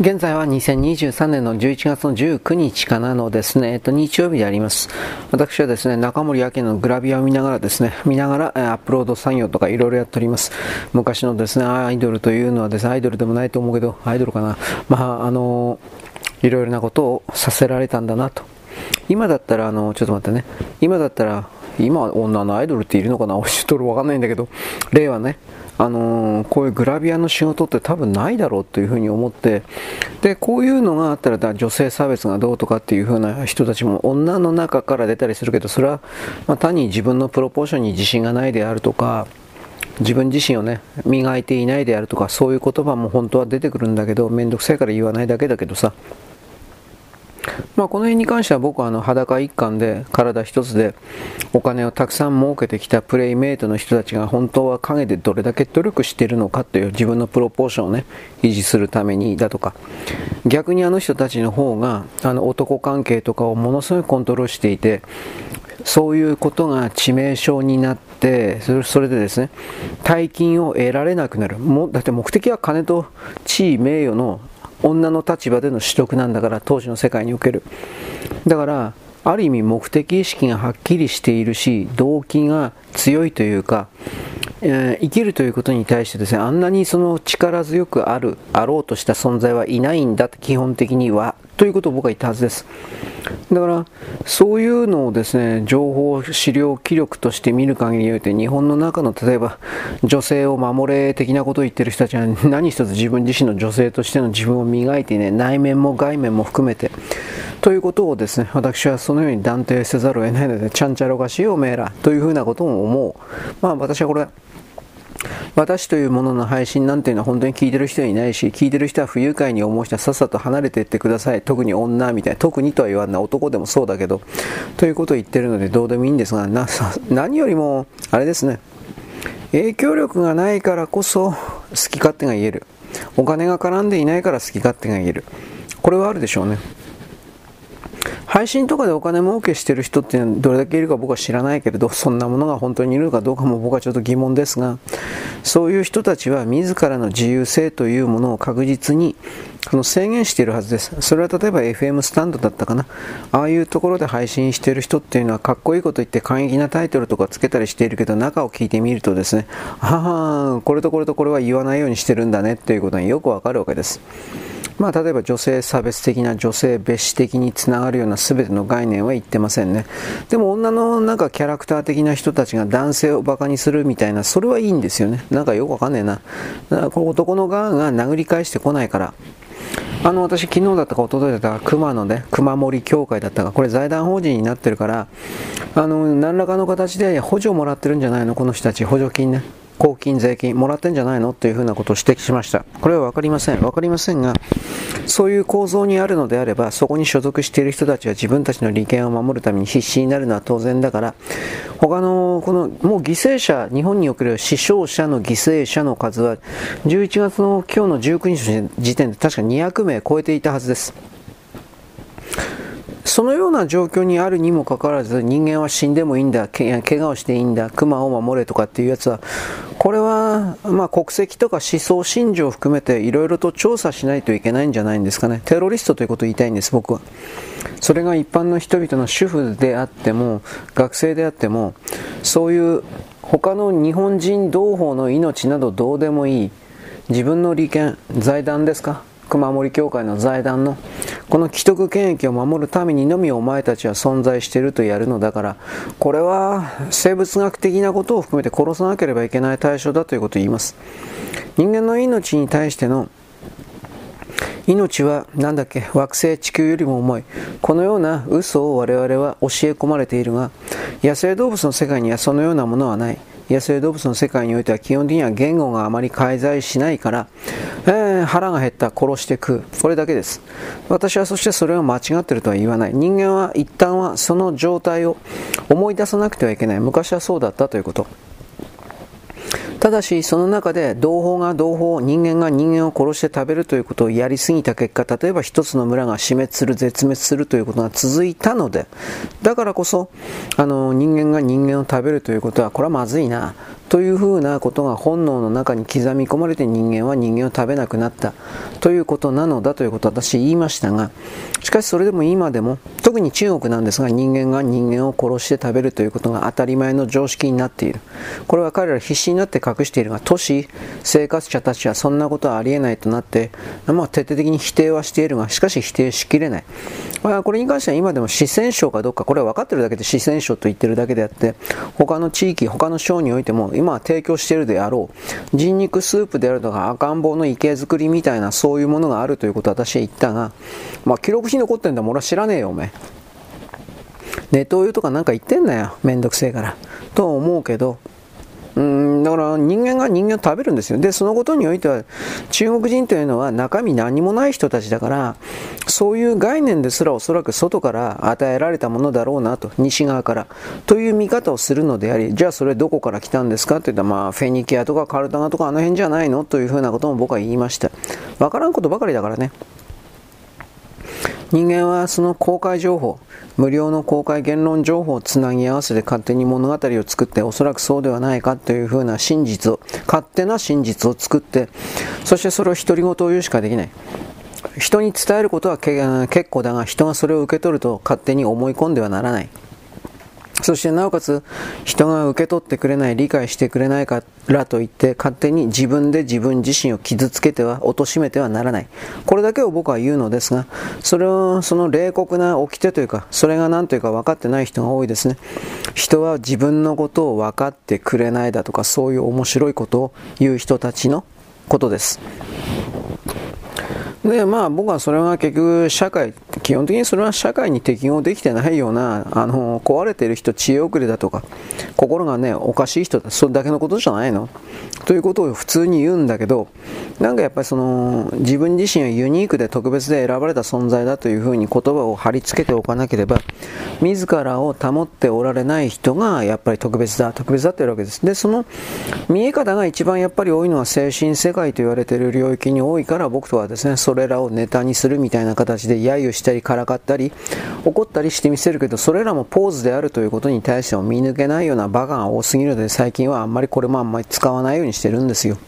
現在は2023年の11月の19日かなのですね、日曜日であります。私はですね、中森明菜のグラビアを見ながらアップロード作業とかいろいろやっております。昔のですね、アイドルというのはですね、アイドルでもないと思うけど、アイドルかな。いろいろなことをさせられたんだなと。今だったら、ちょっと待ってね、今女のアイドルっているのかな、ちょっとわかんないんだけど、令和ね、こういうグラビアの仕事って多分ないだろうというふうに思って、でこういうのがあったら女性差別がどうとかっていうふうな人たちも女の中から出たりするけど、それは単に自分のプロポーションに自信がないであるとか、自分自身をね磨いていないであるとか、そういう言葉も本当は出てくるんだけど、めんどくさいから言わないだけだけどさ、この辺に関しては僕は裸一貫で体一つでお金をたくさん儲けてきたプレイメイトの人たちが本当は陰でどれだけ努力しているのかという、自分のプロポーションをね維持するためにだとか、逆に人たちの方が男関係とかをものすごいコントロールしていて、そういうことが致命傷になって、それでですね大金を得られなくなる。だって目的は金と地位名誉の女の立場での取得なんだから、当時の世界における。だからある意味目的意識がはっきりしているし、動機が強いというか、生きるということに対してですね、あんなにその力強くあろうとした存在はいないんだ、基本的にはということを僕は言ったはずです。だからそういうのをですね、情報資料記録として見る限りにおいて、日本の中の例えば女性を守れ的なことを言ってる人たちは何一つ自分自身の女性としての自分を磨いていない、内面も外面も含めてということをですね、私はそのように断定せざるを得ないので、ちゃんちゃらおかしいおめえらというふうなことも思う。私はこれ、私というものの配信なんていうのは本当に聞いてる人はいないし、聞いてる人は不愉快に思う人はさっさと離れていってください。特に女みたいな、特にとは言わない、男でもそうだけどということを言ってるのでどうでもいいんですが、何よりもあれですね、影響力がないからこそ好き勝手が言える、お金が絡んでいないから好き勝手が言える、これはあるでしょうね。配信とかでお金儲けしてる人ってどれだけいるか僕は知らないけれど、そんなものが本当にいるのかどうかも僕はちょっと疑問ですが、そういう人たちは自らの自由性というものを確実に制限しているはずです。それは例えば FM スタンドだったかな、ああいうところで配信している人っていうのはかっこいいこと言って過激なタイトルとかつけたりしているけど、中を聞いてみるとですね、これとこれとこれは言わないようにしてるんだねっていうことがよくわかるわけです。例えば女性差別的な、女性蔑視的につながるような全ての概念は言ってませんね。でも女のキャラクター的な人たちが男性をバカにするみたいな、それはいいんですよね。よくわかんねえな。この男の側が殴り返してこないから。私昨日だったか一昨日だったか、熊森協会だったか、これ財団法人になってるから、何らかの形で補助をもらってるんじゃないの、この人たち。補助金ね、公金、税金もらってんじゃないのというふうなことを指摘しました。これは分かりませんが、そういう構造にあるのであれば、そこに所属している人たちは自分たちの利権を守るために必死になるのは当然だから、他のもう犠牲者、日本における死傷者の犠牲者の数は11月の今日の19日の時点で確か200名超えていたはずです。そのような状況にあるにもかかわらず、人間は死んでもいいんだ、怪我をしていいんだ、熊を守れとかっていうやつは、これは国籍とか思想信条を含めていろいろと調査しないといけないんじゃないんですかね。テロリストということを言いたいんです、僕は。それが一般の人々の主婦であっても学生であっても、そういう他の日本人同胞の命などどうでもいい、自分の利権、財団ですか、熊森協会の財団のこの既得権益を守るためにのみお前たちは存在しているとやるのだから、これは生物学的なことを含めて殺さなければいけない対象だということを言います。人間の命に対しての命は惑星地球よりも重い、このような嘘を我々は教え込まれているが、野生動物の世界にはそのようなものはない。野生動物の世界においては基本的には言語があまり介在しないから、腹が減った殺して食う、これだけです。私はそしてそれは間違っているとは言わない。人間は一旦はその状態を思い出さなくてはいけない。昔はそうだったということ。ただしその中で同胞が同胞、人間が人間を殺して食べるということをやりすぎた結果、例えば一つの村が死滅する、絶滅するということが続いたので、だからこそ人間が人間を食べるということはこれはまずいな、 というふうなことが本能の中に刻み込まれて人間は人間を食べなくなったということなのだということを私言いましたが、しかしそれでも今でも特に中国なんですが、人間が人間を殺して食べるということが当たり前の常識になっている。これは彼ら必死になって隠しているが、都市生活者たちはそんなことはありえないとなって、徹底的に否定はしているが、しかし否定しきれない。これに関しては今でも四川省かどうか、これは分かっているだけで四川省と言っているだけであって、他の地域他の省においても今は提供しているであろう人肉スープであるとか赤ん坊の池作りみたいなそういうものがあるということを私は言ったが、記録に残ってんだもん、俺は知らねえよおめえ。ネトウヨとかなんか言ってんなよ、めんどくせえからと思うけど、だから人間が人間を食べるんですよ。でそのことにおいては中国人というのは中身何もない人たちだから、そういう概念ですらおそらく外から与えられたものだろうなと、西側からという見方をするのであり、じゃあそれどこから来たんですかって言ったら、フェニキアとかカルタガとかあの辺じゃないのというふうなことも僕は言いました。わからんことばかりだからね。人間はその公開情報、無料の公開言論情報をつなぎ合わせて勝手に物語を作って、おそらくそうではないかというふうな真実を、勝手な真実を作って、そしてそれを独り言を言うしかできない。人に伝えることは結構だが、人がそれを受け取ると勝手に思い込んではならない。そしてなおかつ人が受け取ってくれない、理解してくれないからといって勝手に自分で自分自身を傷つけては貶めてはならない。これだけを僕は言うのですが、その冷酷な掟というか、それが何というか分かってない人が多いですね。人は自分のことを分かってくれないだとか、そういう面白いことを言う人たちのことです。で僕はそれが結局基本的にそれは社会に適応できてないような壊れている人、知恵遅れだとか心がねおかしい人だ、それだけのことじゃないのということを普通に言うんだけど、なんかやっぱり自分自身はユニークで特別で選ばれた存在だというふうに言葉を貼り付けておかなければ、自らを保っておられない人がやっぱり特別だって言うわけです。でその見え方が一番やっぱり多いのは精神世界と言われている領域に多いから、僕とはですねそれらをネタにするみたいな形で揶揄したりからかったり怒ったりしてみせるけど、それらもポーズであるということに対しても見抜けないようなバカが多すぎるので、最近はあんまり使わないようにしてるんですよ。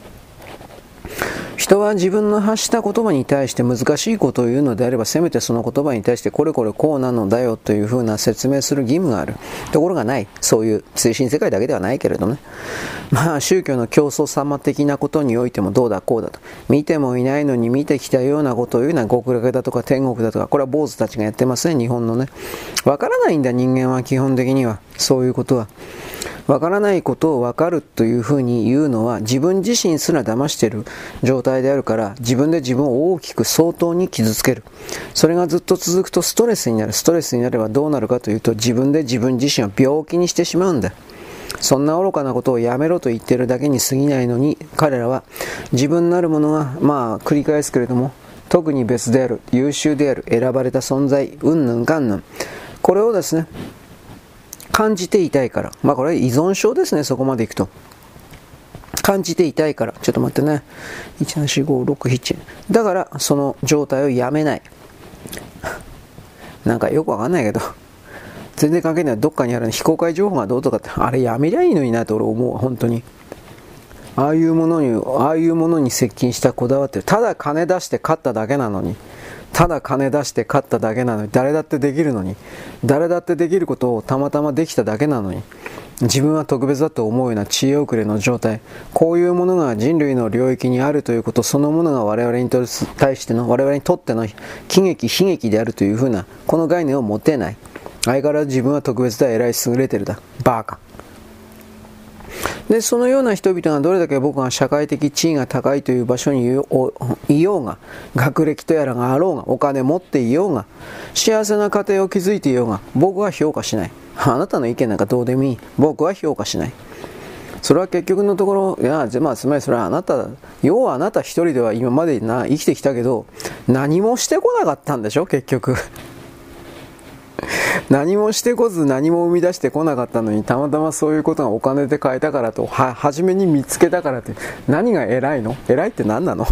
人は自分の発した言葉に対して難しいことを言うのであれば、せめてその言葉に対してこれこれこうなのだよというふうな説明する義務がある。ところがない。そういう精神世界だけではないけれどね。宗教の教祖様的なことにおいてもどうだこうだと、見てもいないのに見てきたようなことを言うのは極楽だとか天国だとか、これは坊主たちがやってますね、日本のね。わからないんだ、人間は基本的には。そういうことはわからないことをわかるというふうに言うのは、自分自身すら騙している状態であるから、自分で自分を大きく相当に傷つける。それがずっと続くとストレスになる。ストレスになればどうなるかというと、自分で自分自身を病気にしてしまうんだ。そんな愚かなことをやめろと言っているだけに過ぎないのに、彼らは自分なるものが繰り返すけれども、特に別である、優秀である、選ばれた存在、うんぬんかんぬん、これをですね感じていたいから、これは依存症ですね。そこまでいくと感じていたいから、ちょっと待ってね、17456だからその状態をやめない。なんかよくわかんないけど、全然関係ない。どっかにある非公開情報がどうとかって、あれやめりゃいいのになと俺思う。本当にああいうものに接近したこだわってる。ただ金出して勝っただけなのに、誰だってできるのに、誰だってできることをたまたまできただけなのに、自分は特別だと思うような知恵遅れの状態、こういうものが人類の領域にあるということそのものが我々にとっての悲劇であるというふうなこの概念を持てない。相変わらず自分は特別だ、偉い、優れてるだ、バーカで、そのような人々がどれだけ僕が社会的地位が高いという場所にいようが、学歴とやらがあろうが、お金持っていようが、幸せな家庭を築いていようが、僕は評価しない。あなたの意見なんかどうでもいい。僕は評価しない。それは結局のところ、つまりそれは要はあなた一人では今まで生きてきたけど、何もしてこなかったんでしょ、結局。何もしてこず何も生み出してこなかったのに、たまたまそういうことがお金で買えたからと、初めに見つけたからって、何が偉いの？偉いって何なの？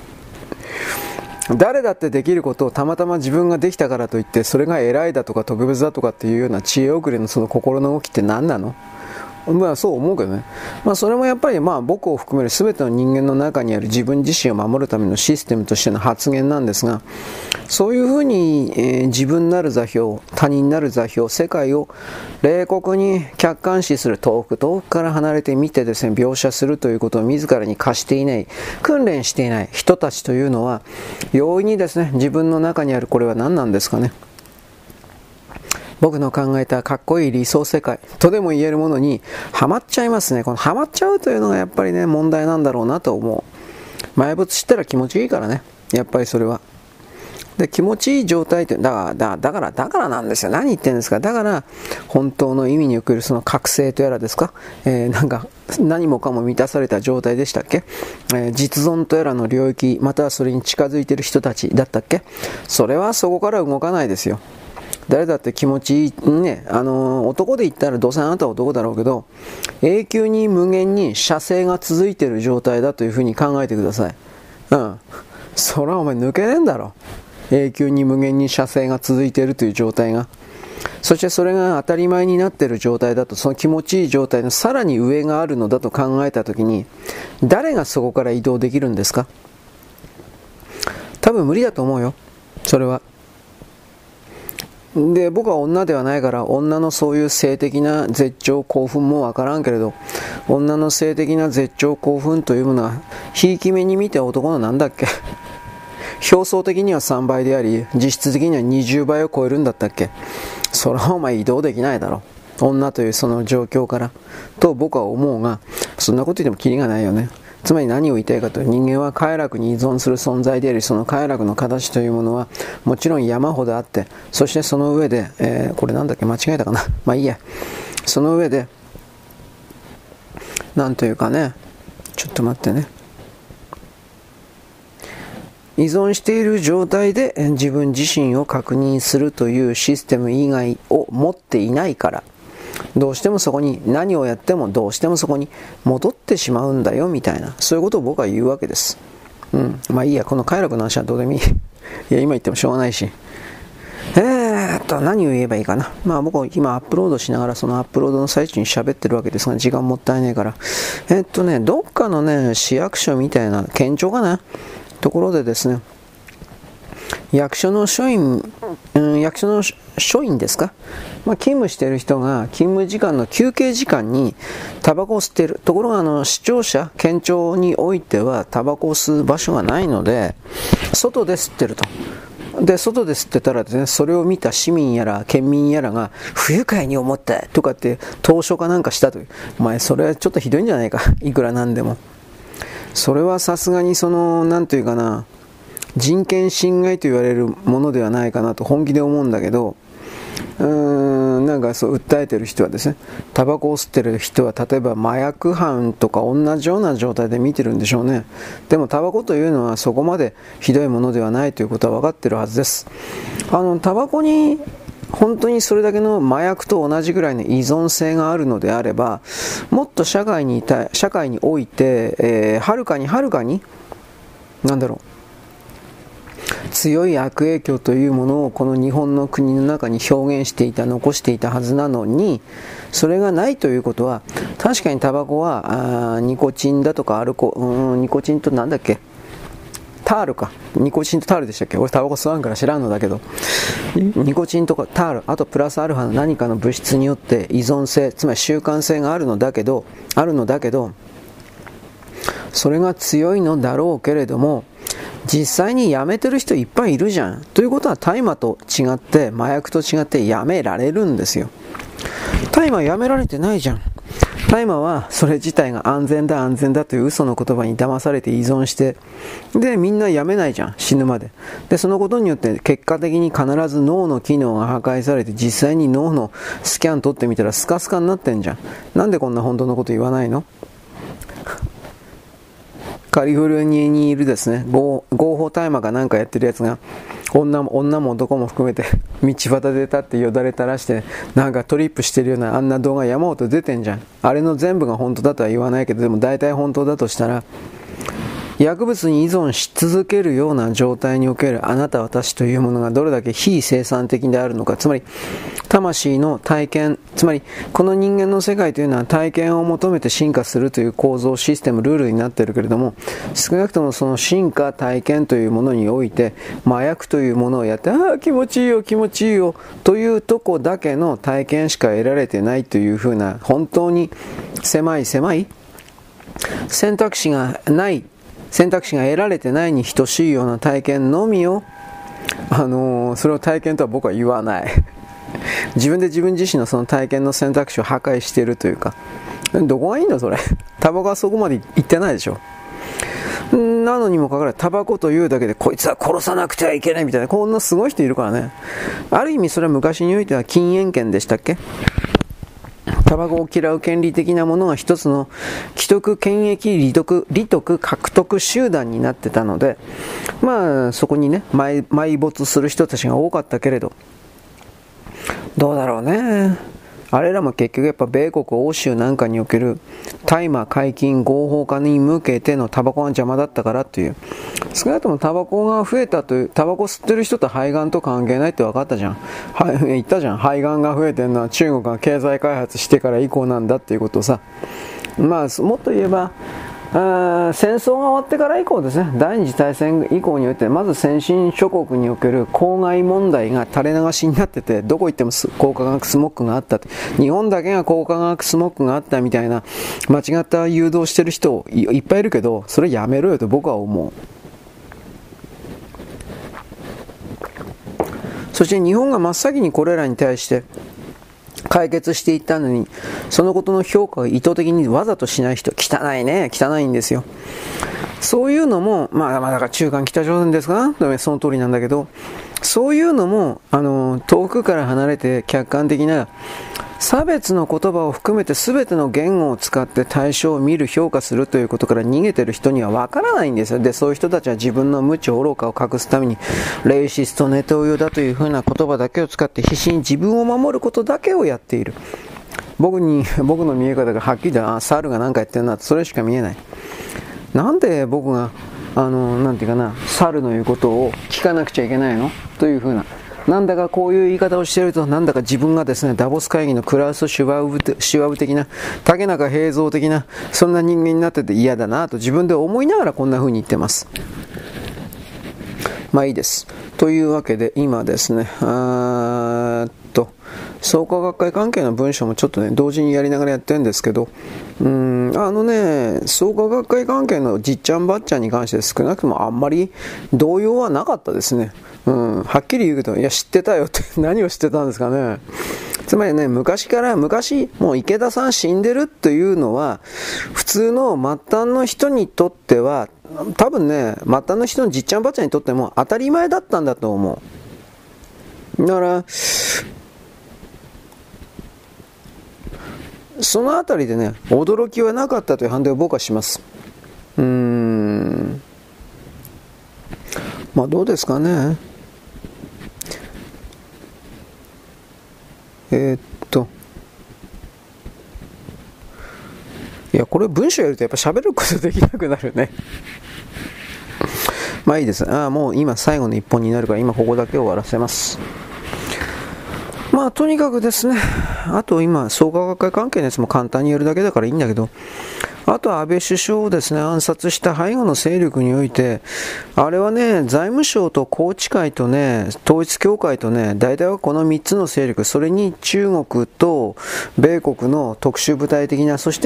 誰だってできることをたまたま自分ができたからといって、それが偉いだとか特別だとかっていうような知恵遅れのその心の動きって何なの？ まあそう思うけどね。まあそれもやっぱり僕を含める全ての人間の中にある自分自身を守るためのシステムとしての発言なんですが、そういうふうに、自分なる座標、他人なる座標、世界を冷酷に客観視する、遠くから離れて見てですね、描写するということを自らに課していない、訓練していない人たちというのは、容易にですね、自分の中にあるこれは何なんですかね。僕の考えたかっこいい理想世界とでも言えるものにハマっちゃいますね。このハマっちゃうというのがやっぱりね、問題なんだろうなと思う。埋没したら気持ちいいからね。やっぱりそれは。で、気持ちいい状態って、だからなんですよ。何言ってんですか。だから、本当の意味におけるその覚醒とやらですか。何もかも満たされた状態でしたっけ。実存とやらの領域、またはそれに近づいている人たちだったっけ。それはそこから動かないですよ。誰だって気持ちいいね、男で言ったらどうせあなたは男だろうけど、永久に無限に射精が続いている状態だというふうに考えてください。それはお前抜けねえんだろ。永久に無限に射精が続いているという状態が。そしてそれが当たり前になっている状態だと、その気持ちいい状態のさらに上があるのだと考えたときに、誰がそこから移動できるんですか。多分無理だと思うよ。それは。で、僕は女ではないから女のそういう性的な絶頂興奮もわからんけれど、女の性的な絶頂興奮というものはひいき目に見て男のなんだっけ表層的には3倍であり実質的には20倍を超えるんだったっけ。それはお前移動できないだろう、女というその状況からと僕は思うが、そんなこと言ってもキリがないよね。つまり何を言いたいかというと、人間は快楽に依存する存在であり、その快楽の形というものはもちろん山ほどあって、そしてその上で、これなんだっけ、間違えたかな、まあいいや、その上でなんというかね、ちょっと待ってね、依存している状態で自分自身を確認するというシステム以外を持っていないから、どうしてもそこに何をやってもどうしてもそこに戻ってしまうんだよみたいな、そういうことを僕は言うわけです。まあいいや、この快楽の話はどうでもいい。いや、今言ってもしょうがないし。何を言えばいいかな。まあ僕は今アップロードしながらそのアップロードの最中に喋ってるわけですが、時間もったいないから。どっかのね、市役所みたいな、県庁かなところでですね、役所の署員ですか、勤務している人が勤務時間の休憩時間にタバコを吸っている。ところが市庁舎、県庁においてはタバコを吸う場所がないので、外で吸ってると。で、外で吸ってたらですね、それを見た市民やら県民やらが不愉快に思ったとかって投書かなんかしたという。お前それはちょっとひどいんじゃないか、いくらなんでも。それはさすがになんというかな、人権侵害と言われるものではないかなと本気で思うんだけど、なんかそう訴えてる人はですね、タバコを吸ってる人は例えば麻薬犯とか同じような状態で見てるんでしょうね。でもタバコというのはそこまでひどいものではないということは分かってるはずです。タバコに本当にそれだけの麻薬と同じぐらいの依存性があるのであれば、もっと社会において、はるかになんだろう、強い悪影響というものをこの日本の国の中に表現していた、残していたはずなのに、それがないということは、確かにタバコはニコチンだとかニコチンとなんだっけ、タールか、ニコチンとタールでしたっけ。俺タバコ吸わんから知らんのだけど、ニコチンとかタール、あとプラスアルファの何かの物質によって依存性、つまり習慣性があるのだけど、それが強いのだろうけれども、実際にやめてる人いっぱいいるじゃん。ということは大麻と違って、麻薬と違ってやめられるんですよ。大麻やめられてないじゃん。大麻はそれ自体が安全だという嘘の言葉に騙されて依存して、でみんなやめないじゃん、死ぬまで。でそのことによって結果的に必ず脳の機能が破壊されて、実際に脳のスキャン取ってみたらスカスカになってんじゃん。なんでこんな本当のこと言わないの。カリフォルニアにいるですね、合法大麻かなんかやってるやつが、女も男も含めて道端で立ってよだれ垂らしてなんかトリップしてるようなあんな動画山ほど出てんじゃん。あれの全部が本当だとは言わないけど、でも大体本当だとしたら、薬物に依存し続けるような状態におけるあなた私というものがどれだけ非生産的であるのか。つまり魂の体験、つまりこの人間の世界というのは体験を求めて進化するという構造、システム、ルールになっているけれども、少なくともその進化、体験というものにおいて麻薬というものをやって、気持ちいいよ気持ちいいよというとこだけの体験しか得られてないというふうな、本当に狭い選択肢が得られてないに等しいような体験のみを、それを体験とは僕は言わない自分で自分自身のその体験の選択肢を破壊しているというか、どこがいいんだそれタバコはそこまで行ってないでしょ。なのにもかかわらずタバコというだけでこいつは殺さなくてはいけないみたいな、こんなすごい人いるからね。ある意味それは昔においては禁煙権でしたっけ。タバコを嫌う権利的なものが一つの既得権益利得獲得集団になってたので、そこにね埋没する人たちが多かったけれど、どうだろうね。あれらも結局やっぱ米国欧州なんかにおける大麻解禁合法化に向けてのタバコが邪魔だったからという、少なくともタバコが増えたという、タバコ吸ってる人と肺がんと関係ないって分かったじゃん。言ったじゃん。肺がんが増えてるのは中国が経済開発してから以降なんだっていうことをさ。もっと言えば戦争が終わってから以降ですね、第二次大戦以降において、まず先進諸国における公害問題が垂れ流しになってて、どこ行っても光化学スモッグがあったと、日本だけが光化学スモッグがあったみたいな間違った誘導してる人いっぱいいるけど、それやめろよと僕は思う。そして日本が真っ先にこれらに対して解決していったのに、そのことの評価を意図的にわざとしない人、汚いんですよ。そういうのも、だから中間北朝鮮ですかな、その通りなんだけど、そういうのも遠くから離れて客観的な差別の言葉を含めて全ての言語を使って対象を見る、評価するということから逃げてる人にはわからないんですよ。で、そういう人たちは自分の無知愚かを隠すためにレイシストネトウヨだというふうな言葉だけを使って必死に自分を守ることだけをやっている。僕の見え方がはっきりと猿が何かやってるな、それしか見えない。なんで僕がなんていうかな、猿の言うことを聞かなくちゃいけないのというふうな、なんだかこういう言い方をしていると、なんだか自分がですね、ダボス会議のクラウス・シュワブ的な、竹中平蔵的な、そんな人間になってて嫌だなと自分で思いながらこんな風に言ってます。いいです。というわけで今ですね、創価学会関係の文章もちょっとね同時にやりながらやってるんですけど、創価学会関係のじっちゃんばっちゃんに関して少なくともあんまり動揺はなかったですね。はっきり言うけど、いや知ってたよって何を知ってたんですかね。つまりね、昔もう池田さん死んでるというのは普通の末端の人にとっては、多分ね、末端の人のじっちゃんばっちゃんにとっても当たり前だったんだと思う。だからそのあたりでね、驚きはなかったという判定を僕はします。どうですかね。いや、これ文章やるとやっぱ喋ることできなくなるね。いいです。もう今最後の一本になるから今ここだけ終わらせます。とにかくですね、あと今創価学会関係のやつも簡単にやるだけだからいいんだけど、あとは安倍首相をですね暗殺した背後の勢力において、あれはね、財務省と宏池会とね、統一教会とね、大体はこの3つの勢力、それに中国と米国の特殊部隊的な、そして、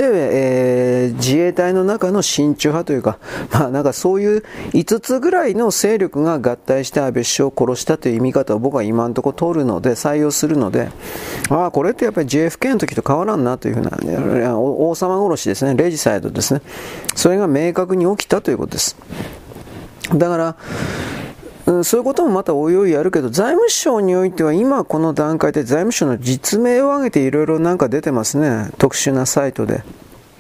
自衛隊の中の親中派というか、なんかそういう5つぐらいの勢力が合体して安倍首相を殺したという見方を僕は今のところ取るので、採用するので、これってやっぱり JFK の時と変わらんなというふうな、王様殺しですね、レジサイドですね、それが明確に起きたということです。だからそういうこともまたおいおいやるけど、財務省においては今この段階で財務省の実名を挙げていろいろなんか出てますね、特殊なサイトで。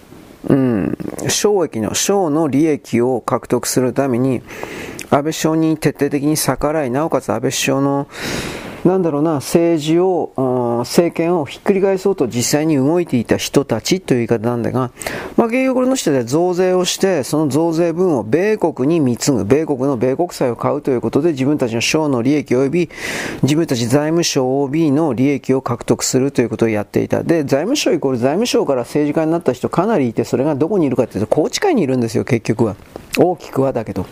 省の利益を獲得するために安倍首相に徹底的に逆らい、なおかつ安倍首相の政治を政権をひっくり返そうと実際に動いていた人たちという言い方なんだが、結局この人で増税をして、その増税分を米国に貢ぐ、米国の米国債を買うということで自分たちの省の利益及び自分たち財務省 OB の利益を獲得するということをやっていた。で、財務省イコール財務省から政治家になった人かなりいて、それがどこにいるかというと宏池会にいるんですよ、結局は。大きくはだけど。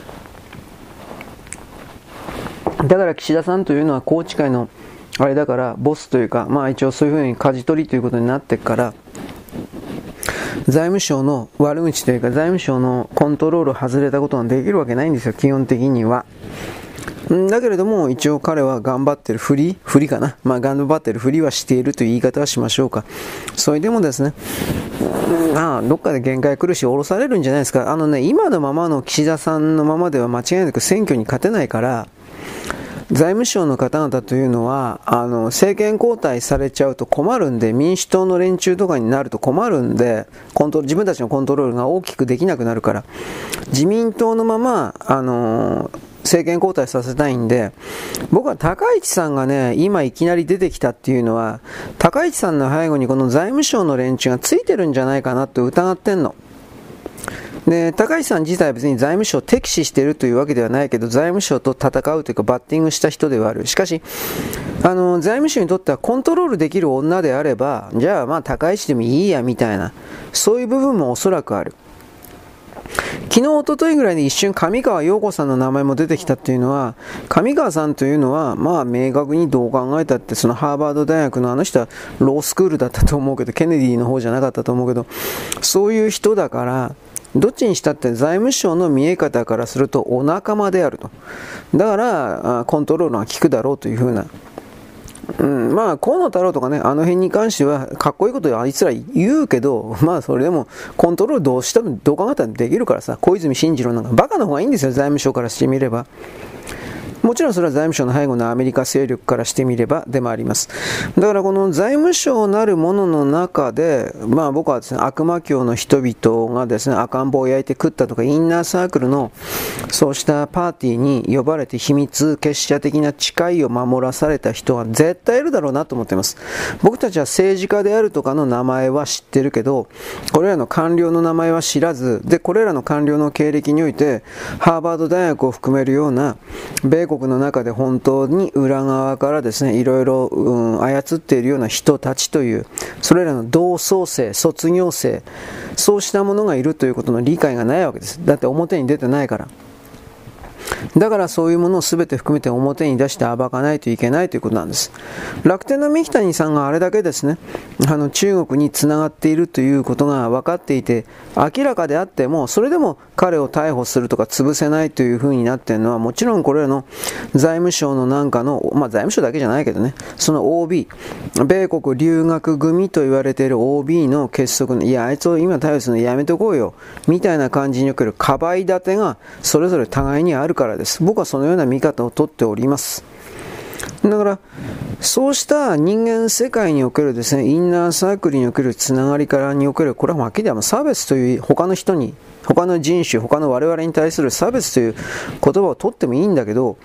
だから岸田さんというのは宏池会のあれだからボスというか、一応そういうふうに舵取りということになってから財務省の悪口というか財務省のコントロールを外れたことができるわけないんですよ、基本的には。だけれども一応彼は頑張ってるふりかな、頑張ってるふりはしているという言い方はしましょうか。それでもですね、どっかで限界来るし降ろされるんじゃないですか。今のままの岸田さんのままでは間違いなく選挙に勝てないから、財務省の方々というのは政権交代されちゃうと困るんで、民主党の連中とかになると困るんで、自分たちのコントロールが大きくできなくなるから、自民党のまま政権交代させたいんで、僕は高市さんがね今いきなり出てきたっていうのは、高市さんの背後にこの財務省の連中がついてるんじゃないかなって疑ってんので、高市さん自体は別に財務省を敵視しているというわけではないけど、財務省と戦うというかバッティングした人ではある。しかし財務省にとってはコントロールできる女であれば、じゃあ高市でもいいやみたいな、そういう部分もおそらくある。昨日一昨日ぐらいで一瞬上川陽子さんの名前も出てきたっていうのは、上川さんというのは明確にどう考えたってそのハーバード大学の人はロースクールだったと思うけど、ケネディの方じゃなかったと思うけど、そういう人だからどっちにしたって財務省の見え方からするとお仲間であると。だからコントロールが効くだろうというふうな、河野太郎とかね、あの辺に関してはかっこいいことあいつら言うけど、それでもコントロールどう考えたらできるからさ、小泉進次郎なんかバカの方がいいんですよ、財務省からしてみれば。もちろんそれは財務省の背後のアメリカ勢力からしてみればでもあります。だからこの財務省なるものの中で、僕はですね、悪魔教の人々がですね、赤ん坊を焼いて食ったとか、インナーサークルのそうしたパーティーに呼ばれて秘密結社的な誓いを守らされた人は絶対いるだろうなと思っています。僕たちは政治家であるとかの名前は知ってるけど、これらの官僚の名前は知らず、で、これらの官僚の経歴において、ハーバード大学を含めるような米国の中で本当に裏側からですね、いろいろ操っているような人たちという、それらの同窓生、卒業生、そうしたものがいるということの理解がないわけです。だって表に出てないから。だからそういうものを全て含めて表に出して暴かないといけないということなんです。楽天の三木谷さんがあれだけですね、中国につながっているということが分かっていて明らかであっても、それでも彼を逮捕するとか潰せないというふうになっているのは、もちろんこれらの財務省のなんかの、財務省だけじゃないけどね、その OB、米国留学組と言われている OB の結束の、いやあいつを今逮捕するのやめてこうよみたいな感じにおけるかばい立てがそれぞれ互いにあるからです。僕はそのような見方をとっております。だからそうした人間世界におけるですね、インナーサークルにおけるつながりからにおける、これははっきり言って差別という、他の人に、他の人種、他の我々に対する差別という言葉をとってもいいんだけど、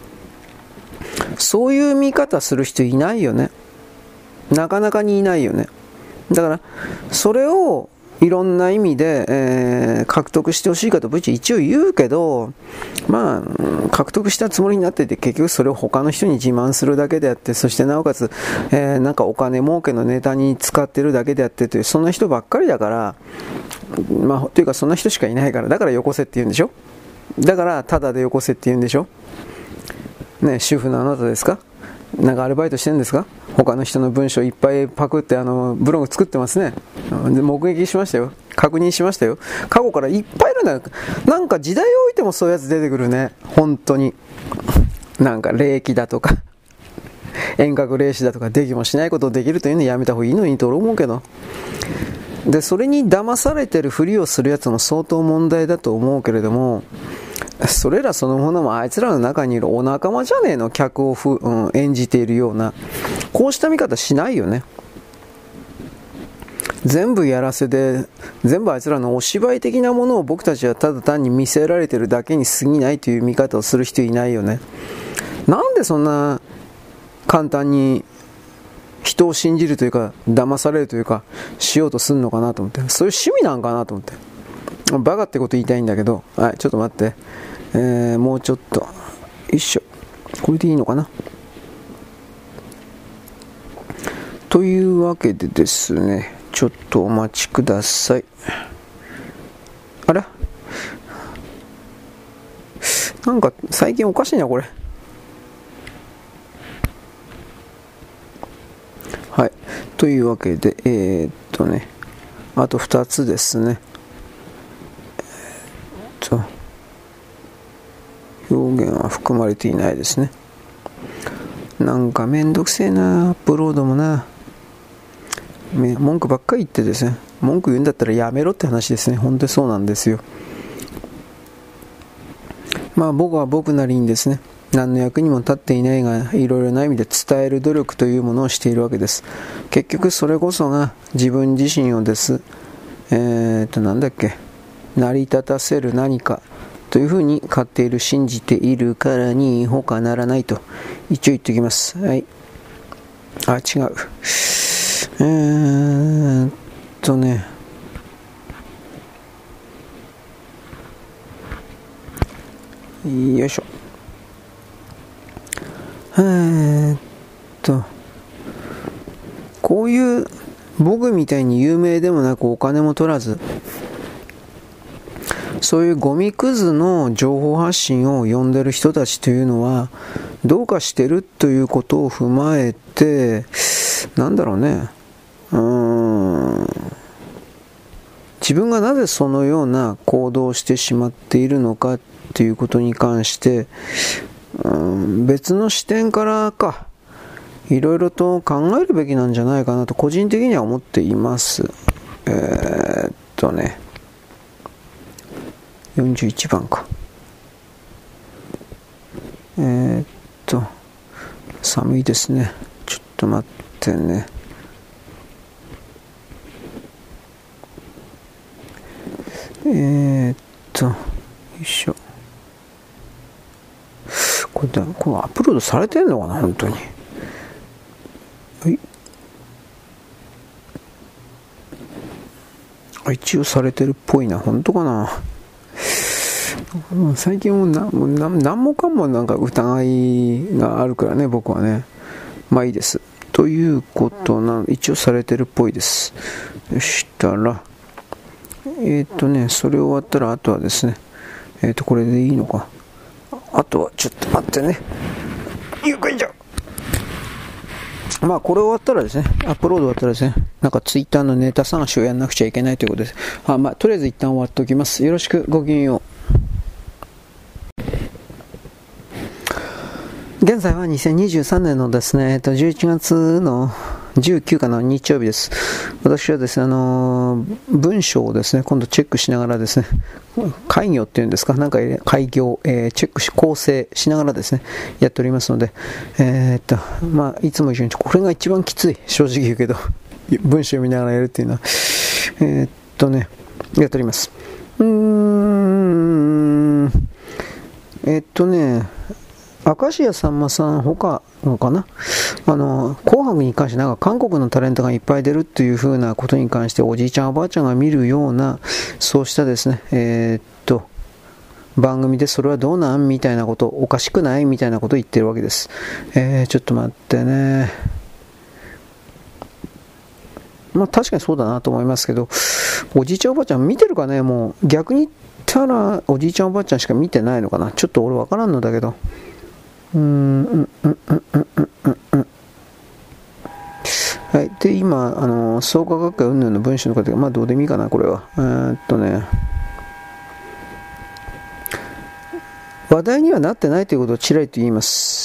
そういう見方する人いないよね。なかなかにいないよね。だからそれをいろんな意味で、獲得してほしいかと一応言うけど、獲得したつもりになっていて結局それを他の人に自慢するだけであって、そしてなおかつ、なんかお金儲けのネタに使ってるだけであってという、そんな人ばっかりだから、というかそんな人しかいないから、だからよこせって言うんでしょ。だからタダでよこせって言うんでしょ。ね、主婦のあなたですか？なんかアルバイトしてるんですか？他の人の文章いっぱいパクってブログ作ってますね。で目撃しましたよ。確認しましたよ。過去からいっぱいいるんだよ。なんか時代を置いてもそういうやつ出てくるね。本当に。なんか霊気だとか遠隔霊視だとか、できもしないことをできるというのやめた方がいいのにと思うけど。でそれに騙されてるふりをするやつも相当問題だと思うけれども、それらそのものもあいつらの中にいるお仲間じゃねえの、客を演じているような、こうした見方しないよね。全部やらせで、全部あいつらのお芝居的なものを僕たちはただ単に見せられてるだけに過ぎないという見方をする人いないよね。なんでそんな簡単に人を信じるというか、騙されるというか、しようとするのかなと思って、そういう趣味なんかなと思って。バカってこと言いたいんだけど、はい、ちょっと待って。もうちょっと。よいしょ。これでいいのかな。というわけでですね、ちょっとお待ちください。あら？なんか最近おかしいな、これ。はい。というわけで、あと2つですね。表現は含まれていないですね。なんかめんどくせえな、アップロードもな。文句ばっかり言ってですね、文句言うんだったらやめろって話ですね。本当にそうなんですよ。まあ僕は僕なりにですね、何の役にも立っていないが、いろいろな意味で伝える努力というものをしているわけです。結局それこそが自分自身をです、なんだっけ、成り立たせる何かというふうに勝手いる、信じているからに他ならないと一応言っておきます。はい。あ、違う。よいしょ。こういう僕みたいに有名でもなくお金も取らず、そういうゴミくずの情報発信を読んでる人たちというのはどうかしてるということを踏まえて、なんだろうね、自分がなぜそのような行動をしてしまっているのかということに関して、別の視点からいろいろと考えるべきなんじゃないかなと個人的には思っています。41番か。寒いですね。ちょっと待ってね。よいしょ。これアップロードされてんのかな、本当に。はい。一応されてるっぽいな。本当かな。最近も何もかもなんか疑いがあるからね、僕はね。まあいいです。ということ一応されてるっぽいです。そしたら、それ終わったら、あとはですね、これでいいのか。あとは、ちょっと待ってね。ゆっくりじゃ。まあこれ終わったらですね、アップロード終わったらですね、なんかツイッターのネタ探しをやんなくちゃいけないということです。まあとりあえず一旦終わっておきます。よろしく、ごきげんよう。現在は2023年のですね、11月の19日の日曜日です。私はですね、文章をですね、今度チェックしながらですね、開業っていうんですか、なんか開業、チェックし、構成しながらですね、やっておりますので、まあ、いつも以上に、これが一番きつい、正直言うけど、文章読みながらやるっていうのは、やっております。明石家さんまさん他のかな、紅白に関してなんか韓国のタレントがいっぱい出るっていう風なことに関しておじいちゃんおばあちゃんが見るようなそうしたですね番組でそれはどうなんみたいなこと、おかしくないみたいなことを言ってるわけです。ちょっと待ってね。まあ確かにそうだなと思いますけど、おじいちゃんおばあちゃん見てるかね。もう逆に言ったらおじいちゃんおばあちゃんしか見てないのかな。ちょっと俺わからんのだけど。はい。で、今、創価学会云々の文章の方が、まあどうでもいいかな、これは。話題にはなってないということをちらりと言います。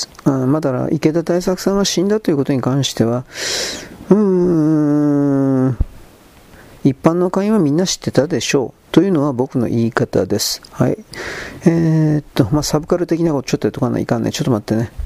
まだ池田大作さんが死んだということに関しては、一般の会員はみんな知ってたでしょうというのは僕の言い方です。はい。まあ、サブカル的なことちょっとやっとかないかんね。ちょっと待ってね。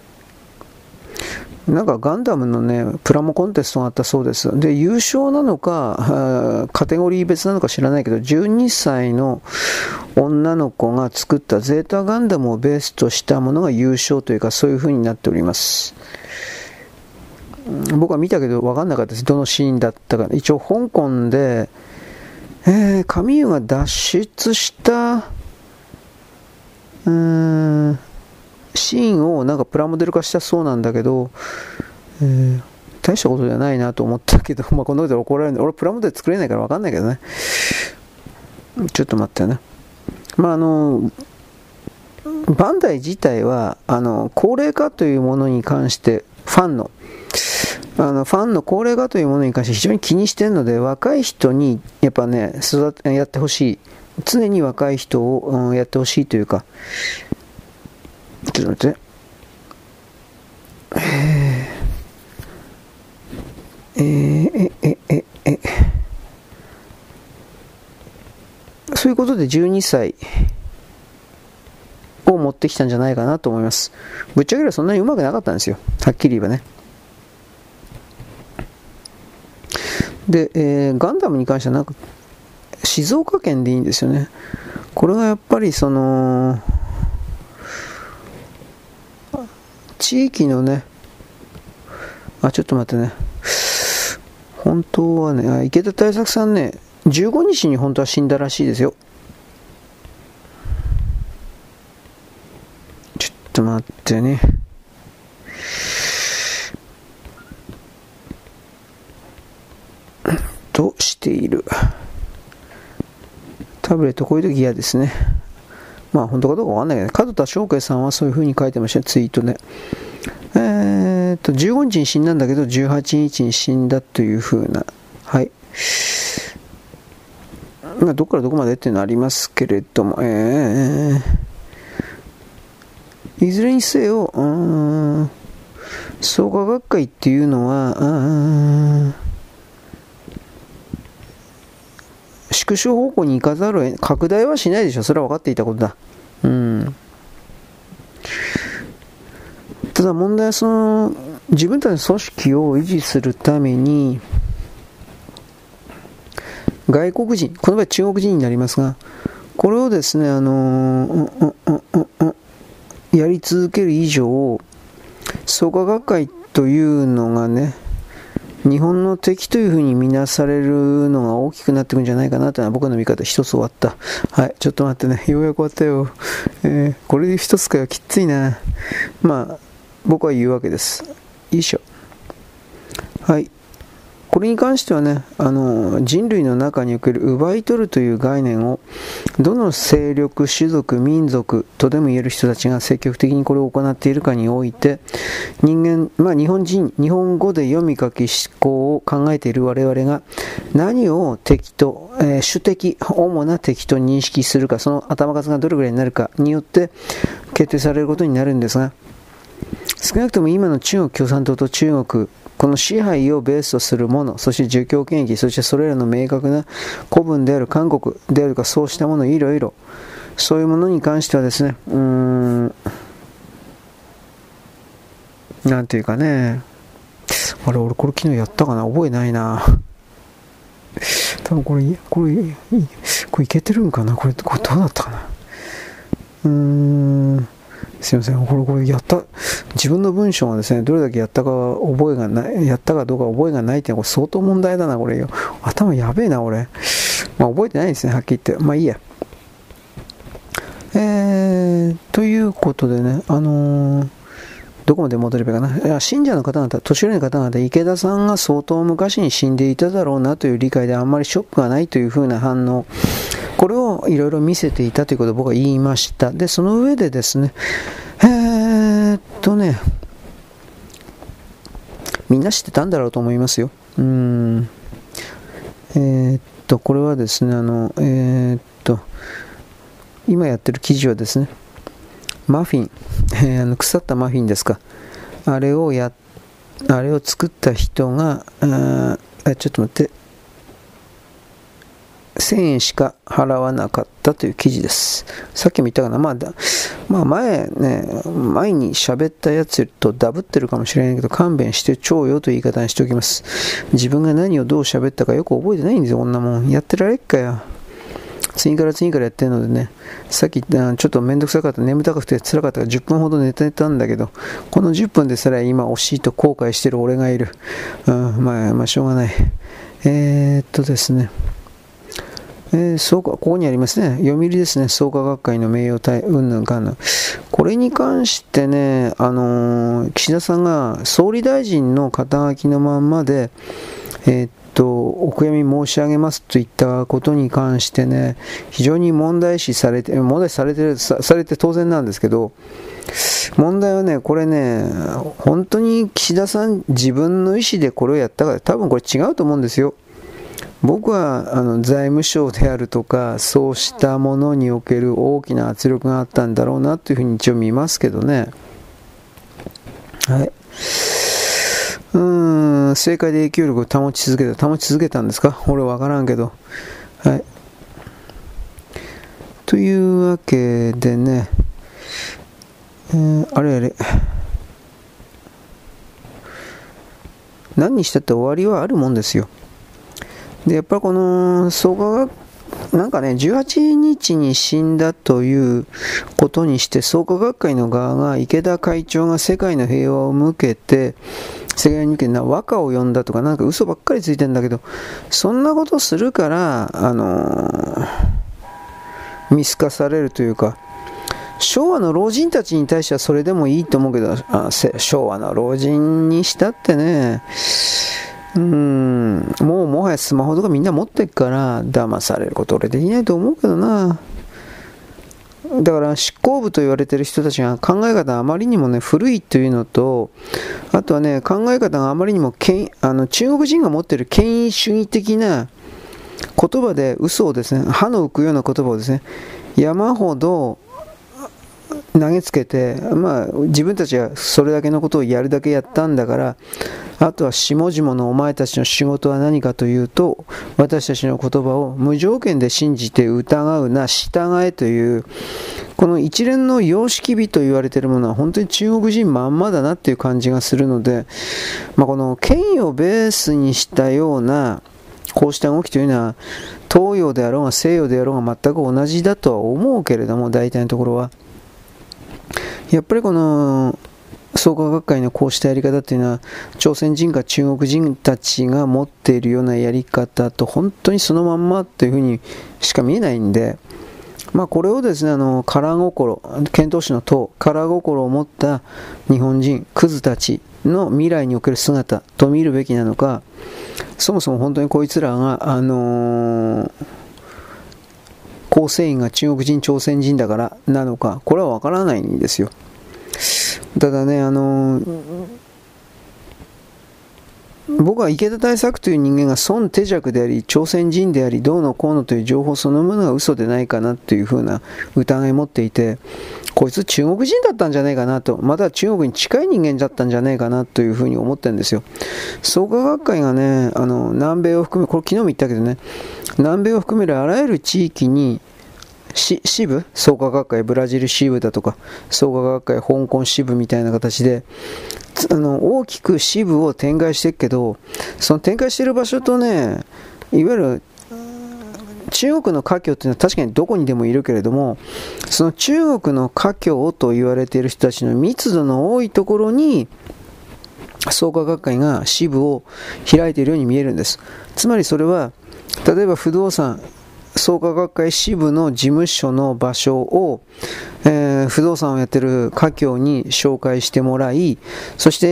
なんかガンダムのね、プラモコンテストがあったそうです。で、優勝なのか、カテゴリー別なのか知らないけど、12歳の女の子が作ったゼータガンダムをベースとしたものが優勝というか、そういう風になっております。 僕は見たけど分かんなかったです。どのシーンだったか。一応香港で、カミーユが脱出したシーンをなんかプラモデル化したそうなんだけど、大したことじゃないなと思ったけど、まあこんなことで怒られるんで、俺プラモデル作れないから分かんないけどね。ちょっと待ってね。まあバンダイ自体は高齢化というものに関してファンの高齢化というものに関して非常に気にしているので、若い人にやっぱねやってほしい、常に若い人をやってほしいというか、ちょっと待って、そういうことで12歳を持ってきたんじゃないかなと思います。ぶっちゃければそんなにうまくなかったんですよ、はっきり言えばね。で、ガンダムに関してはなんか静岡県でいいんですよね。これがやっぱりその地域のね、ちょっと待ってね、本当はね、池田大作さんね、15日に本当は死んだらしいですよ。ちょっと待ってね。としている。タブレットこういう時嫌ですね。まあ本当かどうかわかんないけど、門田翔慶さんはそういう風に書いてましたよ、ツイートで。15日に死んだんだけど18日に死んだという風な、はい。まあどこからどこまでっていうのはありますけれども、いずれにせよ、創価学会っていうのは、縮小方向に行かざるを拡大はしないでしょ。それは分かっていたことだ。ただ問題はその自分たちの組織を維持するために外国人、この場合中国人になりますが、これをですね、やり続ける以上、創価学会というのがね、日本の敵というふうに見なされるのが大きくなっていくんじゃないかなというのは僕の見方。一つ終わった。はい、ちょっと待ってね、ようやく終わったよ。これで一つかよ、きついな。まあ僕は言うわけです。よいしょ。はい。これに関してはね、人類の中における奪い取るという概念をどの勢力、種族、民族とでも言える人たちが積極的にこれを行っているかにおいて、日本語で読み書き思考を考えている我々が何を敵と、主敵、主な敵と認識するか、その頭数がどれぐらいになるかによって決定されることになるんですが、少なくとも今の中国共産党と中国、この支配をベースとするもの、そして儒教権益、そしてそれらの明確な古文である韓国であるか、そうしたものいろいろ、そういうものに関してはですね、なんていうかね、俺これ昨日やったかな、覚えないな。多分これいけてるんかな、これどうだったかな。すいません、これやった、自分の文章がですね、どれだけやったかどうか覚えがないっていうのは相当問題だな、これよ。頭やべえな、俺。まあ覚えてないですね、はっきり言って。まあいいや。ということでね、どこまで戻ればいいかな。いや、信者の方々、年寄りの方々、池田さんが相当昔に死んでいただろうなという理解であんまりショックがないというふうな反応、これをいろいろ見せていたということを僕は言いました。で、その上でですね、みんな知ってたんだろうと思いますよ。これはですね、今やってる記事はですね、マフィン、腐ったマフィンですか。あれを作った人が、ちょっと待って、1000円しか払わなかったという記事です。さっきも言ったかな。まあ前に喋ったやつとダブってるかもしれないけど、勘弁してちょうよという言い方にしておきます。自分が何をどう喋ったかよく覚えてないんですよ、こんなもん。やってられっかよ。 次からやってるのでね、さっきちょっとめんどくさかった、眠たくて辛かったから10分ほど寝てたんだけど、この10分でさら今惜しいと後悔してる俺がいる。まあしょうがない。ですね。ここにありますね。読売ですね。創価学会の名誉体、うんぬんかんぬん。これに関してね、岸田さんが総理大臣の肩書きのまんまで、お悔やみ申し上げますといったことに関してね、非常に問題視されて当然なんですけど、問題はね、これね、本当に岸田さん自分の意思でこれをやったから、多分これ違うと思うんですよ。僕は財務省であるとか、そうしたものにおける大きな圧力があったんだろうなというふうに一応見ますけどね。はい。政界で影響力を保ち続けたんですか？俺は分からんけど。はい。というわけでね、あれ。何にしたって終わりはあるもんですよ。で、やっぱりこの創価学なんかね、18日に死んだということにして、創価学会の側が、池田会長が世界の平和を向けて、世界に向けて和歌を呼んだとか、なんか嘘ばっかりついてんだけど、そんなことするから、見透かされるというか、昭和の老人たちに対してはそれでもいいと思うけど、昭和の老人にしたってね、もはやスマホとかみんな持ってっから騙されること俺できないと思うけどな。だから執行部と言われてる人たちが考え方があまりにもね古いというのと、あとはね考え方があまりにも中国人が持っている権威主義的な言葉で嘘をですね、歯の浮くような言葉をですね山ほど投げつけて、自分たちはそれだけのことをやるだけやったんだから、あとは下々のお前たちの仕事は何かというと、私たちの言葉を無条件で信じて疑うな、従えという、この一連の様式美と言われているものは本当に中国人まんまだなっていう感じがするので、この権威をベースにしたようなこうした動きというのは東洋であろうが西洋であろうが全く同じだとは思うけれども、大体のところはやっぱりこの創価学会のこうしたやり方というのは朝鮮人か中国人たちが持っているようなやり方と本当にそのまんまというふうにしか見えないんで、これをですね空心、遣唐使の唐、空心を持った日本人クズたちの未来における姿と見るべきなのか、そもそも本当にこいつらが構成員が中国人朝鮮人だからなのか、これは分からないんですよ。ただね僕は池田大作という人間が孫手尺であり朝鮮人でありどうのこうのという情報そのものが嘘でないかなというふうな疑いを持っていて、こいつ中国人だったんじゃないかなと、また中国に近い人間だったんじゃないかなというふうに思ってるんですよ。創価学会がね南米を含め、これ昨日も言ったけどね、南米を含めるあらゆる地域に支部、創価学会ブラジル支部だとか創価学会香港支部みたいな形で大きく支部を展開してるけど、その展開している場所とね、いわゆる中国の華僑っていうのは確かにどこにでもいるけれども、その中国の華僑と言われている人たちの密度の多いところに創価学会が支部を開いているように見えるんです。つまりそれは例えば不動産創価学会支部の事務所の場所を、不動産をやっている華僑に紹介してもらい、そして、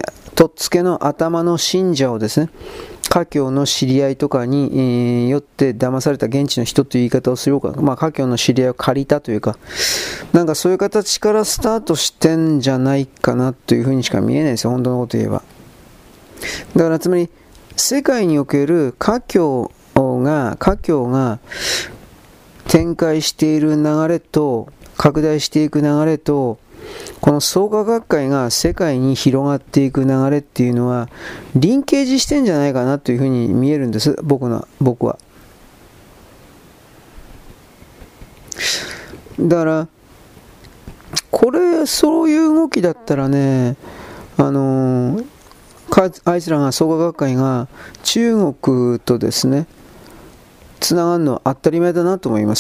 とっつけの頭の信者をですね、華僑の知り合いとかに、よって騙された現地の人という言い方をするか、華僑の知り合いを借りたというか、なんかそういう形からスタートしてんじゃないかなというふうにしか見えないですよ、本当のこと言えば。だからつまり世界における華僑が展開している流れと拡大していく流れと、この創価学会が世界に広がっていく流れっていうのはリンケージしてんじゃないかなというふうに見えるんです、僕は。だからそういう動きだったらね、あいつらが創価学会が中国とですねつながるのは当たり前だなと思います。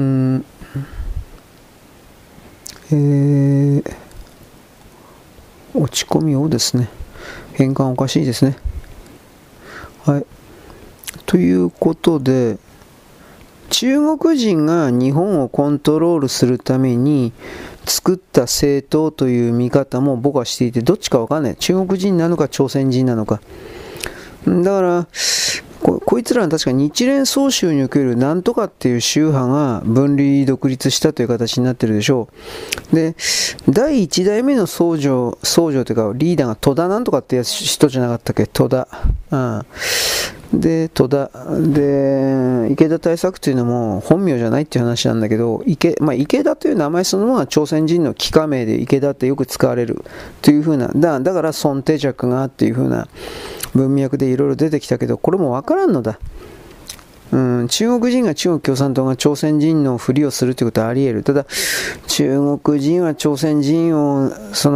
落ち込みをですね、変換おかしいですね。はい。ということで、中国人が日本をコントロールするために作った政党という見方も僕はしていて、どっちかわかんない。中国人なのか朝鮮人なのか。だからこいつらは確か日蓮宗宗におけるなんとかっていう宗派が分離独立したという形になってるでしょう。で、第1代目の僧侶というかリーダーが戸田なんとかっていう人じゃなかったっけ、戸田。で、池田大作というのも本名じゃないっていう話なんだけど、池田という名前そのものは朝鮮人の帰化名で池田ってよく使われるというふうな、だから孫定着がっていうふうな文脈でいろいろ出てきたけど、これもわからんのだ。中国人が中国共産党が朝鮮人のふりをするということはあり得る。ただ、中国人は朝鮮人を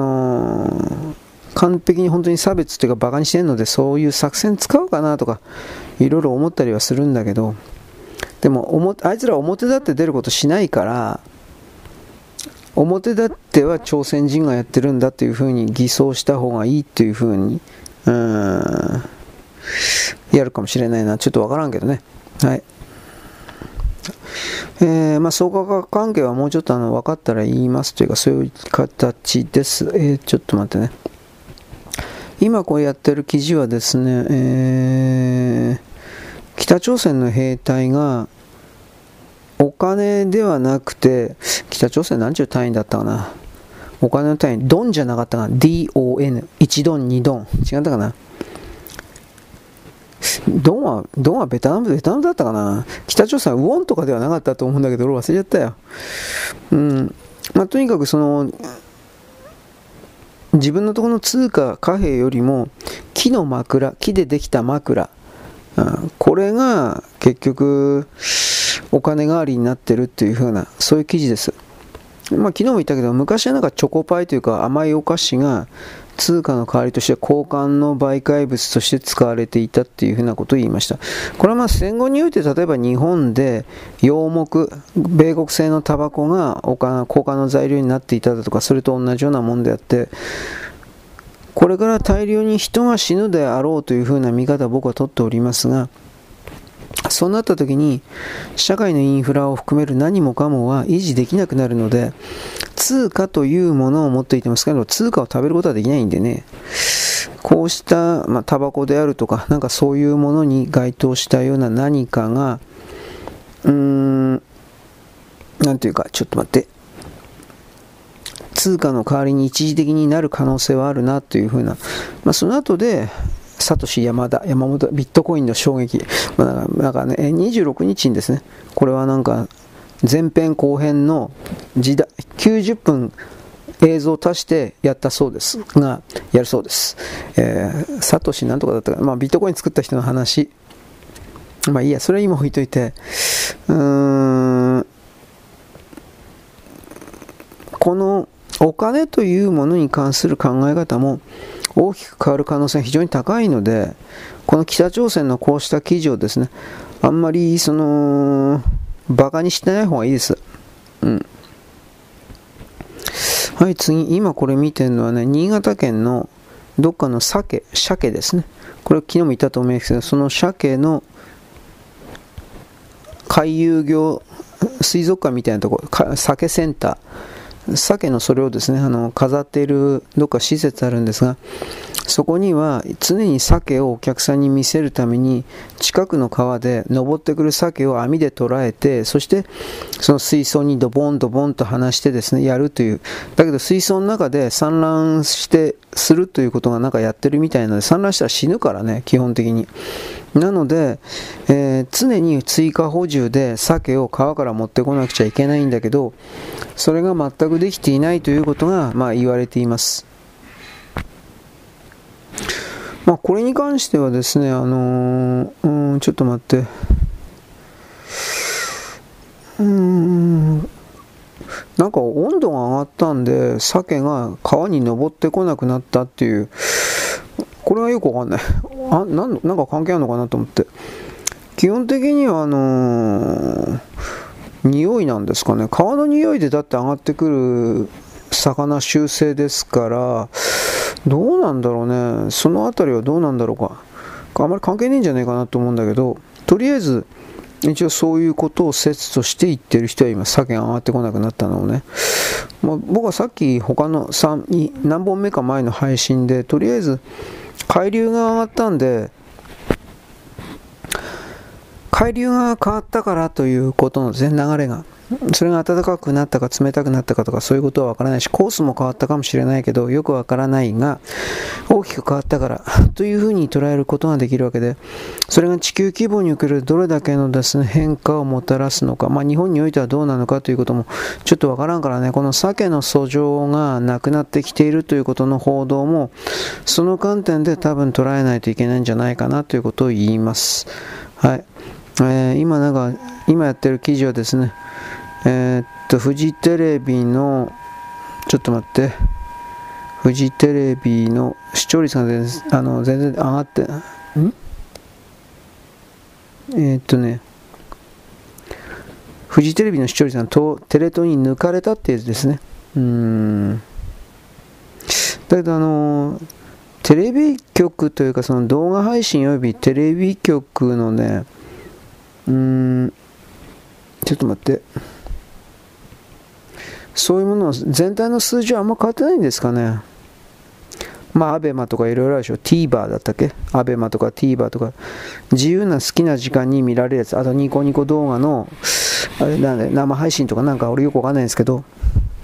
完璧に本当に差別というかバカにしてるので、そういう作戦使うかなとかいろいろ思ったりはするんだけど、でもあいつら表立って出ることしないから、表立っては朝鮮人がやってるんだというふうに偽装した方がいいというふうにやるかもしれないな。ちょっとわからんけどね。はい。相関関係はもうちょっと分かったら言いますというか、そういう形です。ちょっと待ってね。今こうやってる記事はですね、北朝鮮の兵隊がお金ではなくて、北朝鮮何ちゅう単位だったかな、お金の単位、ドンじゃなかったかな、DON、1ドン、2ドン、違ったかな、ドンはベトナムだったかな、北朝鮮はウォンとかではなかったと思うんだけど、俺忘れちゃったよ。とにかく自分のところの通貨貨幣よりも木でできた枕、これが結局お金代わりになってるっていう風な、そういう記事です。昨日も言ったけど、昔はなんかチョコパイというか甘いお菓子が通貨の代わりとして交換の媒介物として使われていたっていうふうなことを言いました。これは戦後において、例えば日本で洋木、米国製のタバコが交換の材料になっていただとか、それと同じようなもんであって、これから大量に人が死ぬであろうというふうな見方を僕は取っておりますが、そうなった時に社会のインフラを含める何もかもは維持できなくなるので、通貨というものを持っていてますけど、通貨を食べることはできないんでね、こうした、タバコであるとか、なんかそういうものに該当したような何かが、なんていうか、ちょっと待って、通貨の代わりに一時的になる可能性はあるなというふうな、その後でサトシ山本ビットコインの衝撃、なんかね、26日にですね、これはなんか前編後編の90分映像を足してやったそうですが、やるそうです。サトシなんとかだったかな、ビットコイン作った人の話、いいや、それは今置いといて、このお金というものに関する考え方も大きく変わる可能性が非常に高いので、この北朝鮮のこうした記事をですね、あんまりバカにしてない方がいいです。はい、次、今これ見てるのはね、新潟県のどっかの鮭ですね。これ昨日も言ったと思うんですけど、その鮭の回遊魚水族館みたいなところ、鮭センター、鮭のそれをですね、飾っているどっか施設あるんですが、そこには常に鮭をお客さんに見せるために、近くの川で登ってくる鮭を網で捕らえて、そしてその水槽にドボンドボンと放してですね、やるという。だけど水槽の中で産卵するということがなんかやってるみたいなので、産卵したら死ぬからね、基本的に。なので、常に追加補充で鮭を川から持ってこなくちゃいけないんだけど、それが全くできていないということが言われています。これに関してはですね、ちょっと待って、なんか温度が上がったんで鮭が川に登ってこなくなったっていう、これはよくわかんない。なんか関係あるのかなと思って。 基本的には匂いなんですかね。川の匂いでだって上がってくる魚習性ですから、どうなんだろうね。そのあたりはどうなんだろうか。あまり関係ねえんじゃないかなと思うんだけど、とりあえず一応そういうことを説として言ってる人は今鮭が上がってこなくなったのをね、僕はさっき他の何本目か前の配信でとりあえず海流が上がったんで、海流が変わったからということの全流れが、それが暖かくなったか冷たくなったかとかそういうことはわからないし、コースも変わったかもしれないけどよくわからないが、大きく変わったからというふうに捉えることができるわけで、それが地球規模におけるどれだけのですね変化をもたらすのか、日本においてはどうなのかということもちょっとわからんからね、この鮭の遡上がなくなってきているということの報道もその観点で多分捉えないといけないんじゃないかなということを言います。はい。今やってる記事はですね、フジテレビの、ちょっと待って、フジテレビの視聴率が全然上がって、フジテレビの視聴率がテレ東に抜かれたっていうやつですね。だけどテレビ局というかその動画配信およびテレビ局のね、ちょっと待って、そういうものの全体の数字はあんま変わってないんですかね。アベマとかいろいろあるでしょ。TVer だったっけ、アベマとか TVer とか、自由な好きな時間に見られるやつ、あとニコニコ動画のあれなんで生配信とかなんか俺よくわかんないんですけど、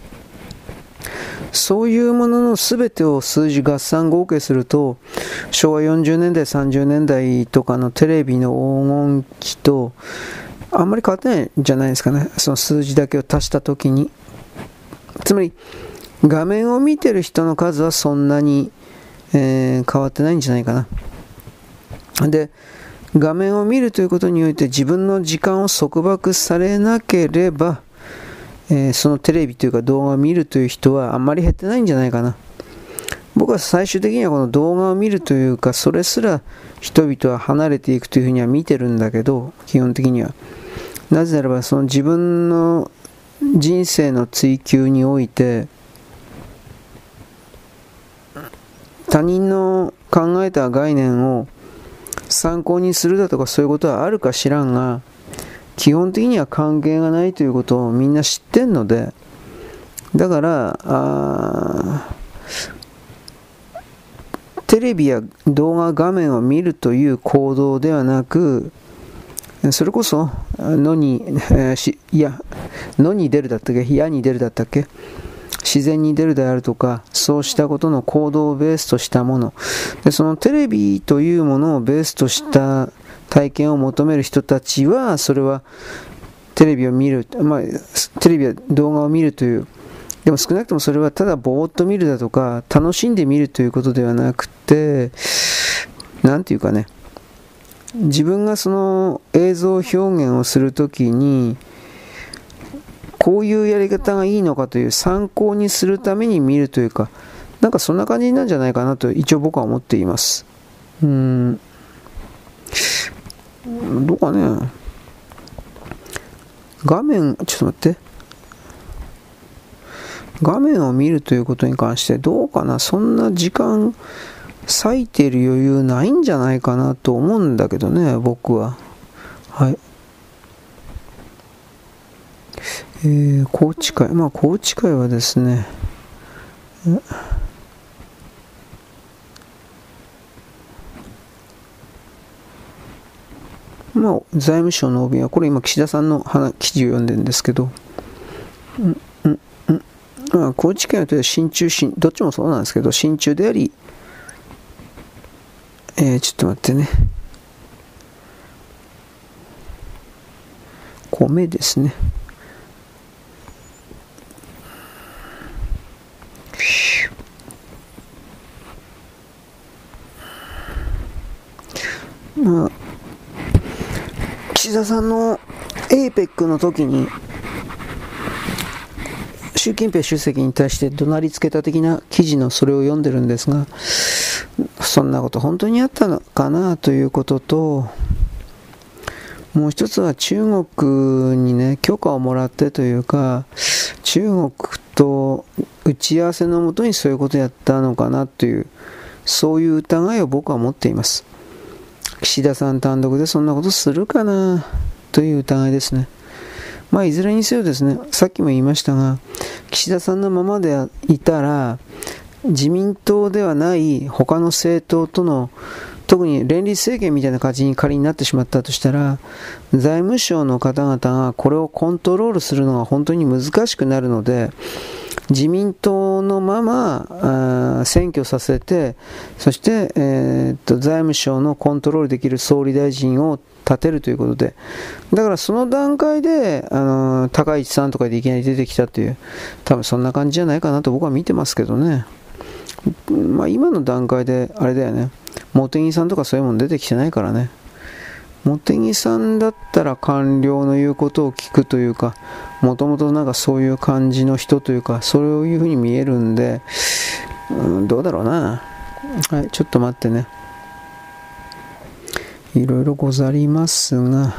そういうものの全てを数字合算合計すると、昭和40年代30年代とかのテレビの黄金期とあんまり変わってないんじゃないですかね。その数字だけを足したときに、つまり画面を見てる人の数はそんなに、変わってないんじゃないかな。で、画面を見るということにおいて自分の時間を束縛されなければ、そのテレビというか動画を見るという人はあんまり減ってないんじゃないかな。僕は最終的にはこの動画を見るというか、それすら人々は離れていくというふうには見てるんだけど、基本的にはなぜならばその自分の人生の追求において他人の考えた概念を参考にするだとかそういうことはあるか知らんが、基本的には関係がないということをみんな知ってんので、だからテレビや動画画面を見るという行動ではなく、それこそ野に出るだったっけ、矢に出るだったっけ、自然に出るであるとか、そうしたことの行動をベースとしたもので、そのテレビというものをベースとした体験を求める人たちは、それはテレビを見る、テレビや動画を見るという、でも少なくともそれはただぼーっと見るだとか楽しんで見るということではなくて、なんていうかね、自分がその映像表現をするときにこういうやり方がいいのかという参考にするために見るというか、なんかそんな感じなんじゃないかなと一応僕は思っています。どうかね、画面、ちょっと待って、画面を見るということに関してどうかな、そんな時間割いている余裕ないんじゃないかなと思うんだけどね、僕は。はい。宏池会、宏池会はですね、財務省の OB は、これ今岸田さんの記事を読んでるんですけど、宏池会というのは親中どっちもそうなんですけど、親中であり、ちょっと待ってね、米ですね。岸田さんの APEC の時に習近平主席に対して怒鳴りつけた的な記事のそれを読んでるんですが、そんなこと本当にあったのかなということと、 もう一つは中国にね、許可をもらってというか、中国と打ち合わせのもとにそういうことをやったのかなという、そういう疑いを僕は持っています。岸田さん単独でそんなことするかなという疑いですね。まあいずれにせよですね、さっきも言いましたが、岸田さんのままでいたら、自民党ではない他の政党との、特に連立政権みたいな感じに仮になってしまったとしたら、財務省の方々がこれをコントロールするのが本当に難しくなるので、自民党のまま選挙させて、そして、財務省のコントロールできる総理大臣を立てるということで、だからその段階で高市さんとかでいきなり出てきたという、多分そんな感じじゃないかなと僕は見てますけどね。まあ今の段階であれだよね、茂木さんとかそういうもの出てきてないからね。茂木さんだったら官僚の言うことを聞くというか、もともとなんかそういう感じの人というか、そういうふうに見えるんで、どうだろうな。はい、ちょっと待ってね。いろいろござりますが、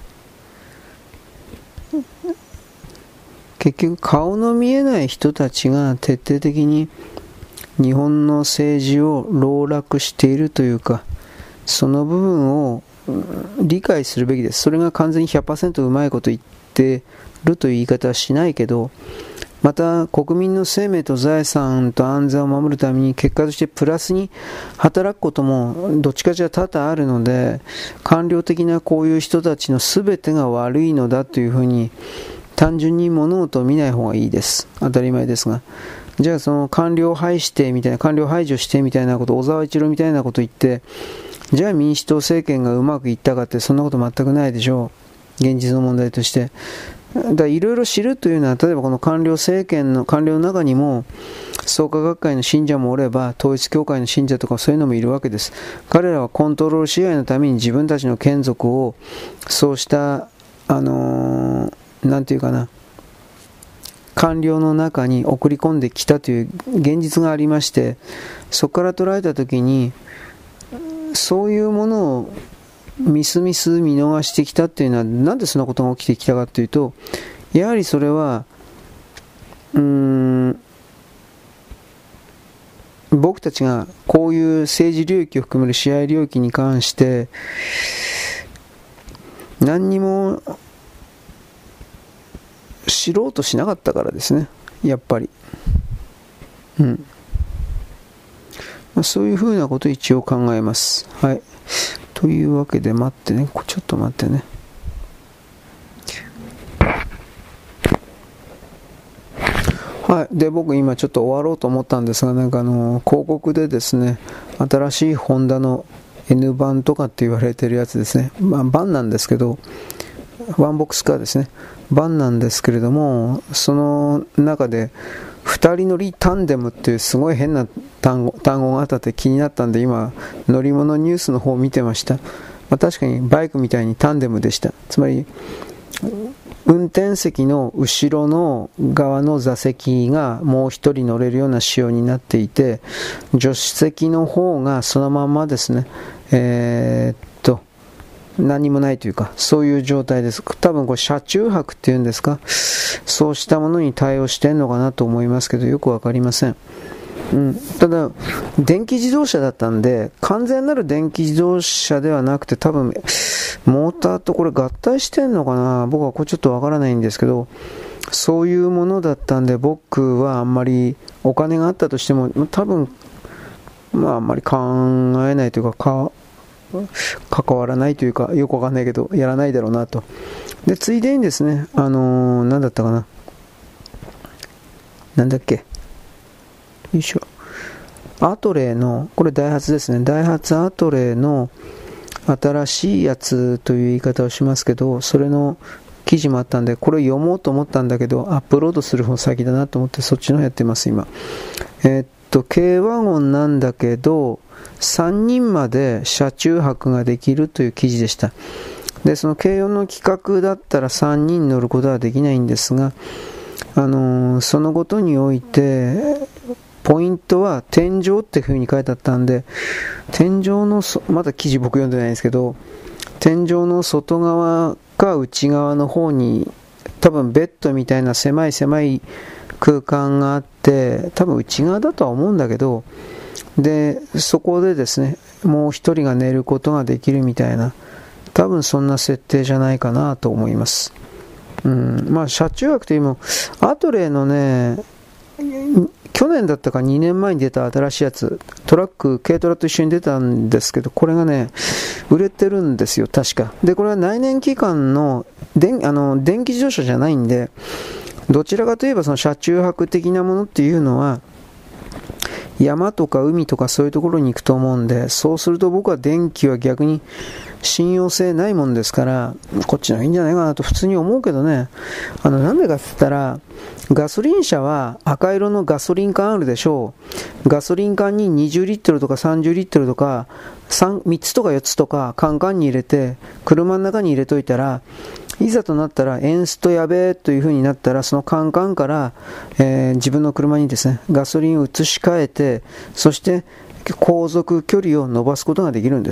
結局顔の見えない人たちが徹底的に日本の政治を籠絡しているというか、その部分を理解するべきです。それが完全に 100% うまいこと言ってるという言い方はしないけど、また国民の生命と財産と安全を守るために結果としてプラスに働くこともどっちかじゃ多々あるので、官僚的なこういう人たちの全てが悪いのだというふうに単純に物事を見ない方がいいです。当たり前ですが、じゃあその官僚を排してみたいな、官僚排除してみたいなこと、小沢一郎みたいなこと言って、じゃあ民主党政権がうまくいったかって、そんなこと全くないでしょう。現実の問題として。いろいろ知るというのは、例えばこの官僚政権の官僚の中にも創価学会の信者もおれば、統一教会の信者とかそういうのもいるわけです。彼らはコントロール支配のために自分たちの眷属をそうしたなんていうかな、官僚の中に送り込んできたという現実がありまして、そこから捉えたときにそういうものをみすみす見逃してきたっていうのは、なんでそんなことが起きてきたかというと、やはりそれは僕たちがこういう政治領域を含める支配領域に関して何にも知ろうとしなかったからですね、やっぱり。そういうふうなことを一応考えます。はい。というわけで待ってね、ちょっと待ってね。はい。で、僕今ちょっと終わろうと思ったんですが、なんか広告でですね、新しいホンダの N 版とかって言われてるやつですね。まあ、版なんですけど、ワンボックスカーですね。版なんですけれども、その中で2人乗りタンデムっていうすごい変な単語があったって気になったんで、今乗り物ニュースの方を見てました。確かにバイクみたいにタンデムでした。つまり運転席の後ろの側の座席がもう一人乗れるような仕様になっていて、助手席の方がそのまんまですね、何もないというか、そういう状態です。多分これ車中泊っていうんですか、そうしたものに対応してんのかなと思いますけど、よくわかりません。ただ電気自動車だったんで、完全なる電気自動車ではなくて、多分モーターとこれ合体してんのかな、僕はこれちょっとわからないんですけど、そういうものだったんで、僕はあんまりお金があったとしても多分あんまり考えないというか、関わらないというか、よくわかんないけどやらないだろうなと。でついでにですね、何だったかな、なんだっけ、よいしょ、アトレーの、これダイハツですね、ダイハツアトレーの新しいやつという言い方をしますけど、それの記事もあったんで、これ読もうと思ったんだけど、アップロードする方先だなと思ってそっちの方やってます今。軽ワゴンなんだけど3人まで車中泊ができるという記事でした。でその軽4の規格だったら3人乗ることはできないんですが、そのことにおいてポイントは天井っていう風に書いてあったんで、天井のまだ記事僕読んでないんですけど、 天井の外側か内側の方に多分ベッドみたいな狭い空間があって、多分内側だとは思うんだけど、でそこでですね、もう一人が寝ることができるみたいな、多分そんな設定じゃないかなと思います。まあ車中泊というもアトレーのね、去年だったか2年前に出た新しいやつ、軽トラと一緒に出たんですけど、これがね売れてるんですよ確か。でこれは内燃機関の電気自動車じゃないんで、どちらかといえばその車中泊的なものっていうのは山とか海とかそういうところに行くと思うんで、そうすると僕は電気は逆に信用性ないもんですから、こっちの方がいいんじゃないかなと普通に思うけどね。なんでかって言ったら、ガソリン車は赤色のガソリン缶あるでしょう。ガソリン缶に20リットルとか30リットルとか 3つとか4つとかカンカンに入れて車の中に入れといたら、いざとなったらエンストやべえという風になったら、そのカンカンから、自分の車にですねガソリンを移し替えて、そして航続距離を伸ばすことができるんです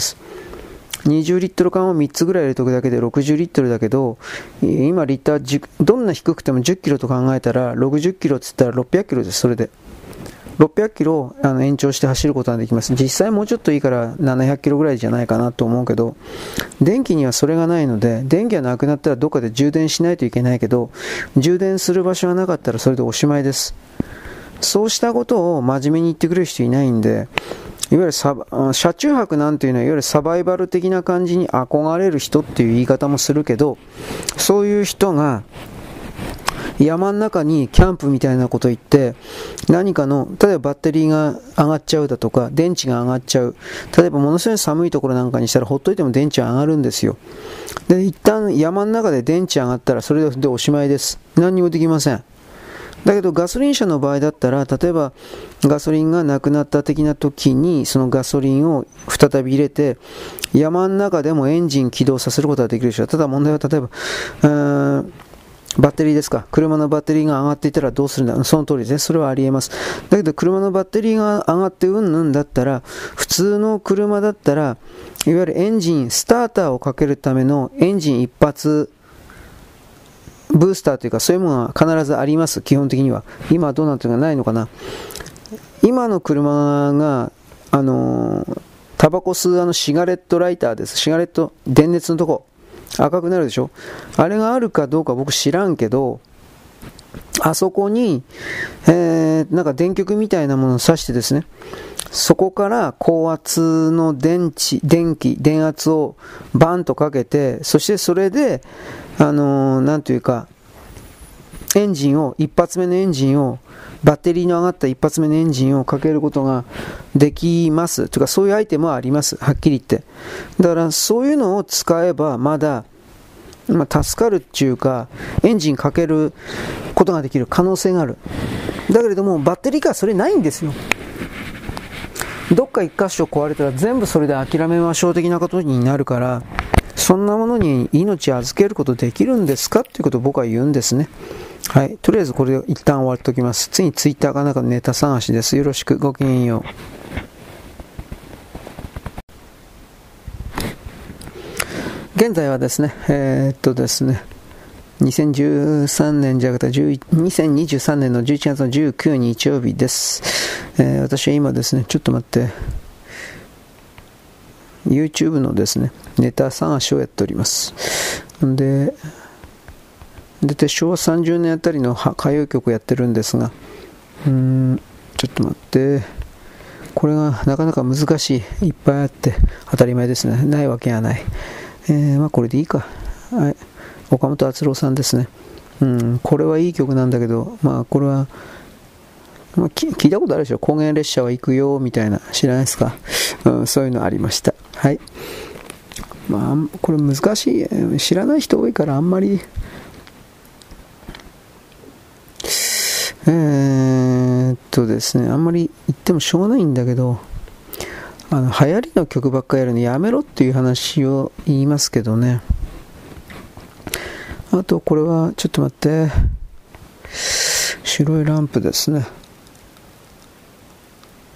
。20リットル缶を3つぐらい入れとくだけで60リットルだけど、今リッターどんな低くても10キロと考えたら、60キロって言ったら600キロです。それで600キロ延長して走ることができます。実際もうちょっといいから700キロぐらいじゃないかなと思うけど、電気にはそれがないので、電気がなくなったらどっかで充電しないといけないけど、充電する場所がなかったらそれでおしまいです。そうしたことを真面目に言ってくれる人いないんで、いわゆる車中泊なんていうのは、いわゆるサバイバル的な感じに憧れる人っていう言い方もするけど、そういう人が山の中にキャンプみたいなこと言って、何かの例えばバッテリーが上がっちゃうだとか電池が上がっちゃう、例えばものすごい寒いところなんかにしたらほっといても電池上がるんですよ。で一旦山の中で電池上がったらそれでおしまいです。何にもできません。だけどガソリン車の場合だったら、例えばガソリンがなくなった的な時にそのガソリンを再び入れて山の中でもエンジン起動させることができるでしょう。ただ問題は、例えばバッテリーですか。車のバッテリーが上がっていたらどうするんだ。その通りですね。それはありえます。だけど車のバッテリーが上がってうんぬんだったら、普通の車だったら、いわゆるエンジンスターターをかけるためのエンジン一発ブースターというか、そういうものは必ずあります。基本的には今はどうなってるかないのかな。今の車がタバコ吸うシガレットライターです。シガレット電熱のとこ赤くなるでしょ。あれがあるかどうか僕知らんけど、あそこに、なんか電極みたいなものを挿してですね、そこから高圧の電圧をバンとかけて、そしてそれでなんというか一発目のエンジンを、バッテリーの上がった一発目のエンジンをかけることができますというか、そういうアイテムはあります。はっきり言って。だからそういうのを使えばまだ助かるっていうか、エンジンかけることができる可能性がある。だけれどもバッテリーからそれないんですよ。どっか一箇所壊れたら全部それで諦めましょう的なことになるから、そんなものに命を預けることできるんですかっていうことを僕は言うんですね。はい、とりあえずこれを一旦終わっておきます。次にツイッターかなんかのネタ探しです。よろしく、ごきげんよう。現在はですね、2013年じゃなくて2023年の11月の19日曜日です。私は今ですね、ちょっと待って、YouTube のですね、ネタ探しをやっております。で、昭和30年あたりの歌謡曲をやってるんですが、ちょっと待って、これがなかなか難しい。いっぱいあって当たり前ですね。ないわけはない。これでいいか。はい、岡本敦郎さんですね。これはいい曲なんだけど、これは、聞いたことあるでしょ。高原列車は行くよみたいな、知らないですか。そういうのありました。はい。これ難しい。知らない人多いからあんまり。ですね、あんまり言ってもしょうがないんだけど、流行りの曲ばっかりやるのやめろっていう話を言いますけどね。あとこれはちょっと待って、白いランプですね。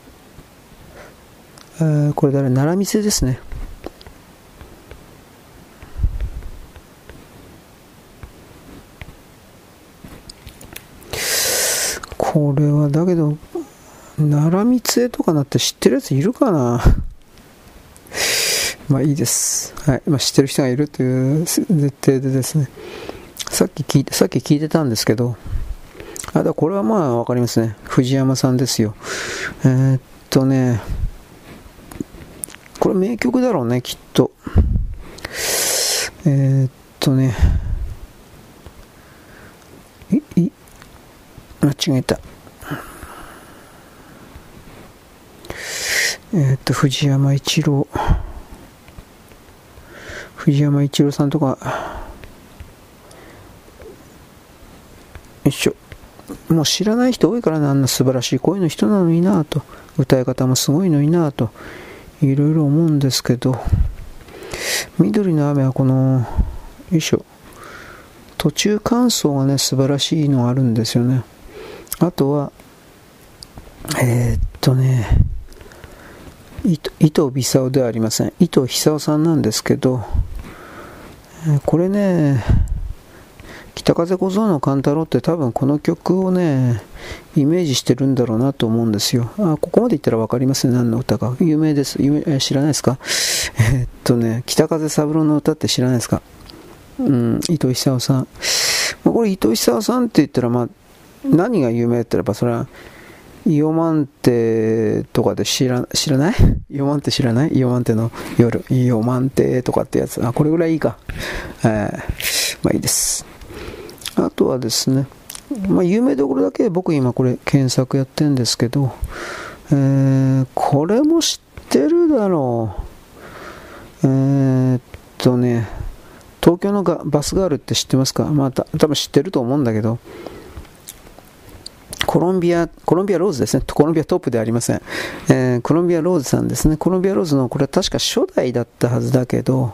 これ奈良店ですね。 これはだけど奈良光恵とかなって知ってるやついるかな。まあいいです。はい。まあ、知ってる人がいるという前提でですね。さっき聞いてたんですけど、これはまあわかりますね。藤山さんですよ。これ名曲だろうね、きっと。間違えた。藤山一郎さんとか、よいしょ。もう知らない人多いからね、あんな素晴らしい声の人なのになと、歌い方もすごいのになと、いろいろ思うんですけど、緑の雨はこの、よいしょ、途中感想がね、素晴らしいのがあるんですよね。あとは、伊藤美沙ではありません。伊藤久夫さんなんですけど、これね、北風小僧の勘太郎って多分この曲をね、イメージしてるんだろうなと思うんですよ。ここまで言ったら分かりますね、何の歌か。有名です。知らないですか？北風三郎の歌って知らないですか？伊藤久夫さん。これ伊藤久夫さんって言ったら、何が有名って言ったら、それは、イオマンテとかで知らないイオマンテ知らない？イオマンテの夜。イオマンテとかってやつ。これぐらいいいか。まあいいです。あとはですね、有名どころだけ僕今これ検索やってるんですけど、これも知ってるだろう。東京のバスガールって知ってますか？多分知ってると思うんだけど、コロンビアローズですね。コロンビアトップではありません。コロンビアローズさんですね。コロンビアローズのこれは確か初代だったはずだけど、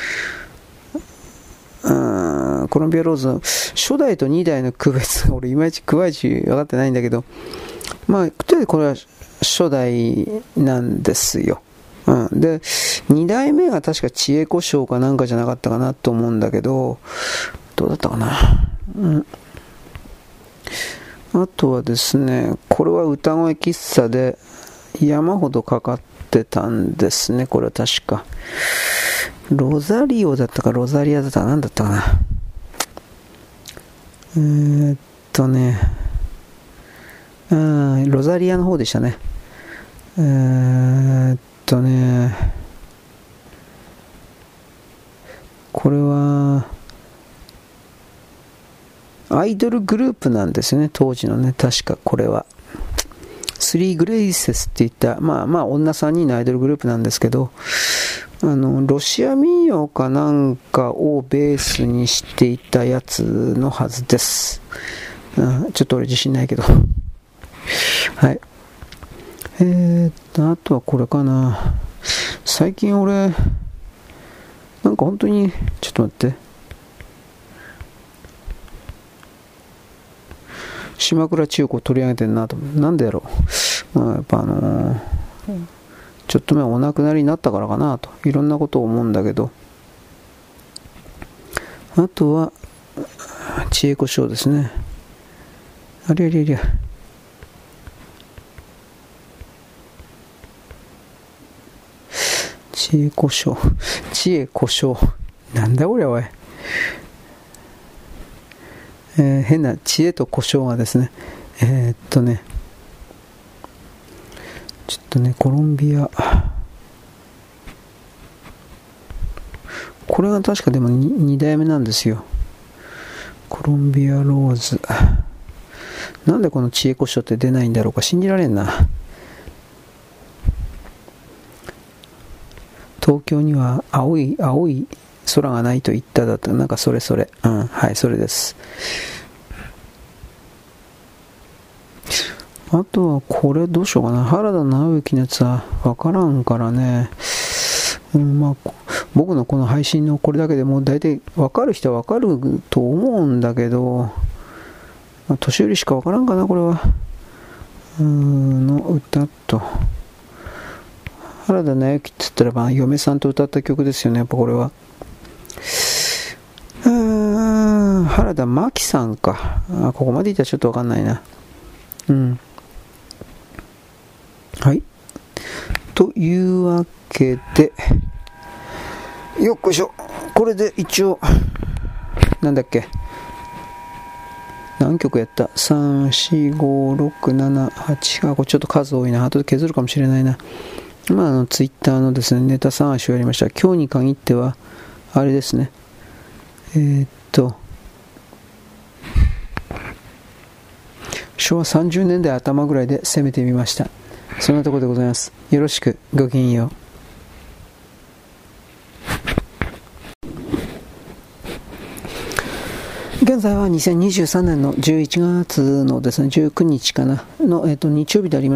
コロンビアローズの初代と2代の区別が俺いまいち分かってないんだけど、とりあえずこれは初代なんですよ。で2代目が確か知恵子賞かなんかじゃなかったかなと思うんだけど、どうだったかな。あとはですね、これは歌声喫茶で山ほどかかってたんですね。これは確かロザリオだったかロザリアだったかなんだったかな。ロザリアの方でしたね。これはアイドルグループなんですよね、当時のね。確かこれはスリーグレイセスっていった女3人のアイドルグループなんですけど、ロシア民謡かなんかをベースにしていたやつのはずです。ちょっと俺自信ないけどはい。あとはこれかな。最近俺なんか本当にちょっと待って、島倉千代子を取り上げてるなと。なんでやろう。やっぱちょっとお亡くなりになったからかなと、いろんなことを思うんだけど、あとは千恵子賞ですね。千恵子賞なんだこれおい。変な知恵と胡椒がですね、ちょっとね、コロンビア、これが確かでも 2代目なんですよ。コロンビアローズ。なんでこの知恵胡椒って出ないんだろうか、信じられんな。東京には青い空がないと言っただと、なんかそれ、はい、それです。あとはこれどうしようかな。原田直之のやつは分からんからね。僕のこの配信のこれだけでもう大体分かる人は分かると思うんだけど、年寄りしか分からんかな、これは。の歌と。原田直之って言ったら嫁さんと歌った曲ですよね、やっぱこれは。原田真希さんか。ここまでいったらちょっと分かんないな。 はい。というわけで、よっこいしょ。これで一応、なんだっけ。何曲やった ?3、4、5、6、7、8。これちょっと数多いな。後で削るかもしれないな。ツイッターのですね、ネタ探しをやりました。今日に限っては、あれですね。昭和30年代頭ぐらいで攻めてみました。そんなところでございます。よろしく、ごきげんよう。現在は2023年の11月のですね、19日かなの、日曜日であります。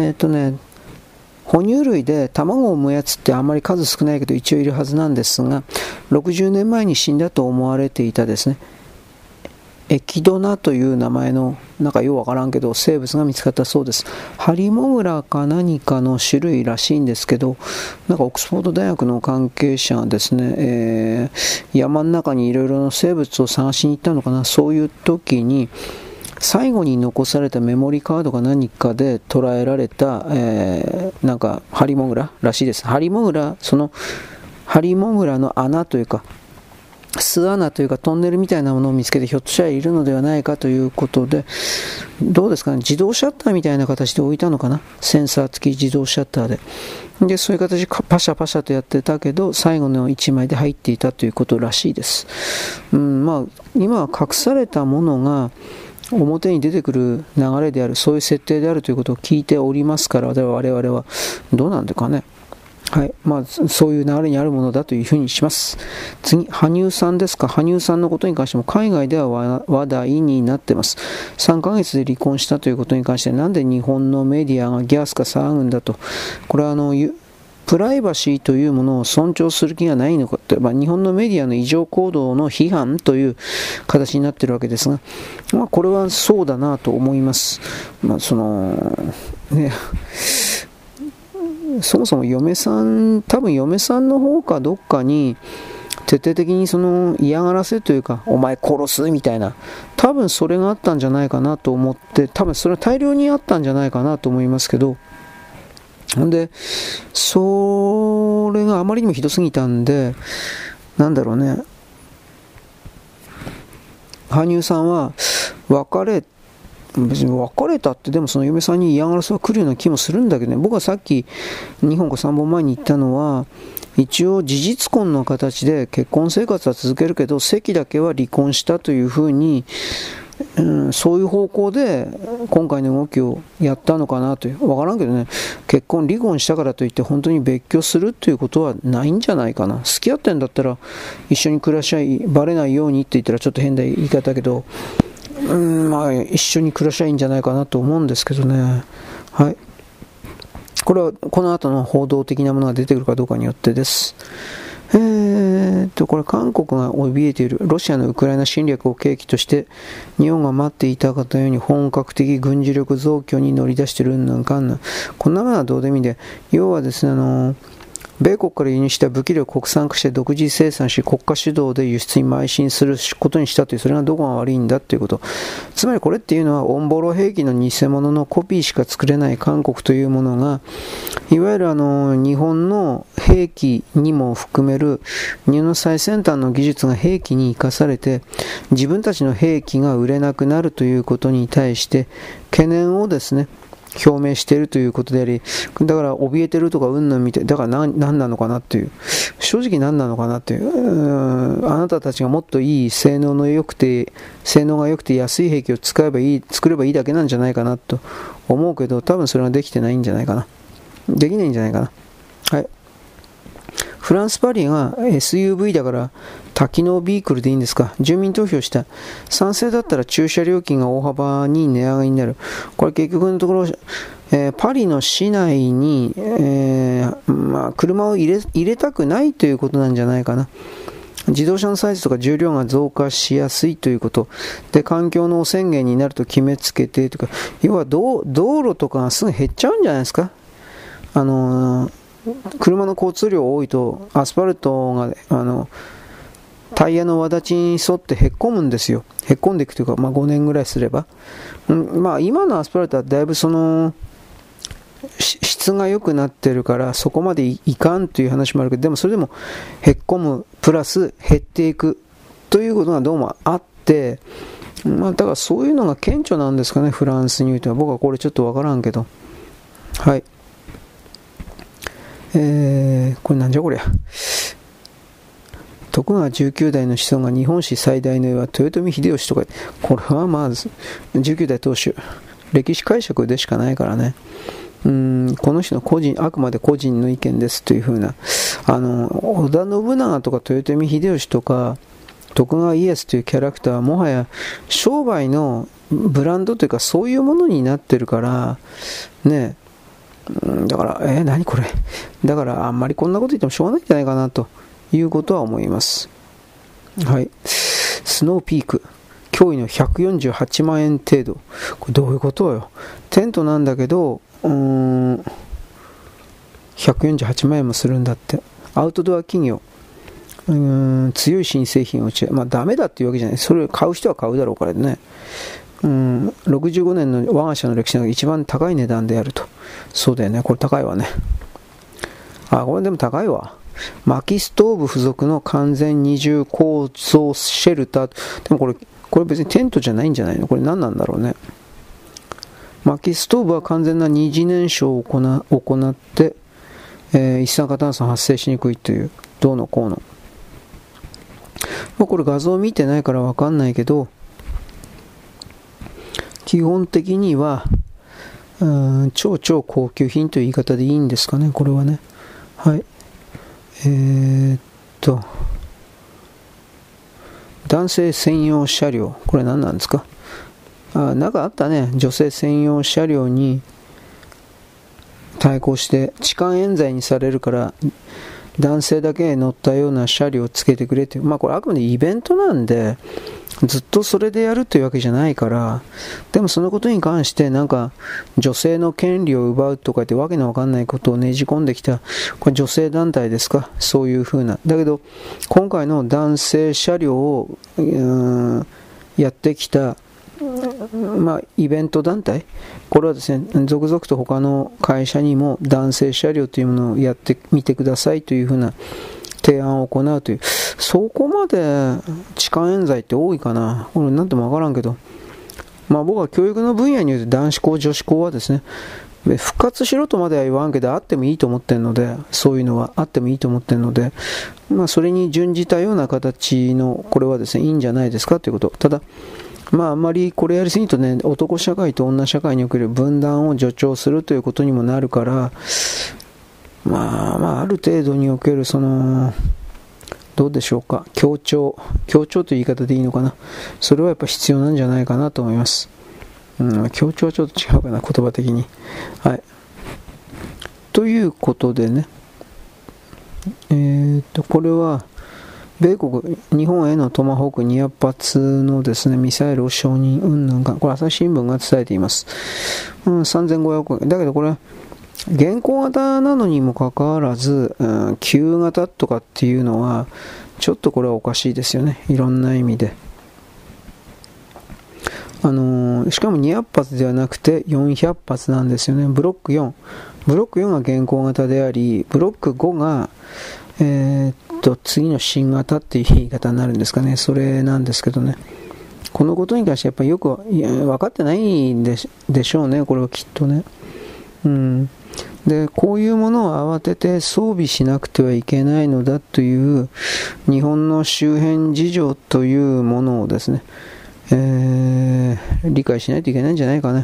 哺乳類で卵を産むやつってあんまり数少ないけど一応いるはずなんですが、60年前に死んだと思われていたですね、エキドナという名前のなんかようわからんけど生物が見つかったそうです。ハリモグラか何かの種類らしいんですけど、なんかオックスフォード大学の関係者がですね、山の中にいろいろな生物を探しに行ったのかな。そういう時に最後に残されたメモリカードか何かで捉えられた、なんかハリモグラらしいです。ハリモグラの穴というか巣穴というかトンネルみたいなものを見つけてひょっとしたらいるのではないかということで、どうですかね、自動シャッターみたいな形で置いたのかな、センサー付き自動シャッターでそういう形でパシャパシャとやってたけど最後の1枚で入っていたということらしいです。今は隠されたものが表に出てくる流れである、そういう設定であるということを聞いておりますから、我々はどうなんでかね。はい、そういう流れにあるものだというふうにします。次、羽生さんですか。羽生さんのことに関しても海外では話題になっています。3ヶ月で離婚したということに関してなんで日本のメディアがギャースか騒ぐんだと。これはプライバシーというものを尊重する気がないのかって、日本のメディアの異常行動の批判という形になっているわけですが、これはそうだなと思います。そもそも多分嫁さんの方かどっかに徹底的に嫌がらせというか、お前殺すみたいな、多分それがあったんじゃないかなと思って、多分それは大量にあったんじゃないかなと思いますけど、でそれがあまりにもひどすぎたんで、羽生さんは別に別れたって、でもその嫁さんに嫌がらせは来るような気もするんだけどね。僕はさっき2本か3本前に言ったのは、一応事実婚の形で結婚生活は続けるけど籍だけは離婚したというふうに、そういう方向で今回の動きをやったのかなという。分からんけどね、離婚したからといって本当に別居するということはないんじゃないかな。付き合ってんだったら一緒に暮らしゃい、バレないようにって言ったらちょっと変な言い方だけど、一緒に暮らしゃいいんじゃないかなと思うんですけどね。はい。これはこの後の報道的なものが出てくるかどうかによってです。これ韓国が怯えているロシアのウクライナ侵略を契機として日本が待っていたかのように本格的軍事力増強に乗り出してるんなんかんなん、こんなものはどうでもいいんで、要はですね、米国から輸入した武器力を国産化して独自生産し国家主導で輸出に邁進することにしたという、それがどこが悪いんだということ。つまりこれっていうのはオンボロ兵器の偽物のコピーしか作れない韓国というものが、いわゆる日本の兵器にも含める日本の最先端の技術が兵器に生かされて自分たちの兵器が売れなくなるということに対して懸念をですね表明しているということであり、だから怯えてるとかうんぬんみたい、だから何なのかなっていう、正直何なのかなっていう、あなたたちがもっといい性能が良くて安い兵器を作ればいいだけなんじゃないかなと思うけど、多分それはできてないんじゃないかな、できないんじゃないかな。はい。フランス・パリが SUV だから多機能ビークルでいいんですか。住民投票した。賛成だったら駐車料金が大幅に値上がりになる。これ結局のところ、パリの市内に、車を入れたくないということなんじゃないかな。自動車のサイズとか重量が増加しやすいということで、環境の汚染源になると決めつけてとか、要は道路とかがすぐ減っちゃうんじゃないですか。車の交通量多いとアスファルトがタイヤの轍に沿ってへっこむんですよ。へっこんでいくというか、5年ぐらいすれば。今のアスファルトはだいぶ質が良くなってるからそこまでいかんという話もあるけど、でもそれでもへっこむプラス減っていくということがどうもあって、だからそういうのが顕著なんですかね、フランスにおいては。僕はこれちょっとわからんけど。はい。これなんじゃこりゃ。徳川19代の子孫が日本史最大の絵は豊臣秀吉とか、これはまず19代当主、歴史解釈でしかないからね。この人のあくまで個人の意見ですというふうな、織田信長とか豊臣秀吉とか徳川家康というキャラクターはもはや商売のブランドというかそういうものになってるからね。だから何これ、だからあんまりこんなこと言ってもしょうがないんじゃないかなということは思います。はい。スノーピーク驚異の148万円程度、これどういうことよ。テントなんだけど148万円もするんだって。アウトドア企業、強い新製品を打ち、ダメだっていうわけじゃない。それを買う人は買うだろうからね。65年の我が社の歴史の一番高い値段であると。そうだよね、これ高いわね。これでも高いわ。薪ストーブ付属の完全二重構造シェルター。でもこれ別にテントじゃないんじゃないの。これ何なんだろうね。薪ストーブは完全な二次燃焼を行って、一酸化炭素発生しにくいという、どうのこうの。これ画像見てないから分かんないけど、基本的には超高級品という言い方でいいんですかね、これはね。はい。男性専用車両、これ何なんですか。なんかあったね。女性専用車両に対抗して痴漢冤罪にされるから男性だけ乗ったような車両をつけてくれっていう、これあくまでイベントなんでずっとそれでやるというわけじゃないから。でもそのことに関してなんか女性の権利を奪うとかってわけのわかんないことをねじ込んできた、これ女性団体ですか、そういう風な。だけど今回の男性車両をやってきたイベント団体、これはですね、続々と他の会社にも男性車両というものをやってみてくださいというふうな提案を行うという、そこまで痴漢冤罪って多いかな。これなんともわからんけど、僕は教育の分野において男子校女子校はですね、復活しろとまでは言わんけどあってもいいと思ってるので、そういうのはあってもいいと思ってるので、それに準じたような形のこれはですね、いいんじゃないですかということ。ただあんまりこれやりすぎるとね、男社会と女社会における分断を助長するということにもなるから、ある程度におけるどうでしょうか、協調という言い方でいいのかな、それはやっぱ必要なんじゃないかなと思います。協調はちょっと違うかな、言葉的に。はい。ということでね、これは米国、日本へのトマホーク200発のですね、ミサイルを承認云々が、これ朝日新聞が伝えています。3500億円。だけどこれ、現行型なのにもかかわらず、旧型とかっていうのは、ちょっとこれはおかしいですよね。いろんな意味で。しかも200発ではなくて400発なんですよね。ブロック4が現行型であり、ブロック5が、次の新型っていう言い方になるんですかね。それなんですけどね。このことに関してやっぱりよく分かってないんでしょうね。これはきっとね。で、こういうものを慌てて装備しなくてはいけないのだという日本の周辺事情というものをですね、理解しないといけないんじゃないかね。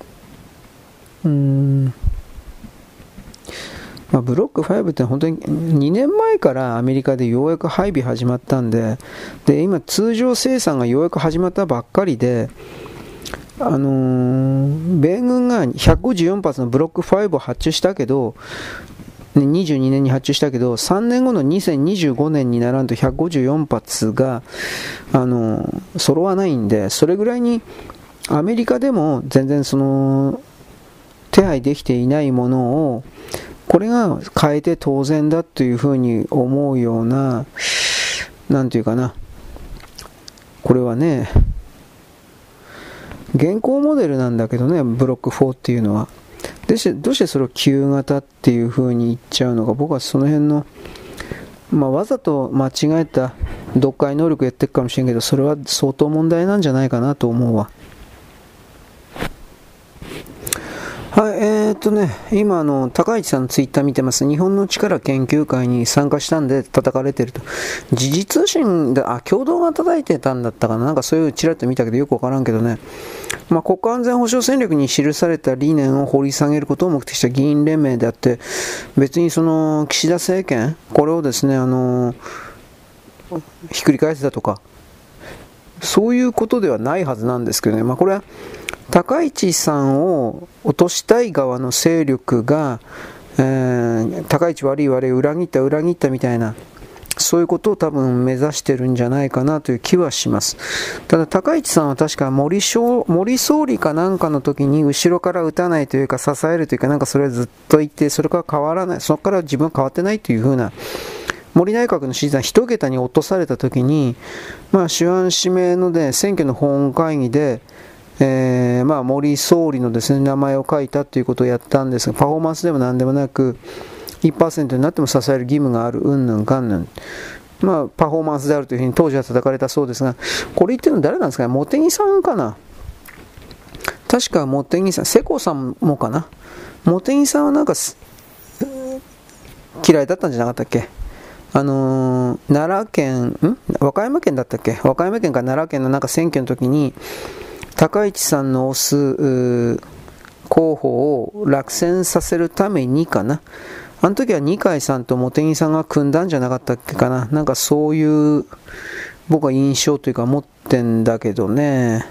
ブロック5って本当に2年前からアメリカでようやく配備始まったんで、今通常生産がようやく始まったばっかりで、米軍が154発のブロック5を発注したけど、22年に発注したけど、3年後の2025年にならんと154発が揃わないんで、それぐらいにアメリカでも全然手配できていないものをこれが変えて当然だというふうに思うような、なんていうかな、 これはね、現行モデルなんだけどね、ブロック4っていうのは。どうしてそれを旧型っていう風に言っちゃうのか、僕はその辺の、わざと間違えた読解能力やってるかもしれんけど、それは相当問題なんじゃないかなと思うわ。はい、今高市さんのツイッター見てます。日本の力研究会に参加したんで叩かれてると。時事通信で、共同が叩いてたんだったかな。なんかそういうチラッと見たけどよくわからんけどね。国家安全保障戦略に記された理念を掘り下げることを目的した議員連盟であって、別にその岸田政権、これをですね、ひっくり返せたとか、そういうことではないはずなんですけどね。これは高市さんを落としたい側の勢力が、高市悪い裏切ったみたいな、そういうことを多分目指してるんじゃないかなという気はします。ただ高市さんは確か森総理かなんかの時に後ろから撃たないというか支えるというか、なんかそれはずっと言って、それから変わらない、そこから自分は変わってないというふうな、森内閣の支持率が一桁に落とされた時に、主案指名ので選挙の本会議で森総理のですね、名前を書いたということをやったんですが、パフォーマンスでも何でもなく、1% になっても支える義務がある、うんぬんかんぬん。パフォーマンスであるというふうに当時は叩かれたそうですが、これ言ってるの誰なんですかね、茂木さんかな。確か茂木さん、世耕さんもかな。茂木さんはなんか嫌いだったんじゃなかったっけ。奈良県、和歌山県だったっけ。和歌山県か奈良県のなんか選挙の時に、高市さんの推す候補を落選させるためにかな。あの時は二階さんと茂木さんが組んだんじゃなかったっけかな。なんかそういう僕は印象というか持ってんだけどね。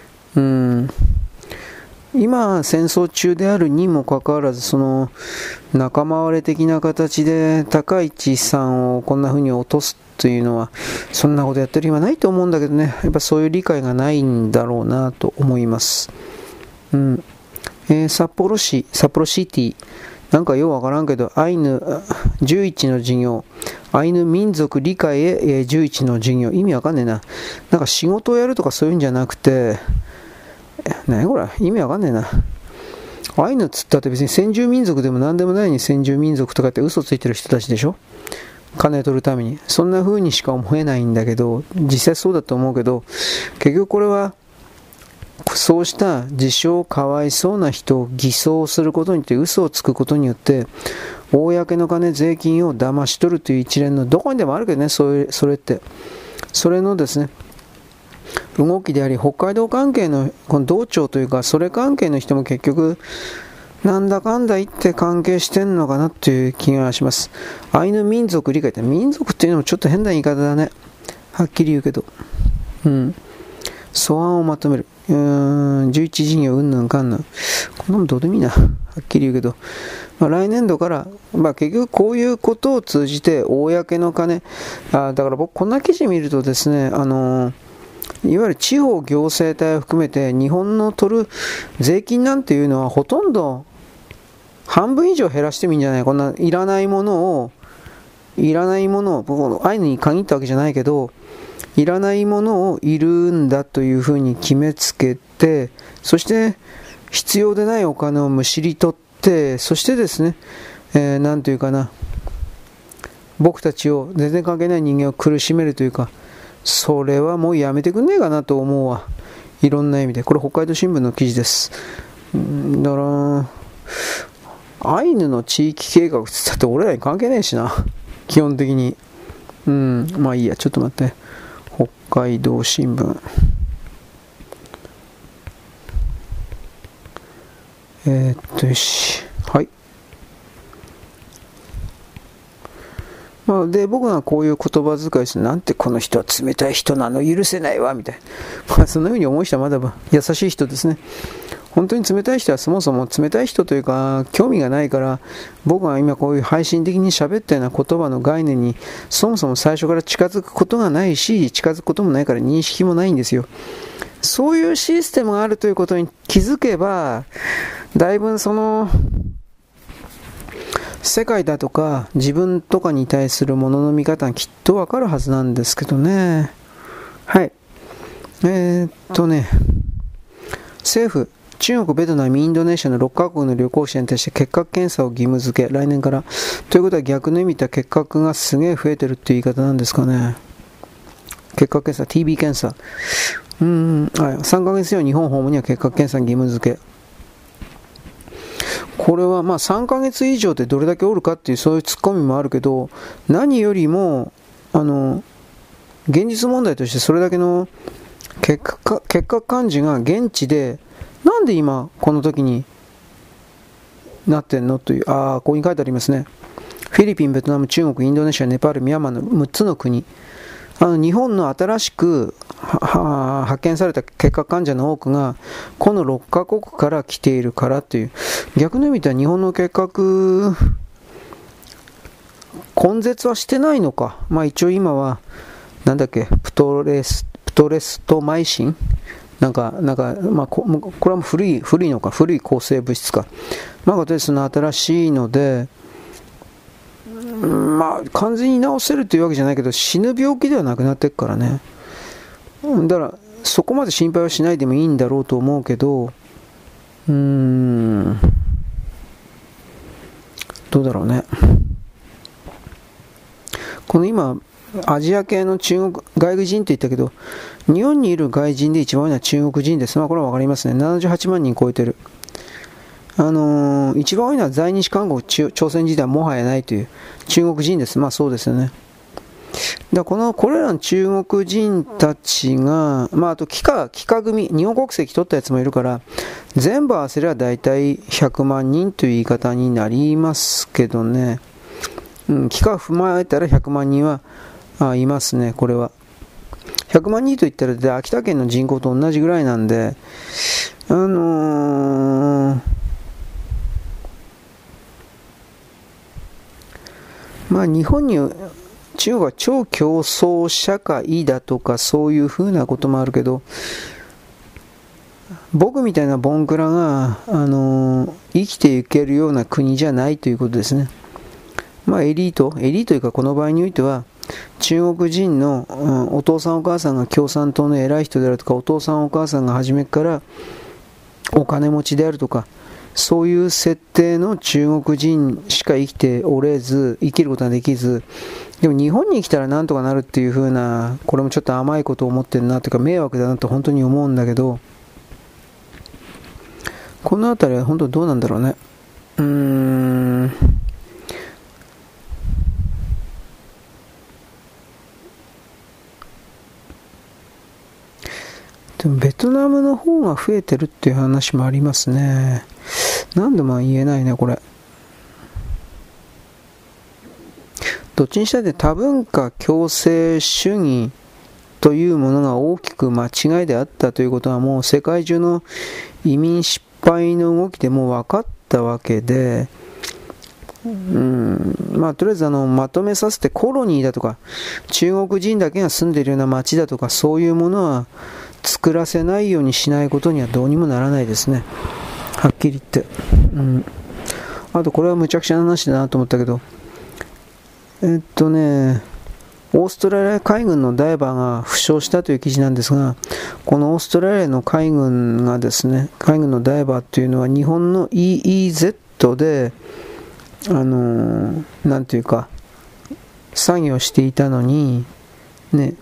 今戦争中であるにもかかわらず、その仲間割れ的な形で高市さんをこんな風に落とすというのは、そんなことやってる暇ないと思うんだけどね。やっぱそういう理解がないんだろうなと思います。札幌シティ、なんかようわからんけど、アイヌ11の授業、アイヌ民族理解へ11の授業、意味わかんねえな。なんか仕事をやるとかそういうんじゃなくて、何これ、意味わかんねえな。アイヌっつったって別に先住民族でも何でもないに先住民族とかって嘘ついてる人たちでしょ。金取るために。そんな風にしか思えないんだけど、実際そうだと思うけど、結局これは、そうした自称かわいそうな人を偽装することによって嘘をつくことによって、公の金、税金を騙し取るという一連のどこにでもあるけどね、それって。それのですね、動きであり、北海道関係のこの道庁というか、それ関係の人も結局、なんだかんだ言って関係してんのかなっていう気がします。アイヌ民族理解って、民族っていうのもちょっと変な言い方だね。はっきり言うけど。素案をまとめる。11事業うんぬんかんぬん。こんなのどうでもいいな。はっきり言うけど。来年度から、結局こういうことを通じて、公の金、だから僕こんな記事見るとですね、いわゆる地方行政体を含めて日本の取る税金なんていうのはほとんど半分以上減らしてもいいんじゃない。こんないらないものを僕アイヌに限ったわけじゃないけど、いらないものをいるんだというふうに決めつけて、そして必要でないお金をむしり取って、そしてですね、なんというかな、僕たちを全然関係ない人間を苦しめるというか、それはもうやめてくんねえかなと思うわ。いろんな意味で。これ北海道新聞の記事です。だからアイヌの地域計画って言ったって俺らに関係ないしな、基本的に。いいや、ちょっと待って。北海道新聞、よし、はい。で僕がこういう言葉遣いです。なんてこの人は冷たい人なの、許せないわみたいな、そんな風に思う人はまだ優しい人ですね。本当に冷たい人はそもそも冷たい人というか興味がないから、僕が今こういう配信的に喋ったような言葉の概念にそもそも最初から近づくことがないし、近づくこともないから認識もないんですよ。そういうシステムがあるということに気づけば、だいぶその世界だとか自分とかに対するものの見方がきっとわかるはずなんですけどね。はい。 政府、中国、ベトナム、インドネシアの6カ国の旅行者に対して結核検査を義務付け、来年から。ということは逆の意味では結核がすげえ増えてるっていう言い方なんですかね。結核検査、TB 検査。3ヶ月以上日本訪問には結核検査義務付け。これはまあ3ヶ月以上でどれだけおるかっていうそういうツッコミもあるけど、何よりも現実問題としてそれだけの結核患者が現地でなんで今この時になってんのという、ここに書いてありますね。フィリピン、ベトナム、中国、インドネシア、ネパール、ミャンマーの6つの国、日本の新しく発見された結核患者の多くがこの6カ国から来ているからという、逆の意味では日本の結核根絶はしてないのか。まあ一応今はなんだっけ、プトレストマイシンまあ、これはもう古い抗生物質か。まあその新しいので、まあ完全に治せるというわけじゃないけど死ぬ病気ではなくなっていくからね。だからそこまで心配はしないでもいいんだろうと思うけど、どうだろうね。この今アジア系の中国外国人って言ったけど、日本にいる外人で一番多いのは中国人です。まあこれは分かりますね。78万人超えてる。一番多いのは在日韓国朝鮮時代はもはやないという中国人です。まあそうですよね。これらの中国人たちが、まああと帰化組、日本国籍取ったやつもいるから、全部合わせれば大体100万人という言い方になりますけどね。帰化を踏まえたら100万人はいますね。これは100万人といったらで秋田県の人口と同じぐらいなんで、まあ日本に中国は超競争社会だとかそういうふうなこともあるけど、僕みたいなボンクラが生きていけるような国じゃないということですね。まあエリートというか、この場合においては中国人の、お父さんお母さんが共産党の偉い人であるとか、お父さんお母さんが初めからお金持ちであるとか、そういう設定の中国人しか生きておれず、生きることができず、でも日本に来たらなんとかなるっていう風な、これもちょっと甘いことを思ってるなというか迷惑だなと本当に思うんだけど、このあたりは本当どうなんだろうね。でもベトナムの方が増えてるっていう話もありますね。何度も言えないね、これ。どっちにしたって多文化共生主義というものが大きく間違いであったということはもう世界中の移民失敗の動きでもう分かったわけで、まあとりあえずまとめさせてコロニーだとか中国人だけが住んでいるような町だとかそういうものは作らせないようにしないことにはどうにもならないですね、はっきり言って。あとこれはむちゃくちゃな話だなと思ったけど、オーストラリア海軍のダイバーが負傷したという記事なんですが、このオーストラリアの海軍がですね、海軍のダイバーというのは日本の EEZ でなんていうか作業していたのにね、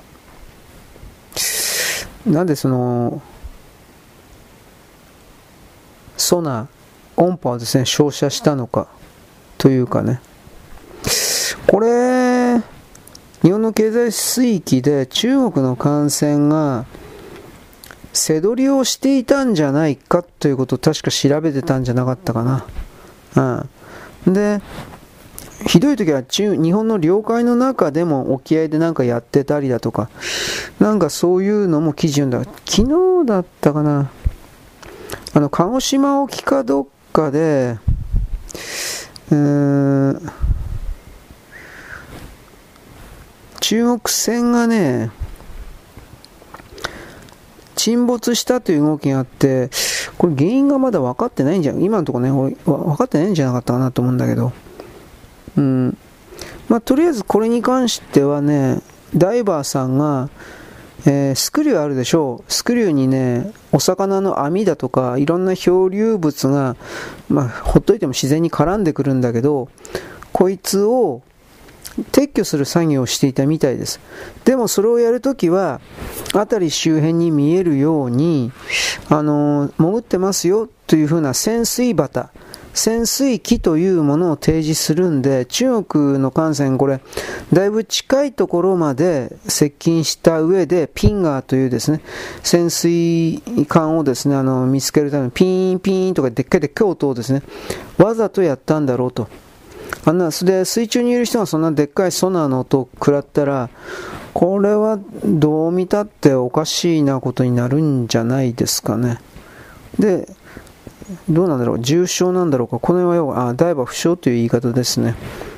なんでそのソナー音波をですね照射したのかというかね、これ日本の経済水域で中国の艦船が背取りをしていたんじゃないかということを確か調べてたんじゃなかったかな。でひどい時は日本の領海の中でも沖合でなんかやってたりだとか、なんかそういうのも記事読んだ。昨日だったかな、鹿児島沖かどっかで中国船がね沈没したという動きがあって、これ原因がまだ分かってないんじゃん、今のところね分かってないんじゃなかったかなと思うんだけど、まあとりあえずこれに関してはね、ダイバーさんがスクリューあるでしょう。スクリューにね、お魚の網だとかいろんな漂流物が、ほっといても自然に絡んでくるんだけど、こいつを撤去する作業をしていたみたいです。でもそれをやるときは辺り周辺に見えるように潜ってますよというふうな潜水旗、潜水機というものを提示するんで、中国の艦船、これだいぶ近いところまで接近した上でピンガーというですね、潜水艦をですね、見つけるためにピーンピーンとかでっかい音をですね、わざとやったんだろうと。それで水中にいる人がそんなでっかいソナーの音を食らったら、これはどう見たっておかしいなことになるんじゃないですかね。で、どうなんだろう、重傷なんだろうか。この辺はダイバー負傷という言い方ですね。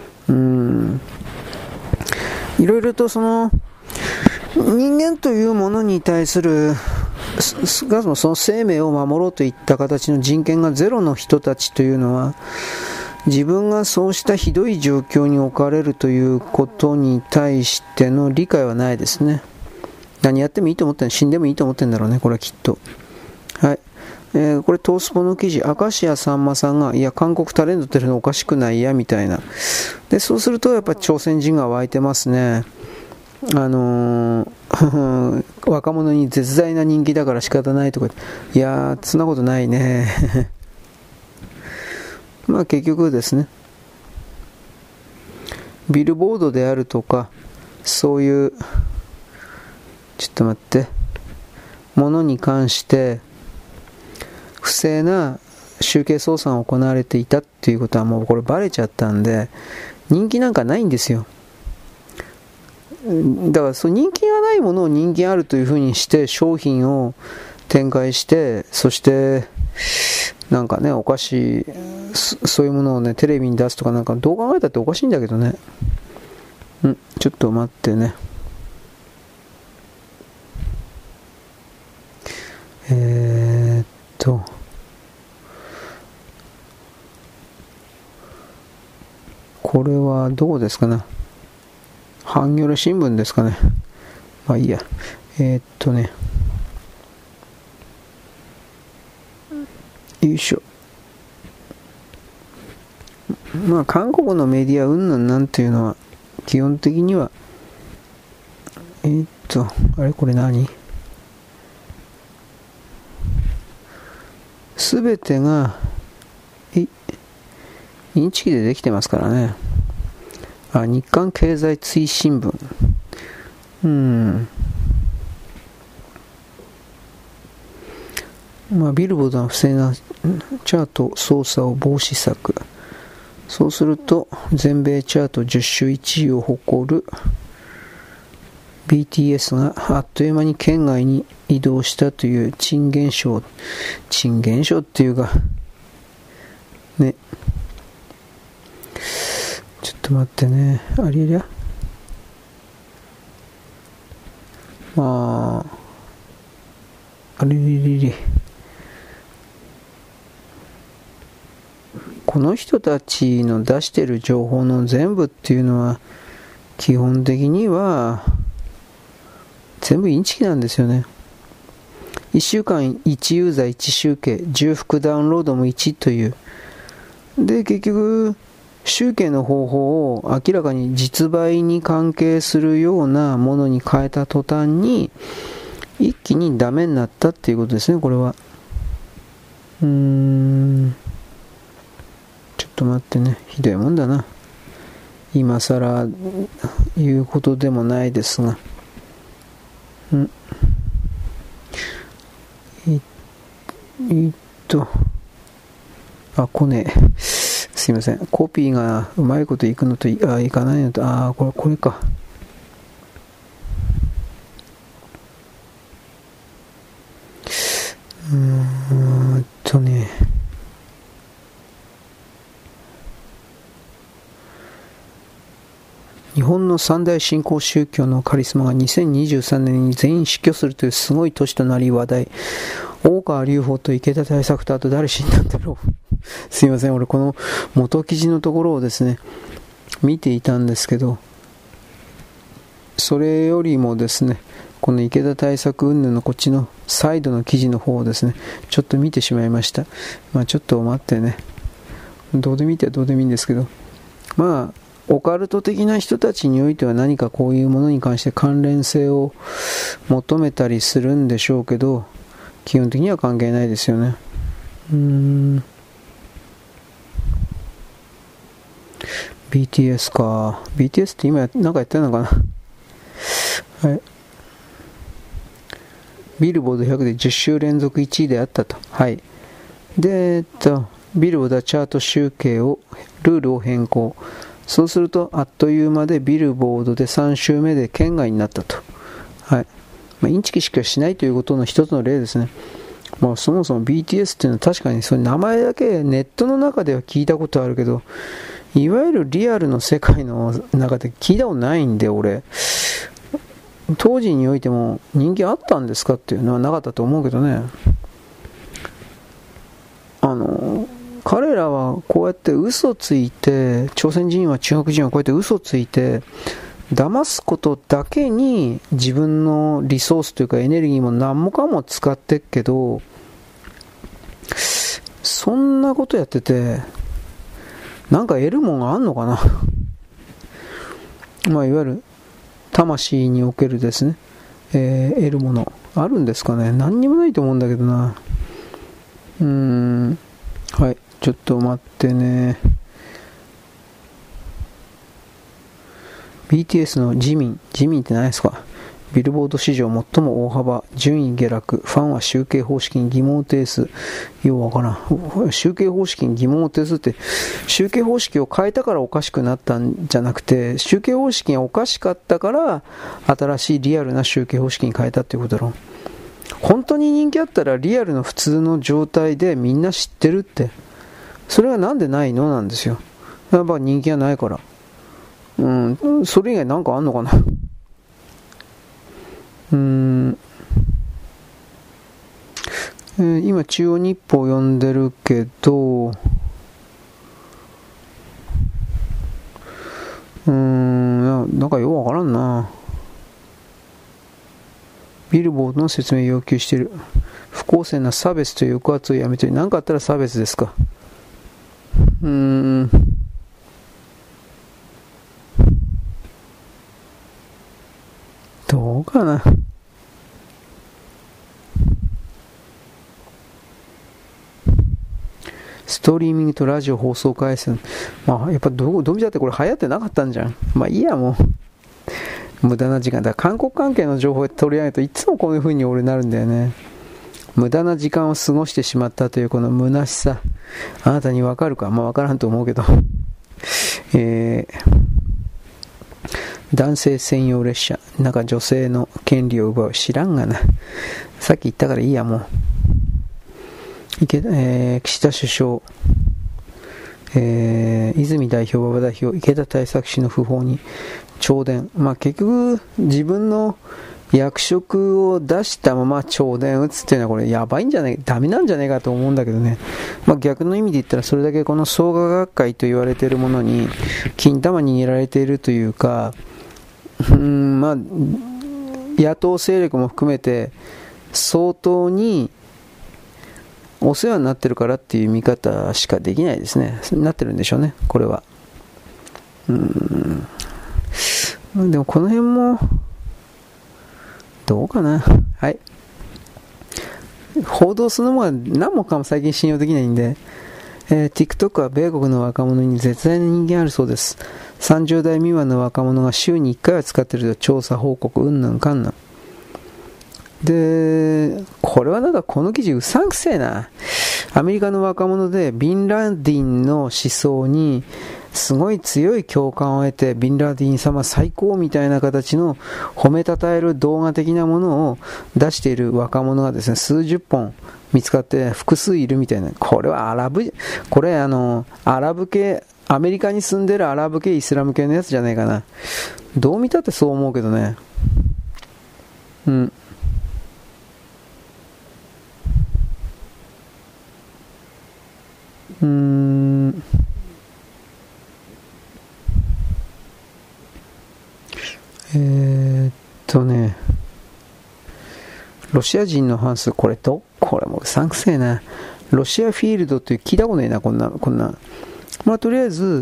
いろいろとその人間というものに対するその生命を守ろうといった形の人権がゼロの人たちというのは、自分がそうしたひどい状況に置かれるということに対しての理解はないですね。何やってもいいと思ってん、死んでもいいと思ってんだろうね、これはきっと。はい。これトースポの記事、明石家さんまさんが、いや韓国タレントってるのおかしくないやみたいな。でそうするとやっぱ朝鮮人が湧いてますね。若者に絶大な人気だから仕方ないとか、いやーそんなことないね。結局ですね、ビルボードであるとかそういうちょっと待ってものに関して不正な集計操作が行われていたっていうことはもうこれバレちゃったんで、人気なんかないんですよ。だからそう人気がないものを人気あるというふうにして商品を展開して、そしてなんかねおかしいそういうものをねテレビに出すとか、なんかどう考えたっておかしいんだけどね。ちょっと待ってね。これはどこですかね。ハンギョレ新聞ですかね。いいや。よいしょ。韓国のメディア云々なんていうのは基本的にはあれこれ何？すべてがインチキでできてますからね。日刊経済追新聞。ビルボードの不正なチャート操作を防止策。そうすると全米チャート10週1位を誇る BTS があっという間に県外に移動したという珍現象っていうかね、ちょっと待ってね、ありゃあれこの人たちの出している情報の全部っていうのは基本的には全部インチキなんですよね。1週間1ユーザー1集計、重複ダウンロードも1という。で結局集計の方法を明らかに実売に関係するようなものに変えた途端に一気にダメになったっていうことですね。これはちょっと待ってね、ひどいもんだな。今更言うことでもないですが、来ねえ。すいません。コピーがうまいこといくのといかないのと、これか。日本の三大新興宗教のカリスマが2023年に全員死去するというすごい年となり話題。大川隆法と池田大作とあと誰死んだんだろう。すいません、俺この元記事のところをですね見ていたんですけど、それよりもですねこの池田対策云々のこっちのサイドの記事の方をですね、ちょっと見てしまいました。ちょっと待ってね。どうでもいいってどうでもいいんですけど、オカルト的な人たちにおいては何かこういうものに関して関連性を求めたりするんでしょうけど、基本的には関係ないですよね。BTS か。BTS って今なんかやってるのかな。はい。ビルボード100で10週連続1位であったと。はい。で、ビルボードはチャート集計を、ルールを変更。そうすると、あっという間でビルボードで3週目で圏外になったと。はい。インチキしかしないということの一つの例ですね。そもそも BTS っていうのは確かにその名前だけネットの中では聞いたことあるけど、いわゆるリアルの世界の中で聞いたことないんで、俺。当時においても人気あったんですかっていうのはなかったと思うけどね。彼らはこうやって嘘ついて、朝鮮人は中国人はこうやって嘘ついて、騙すことだけに自分のリソースというかエネルギーも何もかも使ってっけど、そんなことやってて、なんか得るもんがあんのかな。いわゆる魂におけるですね、得るものあるんですかね。何にもないと思うんだけどな。はい、ちょっと待ってね。BTS のジミンって何ですか。ビルボード史上最も大幅順位下落、ファンは集計方式に疑問を呈す。ようわからん。集計方式に疑問を呈すって、集計方式を変えたからおかしくなったんじゃなくて、集計方式がおかしかったから新しいリアルな集計方式に変えたっていうことだろう。本当に人気あったらリアルの普通の状態でみんな知ってるって、それがなんでないのなんですよ。やっぱ人気がないから。それ以外なんかあんのかな。今中央日報読んでるけど、なんかようわからんな。ビルボードの説明要求している。不公正な差別という抑圧をやめて、何かあったら差別ですか。どうかな。ストリーミングとラジオ放送回数。やっぱどう見たってこれ流行ってなかったんじゃん。いいや、もう。無駄な時間。だから韓国関係の情報を取り上げるといつもこういう風に俺なるんだよね。無駄な時間を過ごしてしまったというこの虚しさ。あなたにわかるか。わからんと思うけど。男性専用列車。なんか女性の権利を奪う。知らんがな。さっき言ったからいいや、もう。岸田首相、泉代表、馬場代表、池田対策氏の訃報に弔電。結局自分の役職を出したまま弔電打つっていうのはこれやばいんじゃない、ダメなんじゃないかと思うんだけどね。逆の意味で言ったらそれだけこの創価学会と言われているものに金玉に握られているというか、野党勢力も含めて相当にお世話になってるからっていう見方しかできないですね。なってるんでしょうね、これは。でもこの辺もどうかな。はい。報道そのものは何もかも最近信用できないんで、TikTok は米国の若者に絶大な人気があるそうです。30代未満の若者が週に1回は使っていると調査報告うんぬんかんぬん。で、これはなんかこの記事うさんくせえな。アメリカの若者でビンラディンの思想にすごい強い共感を得て、ビンラディン様最高みたいな形の褒めたたえる動画的なものを出している若者がですね、数十本見つかって複数いるみたいな。これはアラブ系、アメリカに住んでるアラブ系イスラム系のやつじゃないかな。どう見たってそう思うけどね。ね、 ロシア人の半数、これもうさんくせえな。ロシアフィールドって聞いたことないな、こんな。まあ、とりあえず、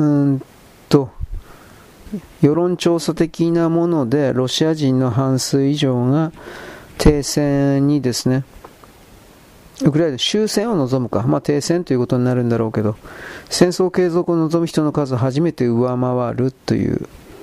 世論調査的なもので、ロシア人の半数以上が停戦にですね、ウクライナ終戦を望むか、まあ停戦ということになるんだろうけど、戦争継続を望む人の数を初めて上回るという、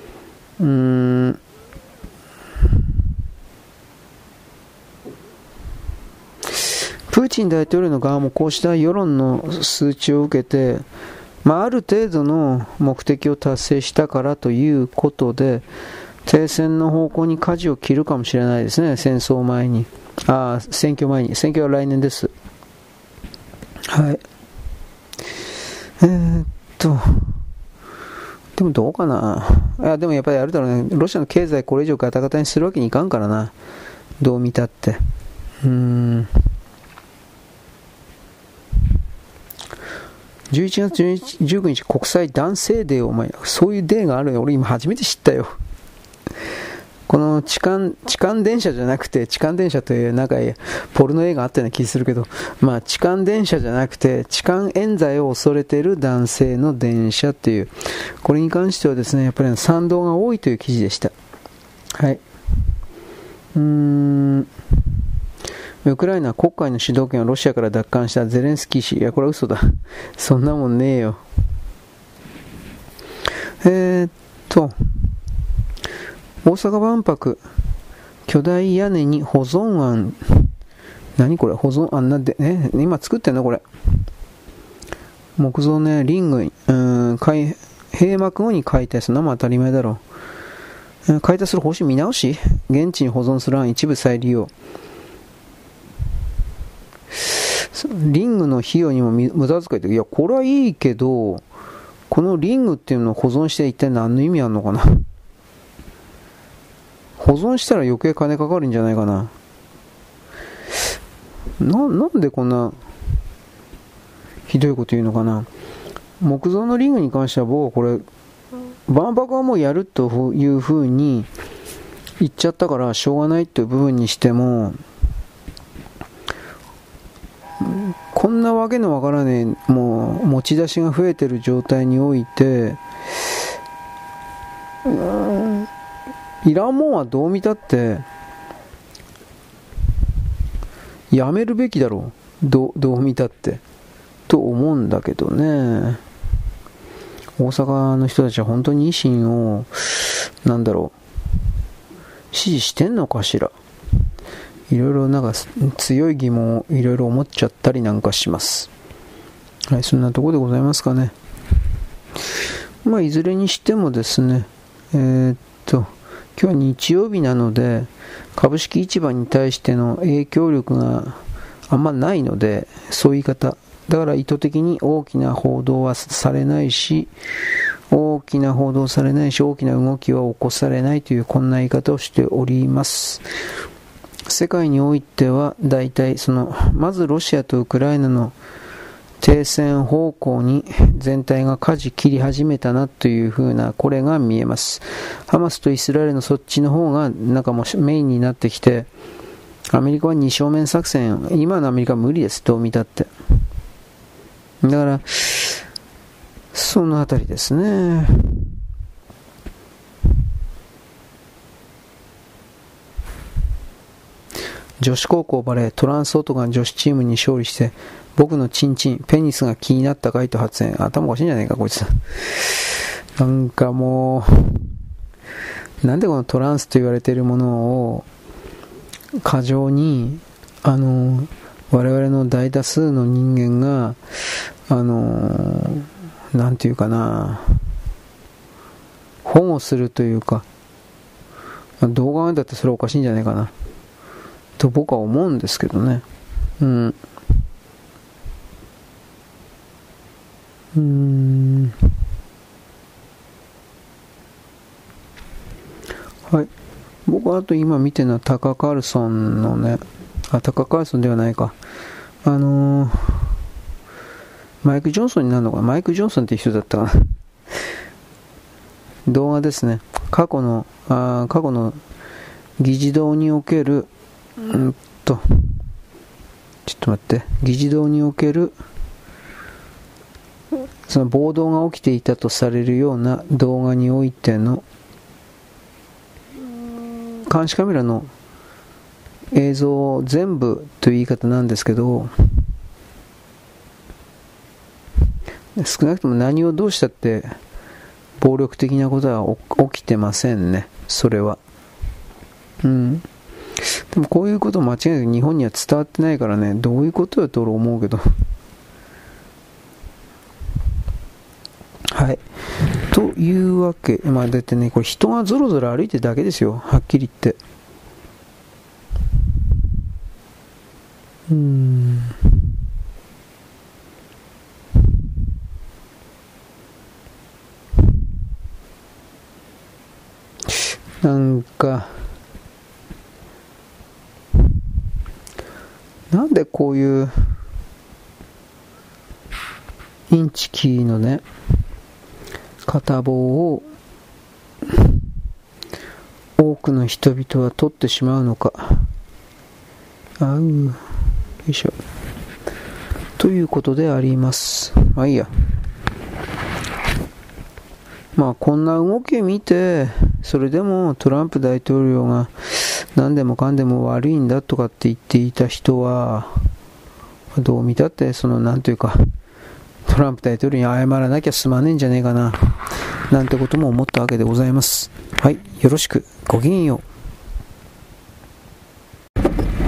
プーチン大統領の側もこうした世論の数値を受けて、まあ、ある程度の目的を達成したからということで、停戦の方向に舵を切るかもしれないですね、選挙前に。選挙は来年です。はい。でもどうかな。でもやっぱりあるだろうね。ロシアの経済これ以上ガタガタにするわけにいかんからな。どう見たって。11月19日国際男性デーを、そういうデーがあるよ。俺今初めて知ったよ。この痴漢電車じゃなくて、痴漢電車というなんかポルノ映画あったような気するけど、まあ痴漢電車じゃなくて、痴漢冤罪を恐れている男性の電車っていう、これに関してはですね、やっぱり賛同が多いという記事でした。はい。ウクライナ黒海の主導権をロシアから奪還したゼレンスキー氏。いや、これは嘘だ。そんなもんねえよ。大阪万博、巨大屋根に保存案。何これ保存案なんで、今作ってんのこれ。木造ね、リングに、閉幕後に解体するのも当たり前だろう。解体する方針見直し、現地に保存する案一部再利用。リングの費用にも無駄遣いって、いや、これはいいけど、このリングっていうのを保存して一体何の意味あるのかな。保存したら余計金かかるんじゃないかな。なんでこんなひどいこと言うのかな。木造のリングに関しては僕はこれ万博はもうやるというふうに言っちゃったからしょうがないっていう部分にしても、こんなわけのわからねえ、もう持ち出しが増えてる状態において、いらんもんはどう見たってやめるべきだろう。どう見たってと思うんだけどね。大阪の人たちは本当に維新を支持してんのかしら。いろいろなんか強い疑問をいろいろ思っちゃったりなんかします。はい、そんなところでございますかね。まあいずれにしてもですね、今日は日曜日なので株式市場に対しての影響力があんまないので、そういう言い方だから意図的に大きな報道はされないし、大きな動きは起こされないというこんな言い方をしております。世界においては大体まずロシアとウクライナの停戦方向に全体が舵切り始めたなというふうなこれが見えます。ハマスとイスラエルのそっちの方がなんかもうメインになってきて、アメリカは二正面作戦、今のアメリカは無理です、どう見たって。だからそのあたりですね。女子高校バレートランス男が女子チームに勝利して、僕のチンチンペニスが気になったかいと発言。頭おかしいんじゃないかこいつ。なんかもうなんでこのトランスと言われているものを過剰に我々の大多数の人間がなんていうかな、保護するというか、どう考えたってそれはおかしいんじゃないかなと僕は思うんですけどね。はい。僕はあと今見てるのはタカ・カールソンのね、タカ・カールソンではないか。マイク・ジョンソンになるのかな。マイク・ジョンソンっていう人だったかな。動画ですね。過去の議事堂における、 ちょっと待って、議事堂におけるその暴動が起きていたとされるような動画においての監視カメラの映像全部という言い方なんですけど、少なくとも何をどうしたって暴力的なことは起きてませんね、それは。でもこういうこと間違いなく日本には伝わってないからね、どういうことよと俺思うけど。はい。というわけ、だってね、これ人がゾロゾロ歩いてるだけですよ、はっきり言って。なんでこういうインチキのね片棒を多くの人々は取ってしまうのか。よいしょ。ということであります。いいや。こんな動きを見て、それでもトランプ大統領が何でもかんでも悪いんだとかって言っていた人は、どう見たってなんというか、トランプ大統領に謝らなきゃ済まねえんじゃねえかな、なんてことも思ったわけでございます。はい、よろしく。ごきげんよう。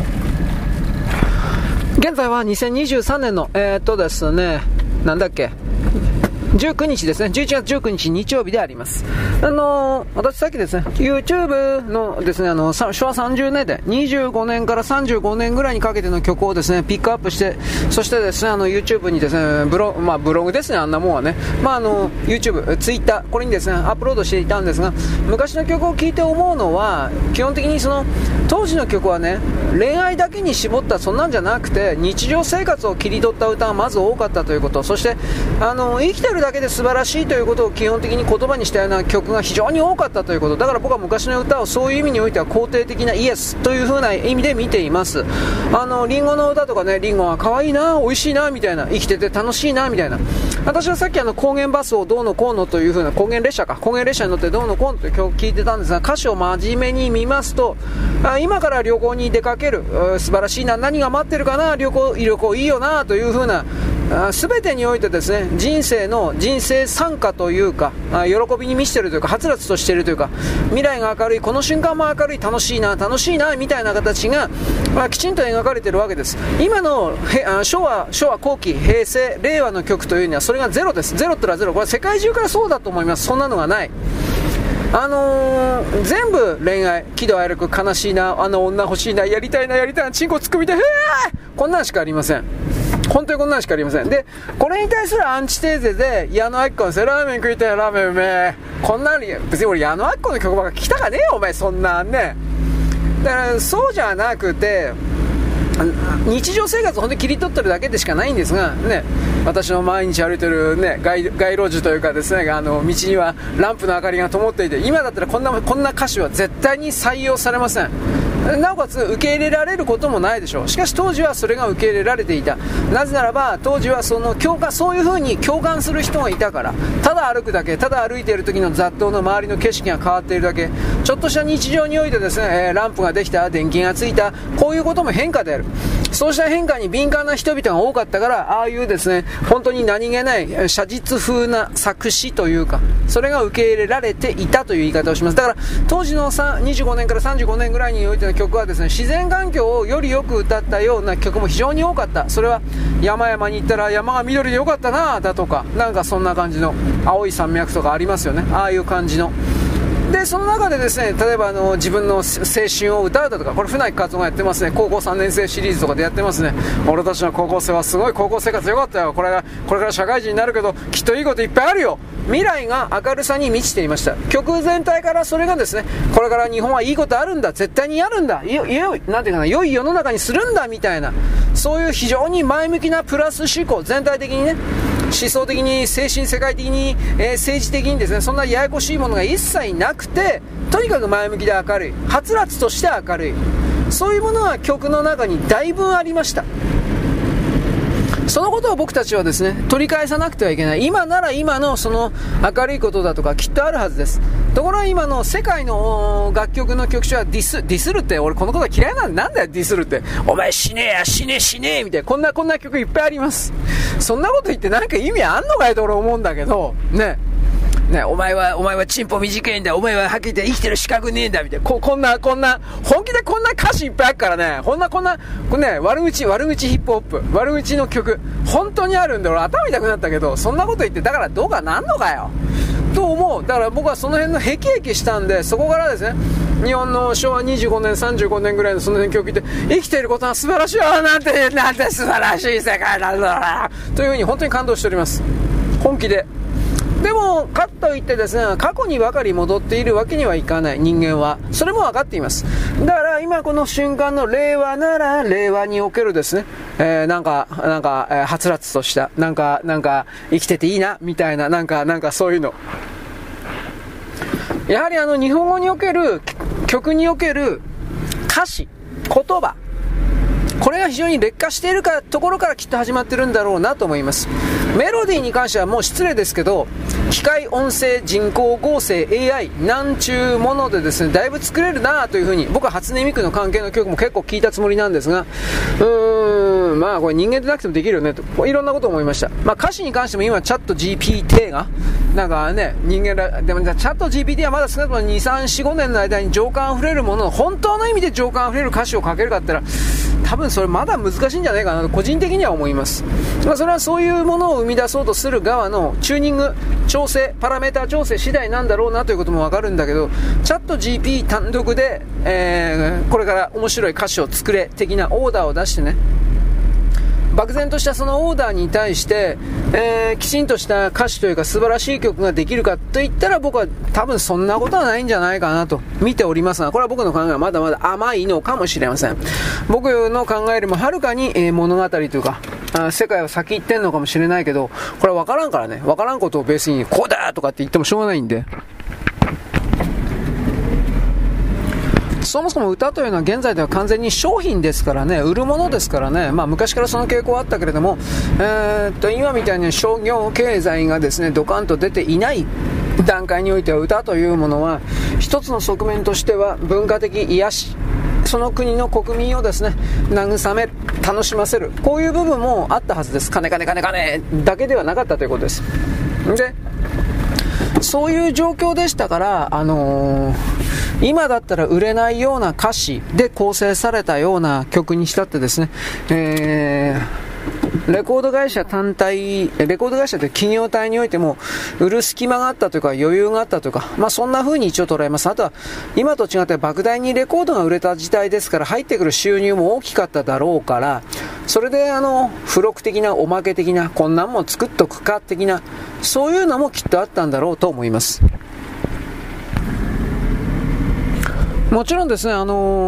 現在は2023年のですね、なんだっけ、19日ですね、11月19日日曜日であります。私さっきですね、YouTube のですね、昭和30年代、25年から35年ぐらいにかけての曲をですね、ピックアップして、そしてですね、YouTube にですね、ブログですね、あんなもんはね、YouTube、Twitter、これにですね、アップロードしていたんですが、昔の曲を聴いて思うのは、基本的に当時の曲はね、恋愛だけに絞ったそんなんじゃなくて、日常生活を切り取った歌がまず多かったということ、そして、生きてるだけで素晴らしいということを基本的に言葉にしたような曲が非常に多かったということ。だから僕は昔の歌をそういう意味においては肯定的なイエスという風な意味で見ています。リンゴの歌とかね、リンゴは可愛いな、美味しいなみたいな、生きてて楽しいなみたいな。私はさっき高原バスをどうのこうのという風な、高原列車に乗ってどうのこうのという曲を聴いてたんですが、歌詞を真面目に見ますと、今から旅行に出かける、素晴らしいな、何が待ってるかな、旅行いいよなという風な、全てにおいてですね、人生参加というか、喜びに満ちているというか、はつらつとしているというか、未来が明るい、この瞬間も明るい、楽しいなみたいな形が、きちんと描かれているわけです。今の昭和後期、平成、令和の曲というにはそれがゼロです。ゼロってのはゼロ。これは世界中からそうだと思います。そんなのがない。全部恋愛、喜怒哀楽、悲しいな、女欲しいな、やりたいな、チンコ突っ込みたい、こんなんしかありません。本当にこんなんしかありません。で、これに対するアンチテーゼで、矢野明子のラーメン食いたい、ラーメンうめえ。こんなに、別に俺矢野明子の曲ばっか聞きたかねえよ、お前、そんなんね。だから、そうじゃなくて、日常生活を本当に切り取ってるだけでしかないんですが、ね、私の毎日歩いてる、ね、街路樹というかですね、道にはランプの明かりが灯っていて、今だったらこんな歌詞は絶対に採用されません。なおかつ受け入れられることもないでしょう。しかし当時はそれが受け入れられていた。なぜならば当時はそういう風に共感する人がいたから。ただ歩くだけ、ただ歩いている時の雑踏の周りの景色が変わっているだけ、ちょっとした日常においてですね、ランプができた、電気がついた、こういうことも変化である。そうした変化に敏感な人々が多かったから、ああいうですね、本当に何気ない写実風な作詞というか、それが受け入れられていたという言い方をします。だから当時の25年から35年ぐらいにおいての曲はですね、自然環境をよりよく歌ったような曲も非常に多かった。それは山々に行ったら山が緑でよかったなだとか、なんかそんな感じの青い山脈とかありますよね。ああいう感じの。でその中でですね、例えば自分の青春を歌うだとか、これ船木克夫がやってますね。高校3年生シリーズとかでやってますね。俺たちの高校生はすごい高校生活良かったよ、これから社会人になるけどきっといいこといっぱいあるよ。未来が明るさに満ちていました。曲全体からそれがですね、これから日本はいいことあるんだ、絶対にやるんだ、なんていうかな、良い世の中にするんだみたいな、そういう非常に前向きなプラス思考、全体的にね、思想的に、精神世界的に、政治的にですね、そんなややこしいものが一切なくて、とにかく前向きで明るい、はつらつとして明るい、 そういうものは曲の中にだいぶありました。そのことを僕たちはですね、取り返さなくてはいけない。今なら今のその明るいことだとかきっとあるはずです。ところが今の世界の楽曲の曲調はディスるって、俺このことは嫌いなんだよディスるって。お前死ねえや死ねえ死ねえみたいな、こんな曲いっぱいあります。そんなこと言ってなんか意味あんのかよと俺思うんだけど、ね。お前はチンポ短いんだ、お前ははっきり言って生きてる資格ねえんだみたいな、こんな本気でこんな歌詞いっぱいあるからね、こんなこれね、悪口ヒップホップ、悪口の曲本当にあるんで、俺頭痛くなったけど、そんなこと言ってだからどうかなんのかよと思う。だから僕はその辺のヘキヘキしたんで、そこからですね、日本の昭和25年35年ぐらいのその辺曲聞いて、生きていることは素晴らしいよ、なんて素晴らしい世界なんだというふうに本当に感動しております、本気で。でもかといってですね、過去にばかり戻っているわけにはいかない、人間はそれも分かっています。だから今この瞬間の令和なら令和におけるですね、はつらつとしたなんか生きてていいなみたいな、なんかそういうの、やはり日本語における曲における歌詞、言葉、これが非常に劣化しているところからきっと始まってるんだろうなと思います。メロディーに関してはもう失礼ですけど、機械音声人工合成 AI なんちゅうものでですね、だいぶ作れるなというふうに、僕は初音ミクの関係の曲も結構聞いたつもりなんですが、まあこれ人間でなくてもできるよねと、いろんなことを思いました。まあ歌詞に関しても今チャット GPT がなんかね、人間らでもチャット GPT はまだ少なくとも2、3、4、5年の間に情感あふれるもの、本当の意味で情感あふれる歌詞を書けるかって言ったら、多分それまだ難しいんじゃないかなと個人的には思います。まあそれはそういうものを生み出そうとする側のチューニング調整、パラメータ調整次第なんだろうなということもわかるんだけど、チャット GP 単独で、これから面白い歌詞を作れ的なオーダーを出してね、漠然としたそのオーダーに対して、きちんとした歌詞というか素晴らしい曲ができるかといったら、僕は多分そんなことはないんじゃないかなと見ておりますが、これは僕の考えはまだまだ甘いのかもしれません。僕の考えよりもはるかに、物語というか世界は先行ってんのかもしれないけど、これは分からんからね、分からんことをベースにこうだとかって言ってもしょうがないんで、そもそも歌というのは現在では完全に商品ですからね、売るものですからね。まあ昔からその傾向はあったけれども、今みたいに商業経済がですねドカンと出ていない段階においては、歌というものは一つの側面としては文化的癒し、その国の国民をですね慰める、楽しませる、こういう部分もあったはずです。金だけではなかったということです。でそういう状況でしたから、今だったら売れないような歌詞で構成されたような曲にしたってですね、レコード会社単体、レコード会社という企業体においても売る隙間があったというか余裕があったというか、まあそんな風に一応捉えます。あとは今と違って莫大にレコードが売れた時代ですから、入ってくる収入も大きかっただろうから、それで付録的なおまけ的な、こんなんも作っとくか的な、そういうのもきっとあったんだろうと思います。もちろんですね、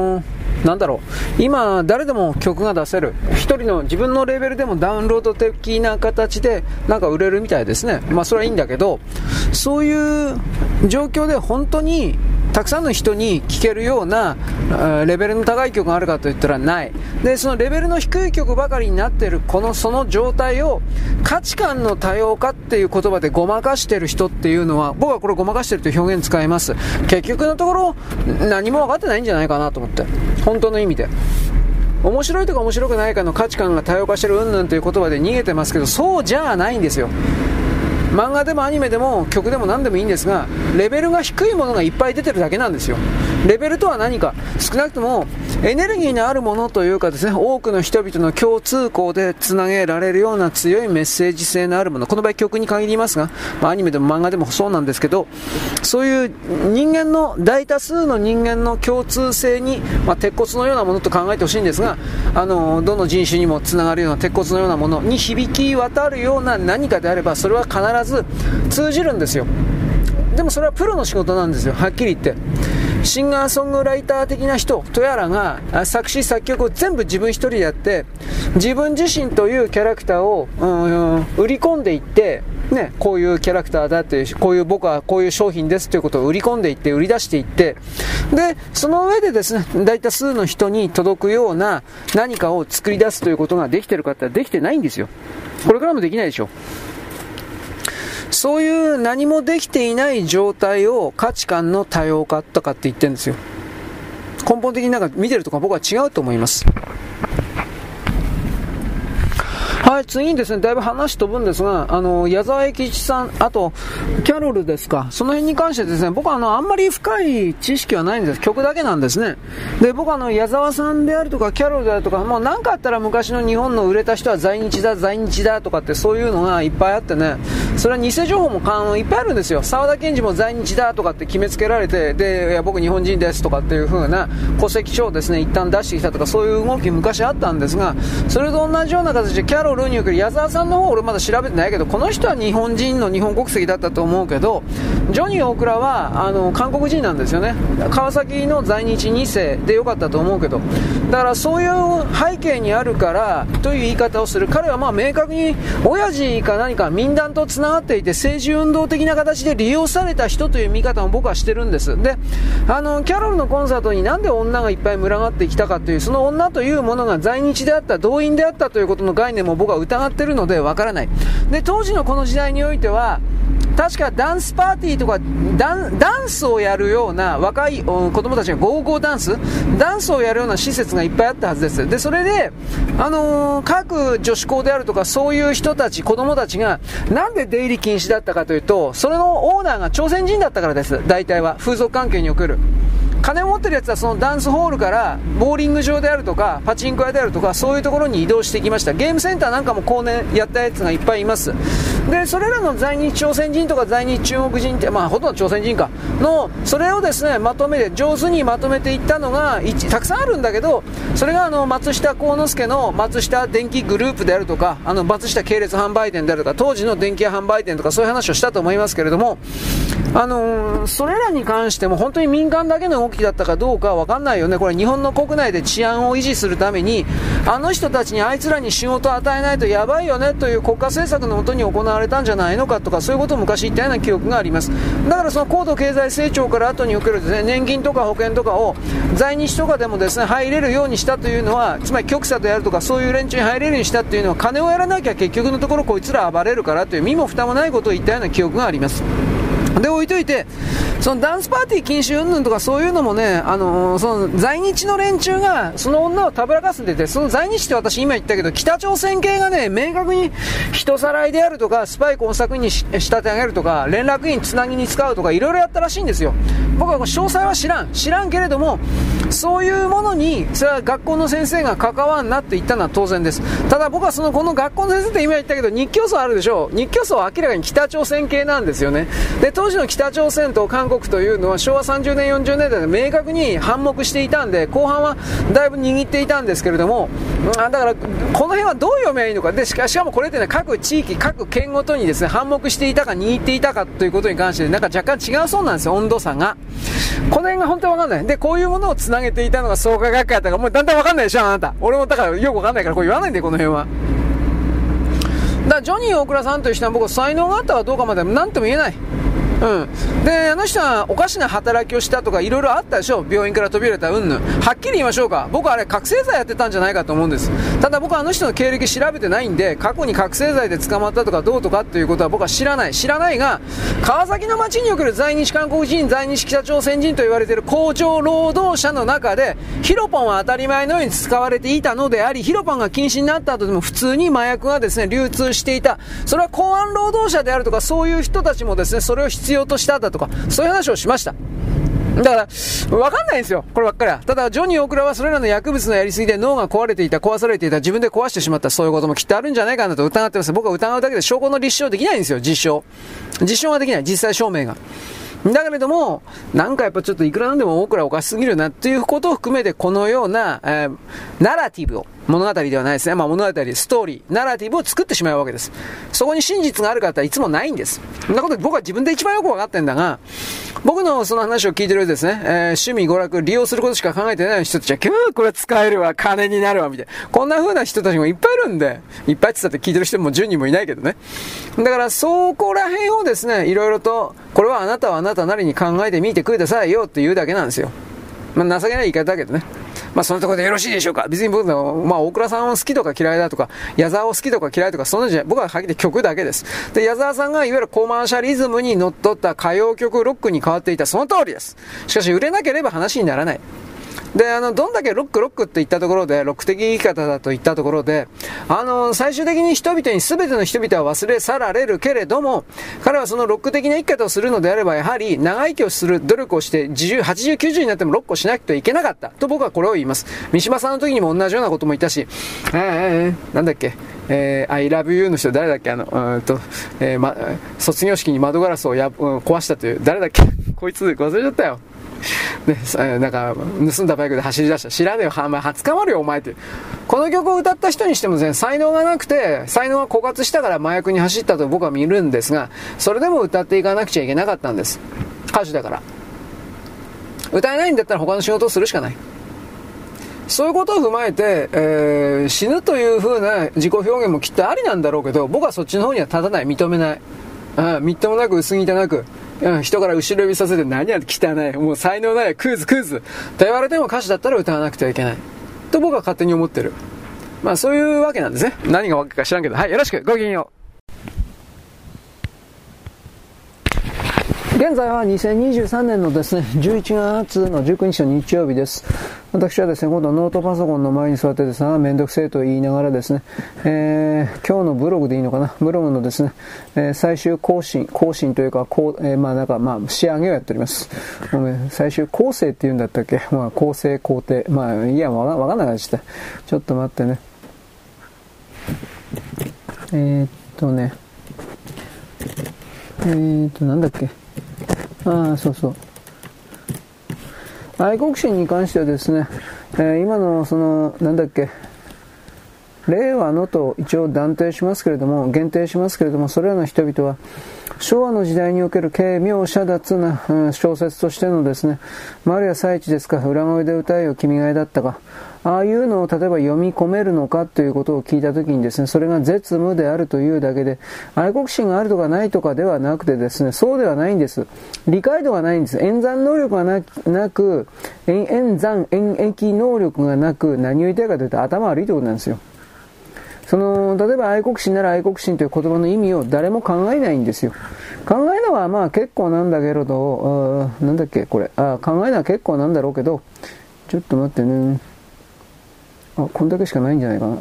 今誰でも曲が出せる、一人の自分のレベルでもダウンロード的な形でなんか売れるみたいですね。まあそれはいいんだけど、そういう状況で本当にたくさんの人に聴けるようなレベルの高い曲があるかといったらない。でそのレベルの低い曲ばかりになっているその状態を価値観の多様化っていう言葉でごまかしている人っていうのは、僕はこれごまかしているという表現使います。結局のところ何も分かってないんじゃないかなと思って、本当の意味で面白いとか面白くないかの価値観が多様化してるうんぬんという言葉で逃げてますけど、そうじゃないんですよ。漫画でもアニメでも曲でも何でもいいんですが、レベルが低いものがいっぱい出てるだけなんですよ。レベルとは何か、少なくともエネルギーのあるものというかですね、多くの人々の共通項でつなげられるような強いメッセージ性のあるもの、この場合曲に限りますが、アニメでも漫画でもそうなんですけど、そういう人間の大多数の人間の共通性に、鉄骨のようなものと考えてほしいんですが、どの人種にもつながるような鉄骨のようなものに響き渡るような何かであれば、それは必ず通じるんですよ。でもそれはプロの仕事なんですよ、はっきり言って。シンガーソングライター的な人とやらが作詞作曲を全部自分一人でやって、自分自身というキャラクターを、売り込んでいって、 ね、こういうキャラクターだって、僕はこういう商品ですということを売り込んでいって、売り出していって、で、その上でですね、大多数の人に届くような何かを作り出すということができてるかってできてないんですよ。これからもできないでしょ。そういう何もできていない状態を価値観の多様化とかって言ってるんですよ。根本的になんか見てるとか僕は違うと思います。はい、次にですね、だいぶ話飛ぶんですが、矢沢永吉さん、あと、キャロルですか、その辺に関してですね、僕はあんまり深い知識はないんです。曲だけなんですね。で、僕は矢沢さんであるとか、キャロルであるとか、もう何かあったら昔の日本の売れた人は在日だとかってそういうのがいっぱいあってね、それは偽情報もいっぱいあるんですよ。沢田研二も在日だとかって決めつけられて、で、いや僕日本人ですとかっていう風な戸籍書をですね、一旦出してきたとか、そういう動き昔あったんですが、それと同じような形でキャロルにおける矢沢さんの方俺まだ調べてないけど、この人は日本人の日本国籍だったと思うけど、ジョニー大倉は韓国人なんですよね。川崎の在日2世でよかったと思うけど、だからそういう背景にあるからという言い方をする。彼はまあ明確に親父か何か民団とつながっていて政治運動的な形で利用された人という見方も僕はしてるんです。で、キャロルのコンサートになんで女がいっぱい群がってきたかという、その女というものが在日であった、動員であったということの概念も僕は疑ってるのでわからない。で、当時のこの時代においては確かダンスパーティーとかダンスをやるような若い子供たちがゴーゴーダンスをやるような施設がいっぱいあったはずです。で、それで各女子校であるとかそういう人たち、子供たちがなんで出入り禁止だったかというと、それのオーナーが朝鮮人だったからです。大体は風俗関係における金を持ってるやつはそのダンスホールからボーリング場であるとかパチンコ屋であるとかそういうところに移動してきました。ゲームセンターなんかも後年やったやつがいっぱいいます。で、それらの在日朝鮮人とか在日中国人って、まあほとんど朝鮮人かの、それをですね上手にまとめていったのがたくさんあるんだけど、それが松下幸之助の松下電機グループであるとか、松下系列販売店であるとか、当時の電気屋販売店とかそういう話をしたと思いますけれども、それらに関しても本当に民間だけの動きだったかどうかは分かんないよね。これ日本の国内で治安を維持するために人たちにあいつらに仕事を与えないとやばいよねという国家政策のもとに行われたんじゃないのかとか、そういうことを昔言ったような記憶があります。だからその高度経済成長から後におけるですね、年金とか保険とかを在日とかでもですね入れるようにしたというのは、つまり極左であるとかそういう連中に入れるようにしたというのは、金をやらなきゃ結局のところこいつら暴れるからという身も蓋もないことを言ったような記憶があります。で、置いといて、そのダンスパーティー禁止云々とかそういうのもね、その在日の連中がその女をたぶらかすんでて、その在日って私今言ったけど、北朝鮮系がね、明確に人さらいであるとか、スパイ工作員に仕立て上げるとか、連絡員つなぎに使うとか、いろいろやったらしいんですよ。僕は詳細は知らんけれども、そういうものに、それは学校の先生が関わんなって言ったのは当然です。ただ僕はこの学校の先生って今言ったけど、日教組あるでしょう。日教組は明らかに北朝鮮系なんですよね。で、当時の北朝鮮と韓国というのは昭和30年40年代で明確に反目していたんで、後半はだいぶ握っていたんですけれども、だからこの辺はどう読めばいいのか。で、しかもこれってね、各地域各県ごとにですね反目していたか握っていたかということに関してなんか若干違うそうなんですよ、温度差が。この辺が本当に分かんない。で、こういうものをつなげていたのが創価学会だったから、もうだんだん分かんないでしょ、あなた。俺もだからよく分かんないからこれ言わないんで、この辺は。だからジョニー大倉さんという人は僕は才能があったかどうかまで何とも言えない。で、人はおかしな働きをしたとかいろいろあったでしょ。病院から飛び降りたはっきり言いましょうか。僕あれ覚醒剤やってたんじゃないかと思うんです。ただ僕は人の経歴調べてないんで、過去に覚醒剤で捕まったとかどうとかっていうことは僕は知らないが、川崎の町における在日韓国人、在日北朝鮮人と言われている工場労働者の中でヒロポンは当たり前のように使われていたのであり、ヒロポンが禁止になった後でも普通に麻薬がですね流通していた。それは港湾労働者であるとかそういう人たちもですねそれを必要としただとかそういう話をしました。だから分かんないんですよ、こればっかりは。ただジョニー大倉はそれらの薬物のやりすぎで脳が壊されていた、自分で壊してしまった、そういうこともきっとあるんじゃないかなと疑ってます。僕は疑うだけで証拠の立証できないんですよ。実証ができない、実際証明が。だけれどもなんかやっぱちょっといくらなんでも大倉おかしすぎるなっていうことを含めて、このような、ナラティブを物語ではないですね。物語、ストーリー、ナラティブを作ってしまうわけです。そこに真実がある方はいつもないんです。そんなこと僕は自分で一番よくわかってんだが、僕のその話を聞いてるですね、趣味娯楽、利用することしか考えてない人たちは、これ使えるわ、金になるわ、みたいな。こんな風な人たちもいっぱいいるんで、いっぱいって言ったって聞いてる人も10人もいないけどね。だからそこら辺をですね、いろいろと、これはあなたはあなたなりに考えてみてくださいよって言うだけなんですよ。情けない言い方だけどね。そのところでよろしいでしょうか。別に僕の、大倉さんを好きとか嫌いだとか、矢沢を好きとか嫌いとか、そんなじゃない。僕ははっきり曲だけです。で、矢沢さんがいわゆるコマーシャリズムにのっとった歌謡曲ロックに変わっていた、その通りです。しかし、売れなければ話にならない。で、どんだけロックって言ったところで、ロック的言い方だと言ったところで、最終的に人々に全ての人々は忘れ去られるけれども、彼はそのロック的な生き方をするのであれば、やはり長生きをする努力をして、80、90になってもロックをしなくてはいけなかった。と僕はこれを言います。三島さんの時にも同じようなことも言ったし、なんだっけ、I love you の人誰だっけ、卒業式に窓ガラスを壊したという、誰だっけこいつ忘れちゃったよ。ね、なんか盗んだバイクで走り出した。知らねえよ、20日まるよお前って。この曲を歌った人にしてもね、才能がなくて、才能が枯渇したから麻薬に走ったと僕は見るんですが、それでも歌っていかなくちゃいけなかったんです。歌手だから。歌えないんだったら他の仕事をするしかない。そういうことを踏まえて、死ぬという風な自己表現もきっとありなんだろうけど、僕はそっちの方には立たない、認めない。みっともなく薄汚く、人から後ろ指させて何やって汚い、もう才能ない、クズと言われても歌手だったら歌わなくてはいけないと僕は勝手に思ってる。そういうわけなんですね。何がわけか知らんけど、はい、よろしく、ごきげんよう。現在は2023年のですね、11月の19日の日曜日です。私はですね、今度ノートパソコンの前に座ってですね、めんどくせえと言いながらですね、今日のブログでいいのかな、ブログのですね、最終更新というか、仕上げをやっております。最終構成って言うんだったっけ、構成工程、いや、わかんなくなっちゃった。ちょっと待ってね。なんだっけ。そうそう。愛国心に関してはですね、今の令和のと一応限定しますけれども、それらの人々は、昭和の時代における軽妙遮奪な、小説としてのですね、丸谷最地ですか、裏声で歌えよ君が代だったか、ああいうのを例えば読み込めるのかということを聞いたときにですね、それが絶無であるというだけで、愛国心があるとかないとかではなくてですね、そうではないんです。理解度がないんです。演算能力がなく、演繹能力がなく、何を言いたいかというと頭悪いということなんですよ。例えば愛国心なら愛国心という言葉の意味を誰も考えないんですよ。考えるのは結構なんだけれど、考えるのは結構なんだろうけど、ちょっと待ってね。こんだけしかないんじゃないかな。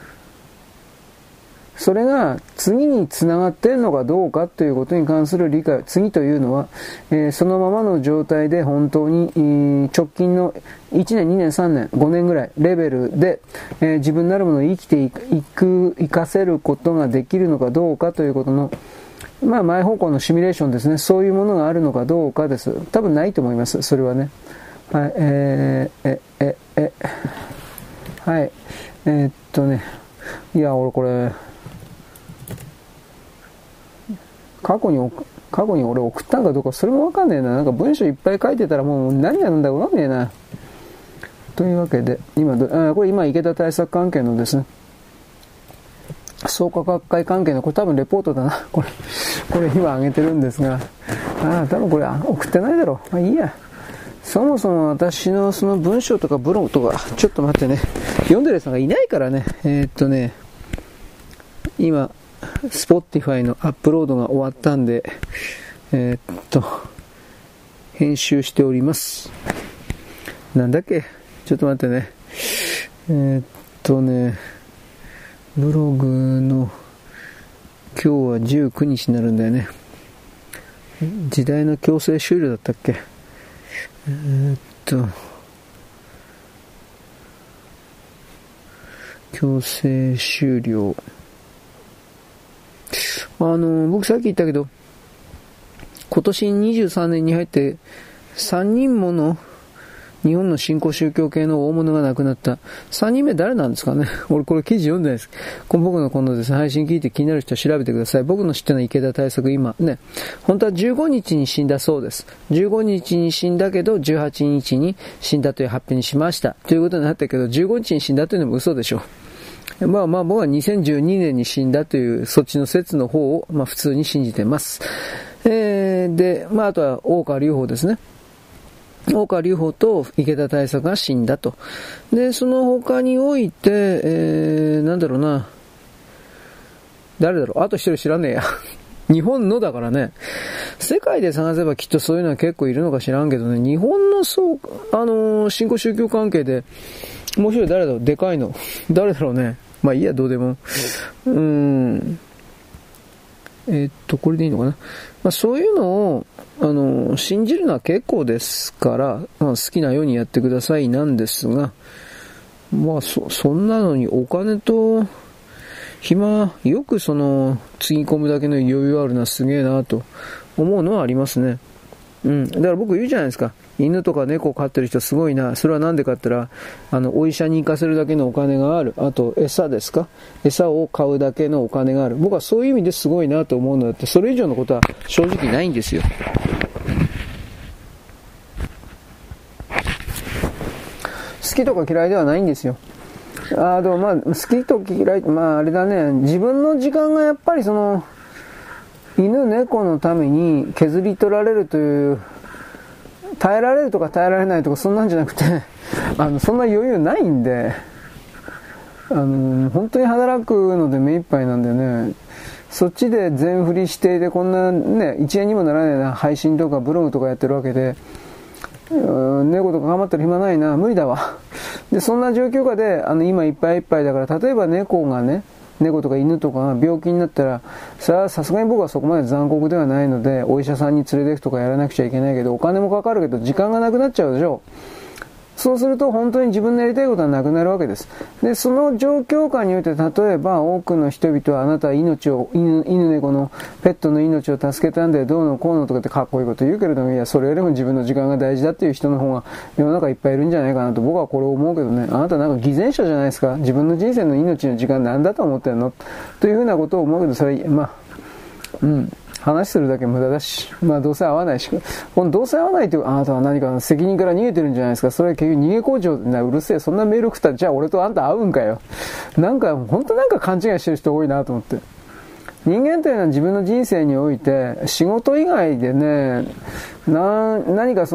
それが次に繋がっているのかどうかということに関する理解。次というのは、そのままの状態で本当に、直近の1年、2年、3年、5年ぐらいレベルで、自分なるものを生かせることができるのかどうかということの、前方向のシミュレーションですね。そういうものがあるのかどうかです。多分ないと思います。それはね。はい、はい。いや、俺これ、過去に俺送ったんかどうか、それもわかんねえな。なんか文章いっぱい書いてたらもう何やるんだかわかんねえな。というわけで、これ今池田対策関係のですね、創価学会関係の、これ多分レポートだな。これ今上げてるんですが、多分これ送ってないだろう。いいや。そもそも私のその文章とかブログとか、ちょっと待ってね。読んでる人がいないからね。今、Spotify のアップロードが終わったんで、編集しております。なんだっけ？ちょっと待ってね。ブログの、今日は19日になるんだよね。時代の強制終了だったっけ？強制終了。僕さっき言ったけど、今年23年に入って3人もの日本の新興宗教系の大物が亡くなった。3人目誰なんですかね。俺これ記事読んでないです。僕の今度ですね、配信聞いて気になる人は調べてください。僕の知ってるのは池田大作、今ね、本当は15日に死んだそうです。15日に死んだけど、18日に死んだという発表にしました。ということになったけど、15日に死んだというのも嘘でしょう。僕は2012年に死んだというそっちの説の方を普通に信じてます。で、あとは大川隆法ですね。大川隆法と池田大作が死んだと。で、その他において、なんだろうな。誰だろう。あと一人知らねえや。日本のだからね。世界で探せばきっとそういうのは結構いるのか知らんけどね。日本の新興宗教関係で、もう一人誰だろう。でかいの。誰だろうね。いいや、どうでも。これでいいのかな。そういうのを、信じるのは結構ですから、好きなようにやってくださいなんですが、そんなのにお金と暇、よくつぎ込むだけの余裕あるな、すげえなと思うのはありますね。だから僕言うじゃないですか。犬とか猫飼ってる人すごいな。それはなんでかって言ったら、お医者に行かせるだけのお金がある。あと、餌ですか？餌を買うだけのお金がある。僕はそういう意味ですごいなと思うのだって、それ以上のことは正直ないんですよ。好きとか嫌いではないんですよ。でも好きと嫌い、あれだね。自分の時間がやっぱり犬猫のために削り取られるという、耐えられるとか耐えられないとかそんなんじゃなくてそんな余裕ないんで本当に働くので目いっぱいなんでね、そっちで全振りしてでこんなね1円にもならないな配信とかブログとかやってるわけで、猫とか頑張ってる暇ないな、無理だわ。でそんな状況下で今いっぱいいっぱいだから、例えば猫とか犬とかが病気になったら、それはさすがに僕はそこまで残酷ではないので、お医者さんに連れて行くとかやらなくちゃいけないけど、お金もかかるけど時間がなくなっちゃうでしょ。そうすると本当に自分のやりたいことはなくなるわけです。で、その状況下において、例えば多くの人々はあなたは犬猫のペットの命を助けたんでどうのこうのとかってかっこいいこと言うけれども、いや、それよりも自分の時間が大事だっていう人の方が世の中いっぱいいるんじゃないかなと僕はこれを思うけどね。あなたなんか偽善者じゃないですか。自分の人生の命の時間なんだと思ってるのというふうなことを思うけど、それ話するだけ無駄だし、どうせ合わないし、このどうせ合わないという、あなたは何か責任から逃げてるんじゃないですか。それは結局逃げ工場な、うるせえ、そんなメール送ったら、じゃあ俺とあんた会うんかよ。本当勘違いしてる人多いなと思って。人間というのは自分の人生において、仕事以外でね、何か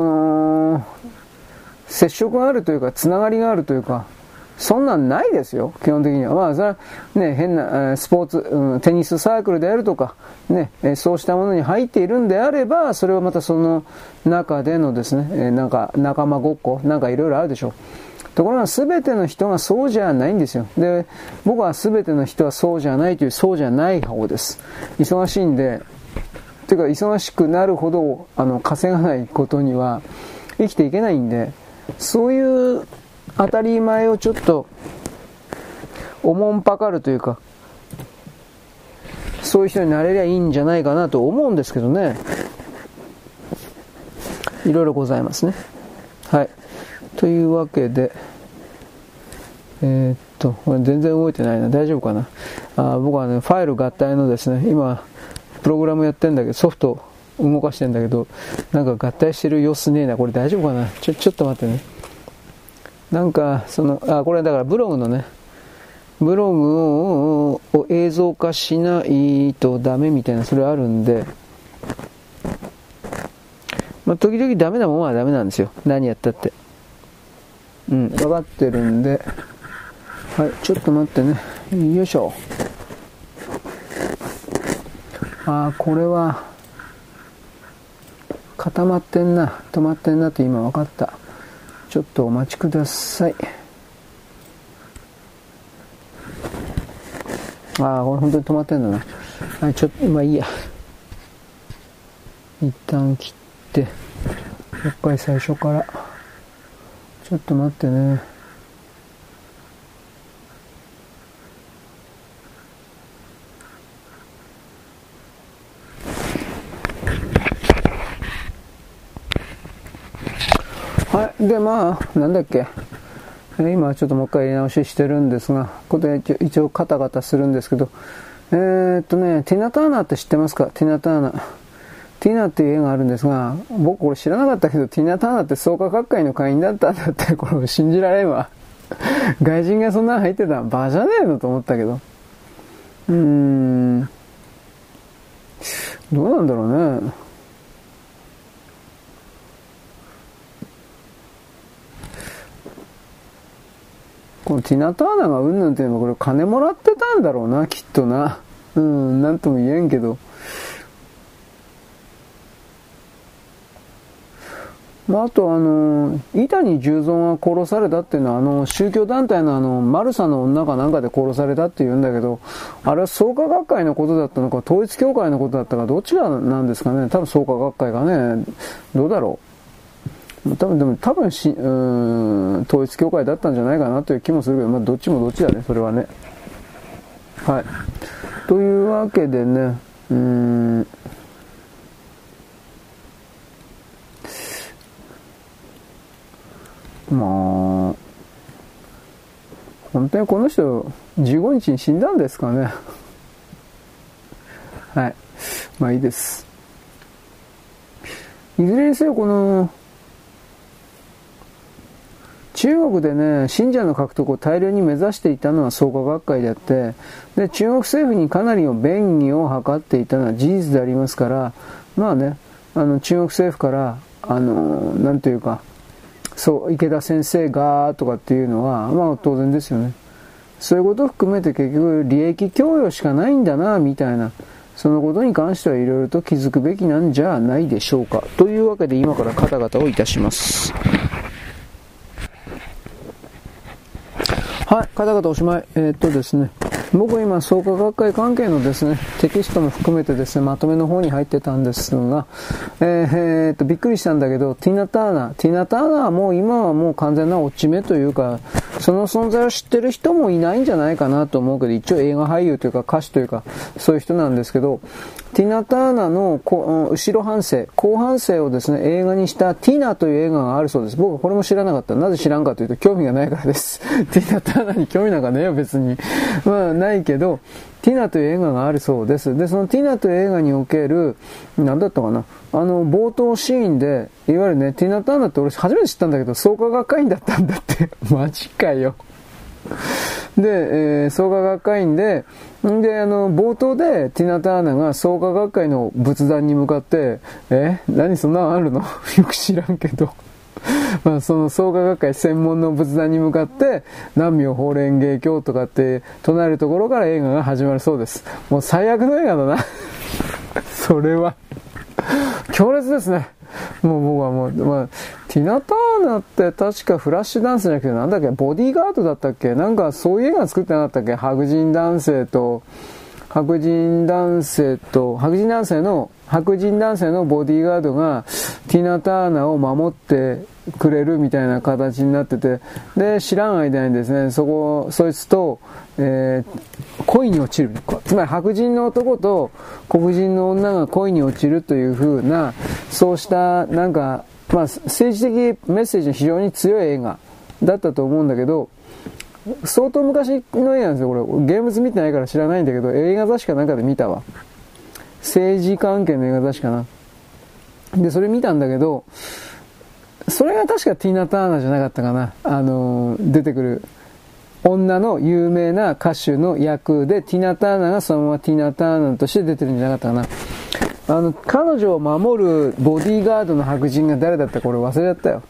接触があるというか、つながりがあるというか、そんなんないですよ、基本的には。それはね、変なスポーツ、テニスサークルであるとか、ね、そうしたものに入っているんであれば、それはまたその中でのですね、なんか仲間ごっこ、なんかいろいろあるでしょう。ところが全ての人がそうじゃないんですよ。で、僕は全ての人はそうじゃないという、そうじゃない方です。忙しいんで、というか忙しくなるほど稼がないことには生きていけないんで、そういう当たり前をちょっとおもんぱかるというか、そういう人になれりゃいいんじゃないかなと思うんですけどね。いろいろございますね。はい。というわけで、これ全然動いてないな。大丈夫かな。僕はね、ファイル合体のですね、今プログラムやってんだけど、ソフト動かしてんだけど、なんか合体してる様子ねえな。これ大丈夫かな。ちょっと待ってね。なんかこれだからブログのね、ブログを映像化しないとダメみたいな、それあるんで、時々ダメなものはダメなんですよ、何やったって。分かってるんで、はい、ちょっと待ってね、よいしょ。これは固まってんな、止まってんなって今分かった。ちょっとお待ちください。これ本当に止まってんだな。はい、ちょっといいや。一旦切ってもう一回最初から。ちょっと待ってね。 はい。で、まあ、なんだっけ。今ちょっともう一回入れ直ししてるんですが、ここで一応カタカタするんですけど、ティナ・ターナーって知ってますか？ティナ・ターナー。ティナっていう映画があるんですが、僕これ知らなかったけど、ティナ・ターナーって創価学会の会員だったんだって、これ信じられんわ。外人がそんなの入ってたらバカじゃねえのと思ったけど。どうなんだろうね。このティナ・ターナーがうんぬんっていうのはこれ金もらってたんだろうな、きっとな。なんとも言えんけど。まあ、あと伊谷十三が殺されたっていうのは宗教団体のマルサの女かなんかで殺されたって言うんだけど、あれは創価学会のことだったのか統一教会のことだったかどっちがなんですかね。多分創価学会がね、どうだろう。多分統一教会だったんじゃないかなという気もするけど、まあどっちもどっちだね、それはね。はい。というわけでね、まあ、本当にこの人、15日に死んだんですかね。はい。まあいいです。いずれにせよこの、中国でね、信者の獲得を大量に目指していたのは創価学会であって、で、中国政府にかなりの便宜を図っていたのは事実でありますから、まあね、中国政府から、なんというか、そう、池田先生が、とかっていうのは、まあ当然ですよね。そういうことを含めて結局利益供与しかないんだな、みたいな。そのことに関してはいろいろと気づくべきなんじゃないでしょうか。というわけで今からカタカタをいたします。はい、カタカタおしまい。ですね、僕今創価学会関係のですね、テキストも含めてですね、まとめの方に入ってたんですが、びっくりしたんだけど、ティナ・ターナーはもう今はもう完全な落ち目というか、その存在を知ってる人もいないんじゃないかなと思うけど、一応映画俳優というか歌手というか、そういう人なんですけど、ティナ・ターナの後ろ半生、後半生をですね、映画にしたティナという映画があるそうです。僕はこれも知らなかった。なぜ知らんかというと興味がないからです。ティナ・ターナに興味なんかねえよ、別に。まあ、ないけど、ティナという映画があるそうです。で、そのティナという映画における、なんだったかな、冒頭シーンで、いわゆるね、ティナ・ターナって俺初めて知ったんだけど、創価学会員だったんだって。マジかよ。で、創価学会員で、冒頭でティナ・ターナが創価学会の仏壇に向かって、何そんなのあるのよく知らんけど。まあ、その創価学会専門の仏壇に向かって南無法蓮華経とかって唱えるところから映画が始まるそうです。もう最悪の映画だな。それは強烈ですね。もう僕はもう、まあ、ティナ・ターナって確かフラッシュダンスじゃなくてなんだっけ、ボディーガードだったっけ、なんかそういう映画作ってなかったっけ、白人男性の白人男性のボディーガードがティナ・ターナを守ってくれるみたいな形になってて、で知らん間にですね、そいつと、恋に落ちる、つまり白人の男と黒人の女が恋に落ちるという風な、そうしたなんか、まあ、政治的メッセージの非常に強い映画だったと思うんだけど、相当昔の映画なんですよ。これゲームズ見てないから知らないんだけど、映画雑誌かなんかで見たわ。政治関係の映画雑誌かな。でそれ見たんだけど、それが確かティナ・ターナーじゃなかったかな。出てくる女の有名な歌手の役で、ティナ・ターナーがそのままティナ・ターナーとして出てるんじゃなかったかな。彼女を守るボディーガードの白人が誰だったか俺忘れちゃったよ。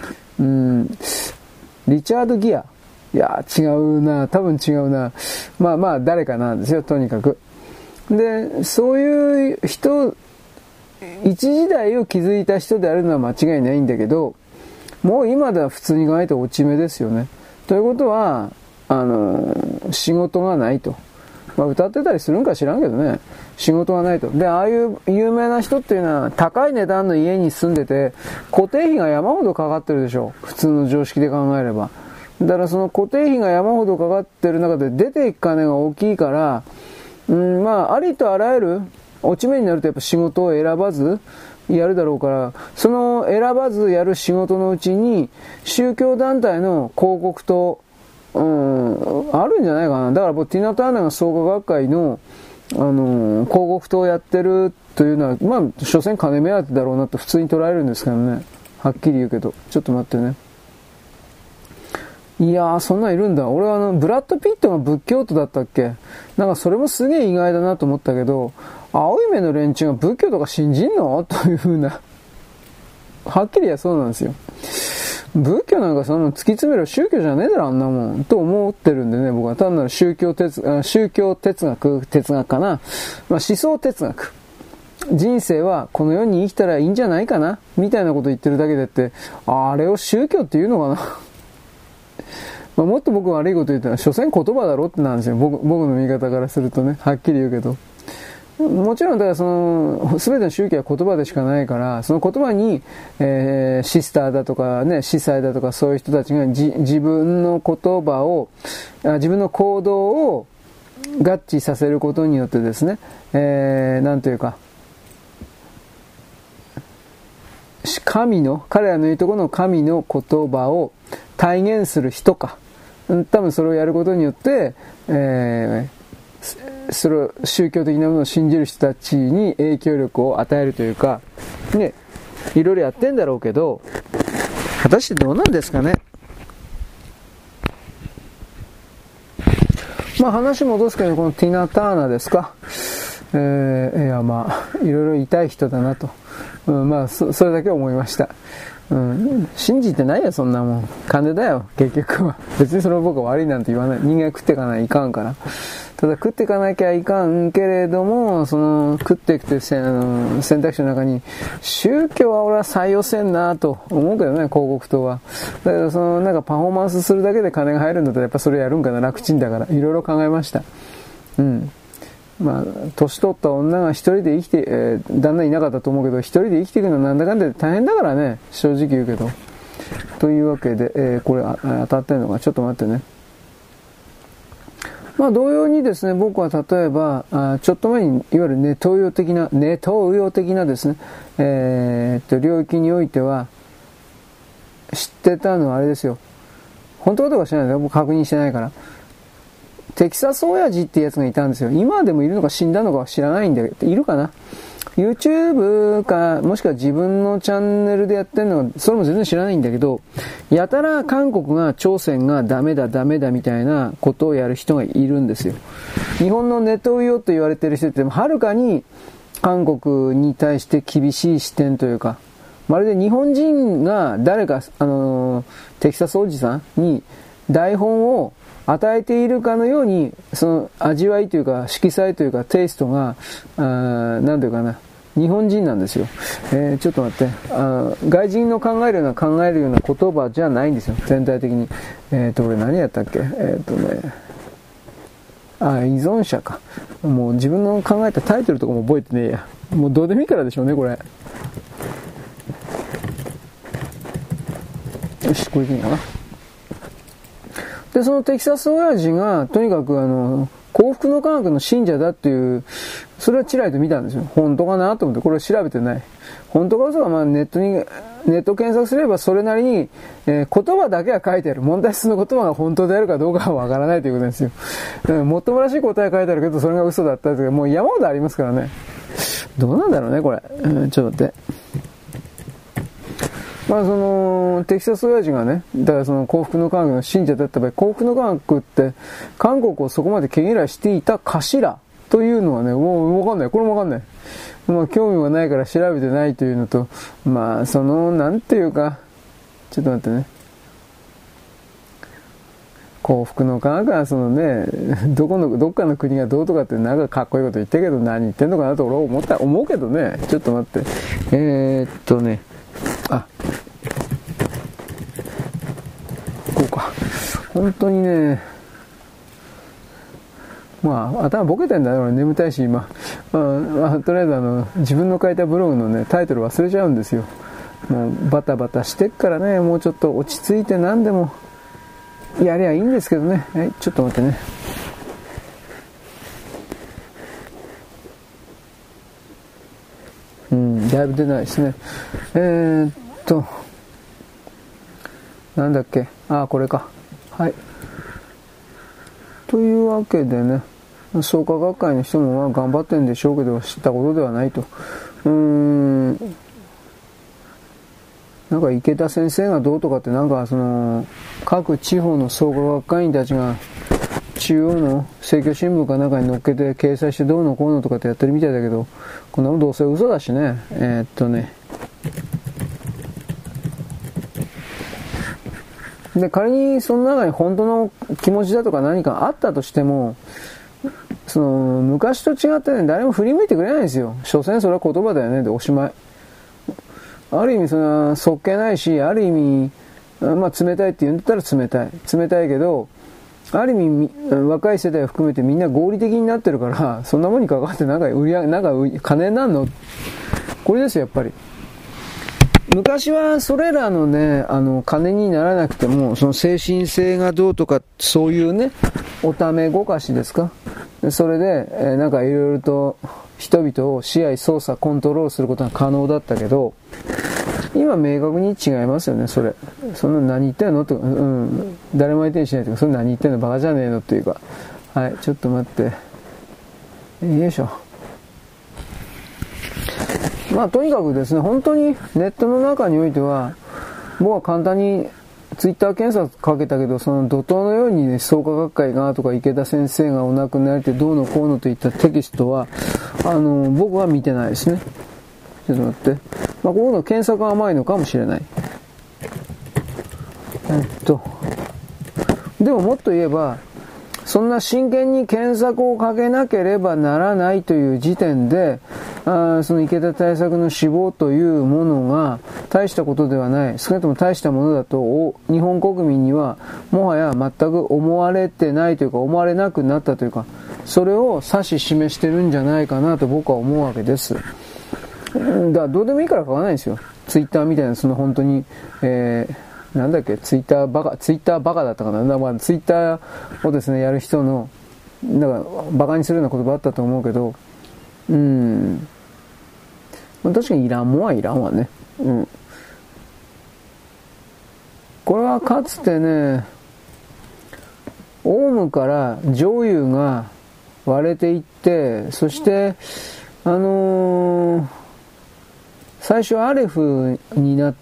リチャード・ギア。いや違うな、多分違うな。まあまあ誰かなんですよ、とにかく。でそういう人、一時代を築いた人であるのは間違いないんだけど、もう今では普通に考えて落ち目ですよね。ということは仕事がないと。まあ、歌ってたりするんか知らんけどね、仕事がないと。でああいう有名な人っていうのは高い値段の家に住んでて、固定費が山ほどかかってるでしょ、普通の常識で考えれば。だからその固定費が山ほどかかってる中で出ていく金が大きいから、まあありとあらゆる落ち目になるとやっぱ仕事を選ばず、 やるだろうから、その選ばずやる仕事のうちに宗教団体の広告と、あるんじゃないかな。だから僕ティナ・ターナーが創価学会の広告塔をやってるというのは、まあ所詮金目当てだろうなと普通に捉えるんですけどね。はっきり言うけど、ちょっと待ってね。いやー、そんなんいるんだ。俺はブラッド・ピットが仏教徒だったっけ？なんかそれもすげえ意外だなと思ったけど、青い目の連中が仏教とか信じんの？という風な。はっきり言えばそうなんですよ。仏教なんかその突き詰める宗教じゃねえだろ、あんなもん。と思ってるんでね、僕は。単なる宗教哲学かな。まあ思想哲学。人生はこの世に生きたらいいんじゃないかなみたいなこと言ってるだけでって、あれを宗教って言うのかなまあもっと僕悪いこと言ったら、所詮言葉だろってなんですよ。僕の見方からするとね、はっきり言うけど。もちろん、だからすべての宗教は言葉でしかないから、その言葉に、シスターだとかね、司祭だとかそういう人たちが自分の言葉を、自分の行動を合致させることによってですね、なんというか、彼らの言うところの神の言葉を体現する人か。多分それをやることによって、それを宗教的なものを信じる人たちに影響力を与えるというか、ね、いろいろやってんだろうけど、果たしてどうなんですかね。まあ話戻すけど、このティナ・ターナですか。いやまあ、いろいろ痛い人だなと。まあそれだけ思いました。信じてないよ、そんなもん。金だよ、結局は。別にそれを僕は悪いなんて言わない。人間は食っていかないいかんから。ただ食っていかなきゃいかんけれども、食っていくという選択肢の中に、宗教は俺は採用せんなと思うけどね、広告塔は。だけどなんかパフォーマンスするだけで金が入るんだったらやっぱそれやるんかな、楽ちんだから。いろいろ考えました。まあ、年取った女が一人で生きて、旦那いなかったと思うけど、一人で生きていくのはなんだかんだで大変だからね、正直言うけど。というわけで、これ当たってるのか、ちょっと待ってね。まあ同様にですね、僕は例えば、ちょっと前にいわゆるネトウヨ的なですね、領域においては、知ってたのはあれですよ。本当かどうか知らないんだよ、僕確認してないから。テキサス親父ってやつがいたんですよ。今でもいるのか死んだのかは知らないんだけど、いるかな？ YouTube か、もしくは自分のチャンネルでやってるのか、それも全然知らないんだけど、やたら韓国が朝鮮がダメだみたいなことをやる人がいるんですよ。日本のネトウヨと言われてる人ってはるかに韓国に対して厳しい視点というか、まるで日本人が誰か、テキサスおじさんに台本を与えているかのように、その味わいというか色彩というかテイストがなんていうかな、日本人なんですよ。ちょっと待って、外人の考えるような言葉じゃないんですよ、全体的に。俺何やったっけ、依存者か。もう自分の考えたタイトルとかも覚えてねえや。もうどうでもいいからでしょうね、これ。よし、これでいいかな。で、そのテキサス親父が、とにかく幸福の科学の信者だっていう、それはちらりと見たんですよ。本当かなと思って、これは調べてない。本当か嘘か、まあネット検索すればそれなりに、言葉だけは書いてある。問題質の言葉が本当であるかどうかはわからないということですよ。もっともらしい答え書いてあるけど、それが嘘だったというか、もう山ほどありますからね。どうなんだろうね、これ。ちょっと待って。まあテキサス親父がね、だからその幸福の科学の信者だった場合、幸福の科学って韓国をそこまで毛嫌いしていたかしらというのはね、もうわかんない。これもわかんない。まあ興味がないから調べてないというのと、まあなんていうか、ちょっと待ってね。幸福の科学はどっかの国がどうとかってなんかかっこいいこと言ってるけど何言ってんのかなと俺は思うけどね。ちょっと待って。こうか。本当にね、まあ頭ボケてんだよ、俺眠たいし今。とりあえず自分の書いたブログのねタイトル忘れちゃうんですよ。もうバタバタしてっからね、もうちょっと落ち着いて何でもやりゃいいんですけどね。はい、ちょっと待ってね。 だいぶ出ないですね。なんだっけ、これか。はい。というわけでね、創価学会の人も頑張ってるんでしょうけど、知ったことではないと。なんか池田先生がどうとかって、なんか各地方の創価学会員たちが中央の政教新聞かなんかに載っけて掲載してどうのこうのとかってやってるみたいだけど、こんなもんどうせ嘘だしね。で、仮にその中に本当の気持ちだとか何かあったとしても、昔と違ってね、誰も振り向いてくれないんですよ。所詮それは言葉だよね、でおしまい。ある意味そっけないし、ある意味、冷たいって言うんだったら冷たいけど、ある意味若い世代を含めてみんな合理的になってるから、そんなもんに関わってなんか金になるの、これですよやっぱり。昔はそれらのね、金にならなくても、その精神性がどうとか、そういうね、おためごかしですか。それで、なんかいろいろと人々を支配、操作、コントロールすることが可能だったけど、今明確に違いますよね、それ。そんな何言ってんのとか、誰も相手にしないとか、それ何言ってんのバカじゃねえのっていうか。はい、ちょっと待って。よいしょ。とにかくですね、本当にネットの中においては、僕は簡単にツイッター検索かけたけど、その怒涛のようにね、創価学会がとか池田先生がお亡くなりでどうのこうのといったテキストは、僕は見てないですね。ちょっと待って。ここの検索が甘いのかもしれない。でももっと言えば、そんな真剣に検索をかけなければならないという時点で、その池田対策の死亡というものが大したことではない、少なくとも大したものだと日本国民にはもはや全く思われてないというか、思われなくなったというか、それを指し示してるんじゃないかなと僕は思うわけです。だからどうでもいいから買わないんですよ。ツイッターみたいな本当に、なんだっけ、ツイッターバカだったかな。ツイッターをですね、やる人の、バカにするような言葉あったと思うけど、確かにいらんもんはいらんわね。これはかつてね、オウムから上游が割れていって、そして、最初アレフになって、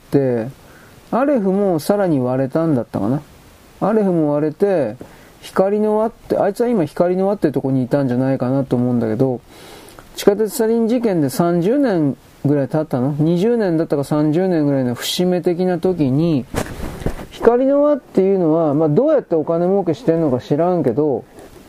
アレフもさらに割れたんだったかな。アレフも割れて、光の輪って、あいつは今光の輪ってとこにいたんじゃないかなと思うんだけど、地下鉄サリン事件で30年ぐらい経ったの ?20 年だったか30年ぐらいの節目的な時に、光の輪っていうのは、どうやってお金儲けしてるのか知らんけど、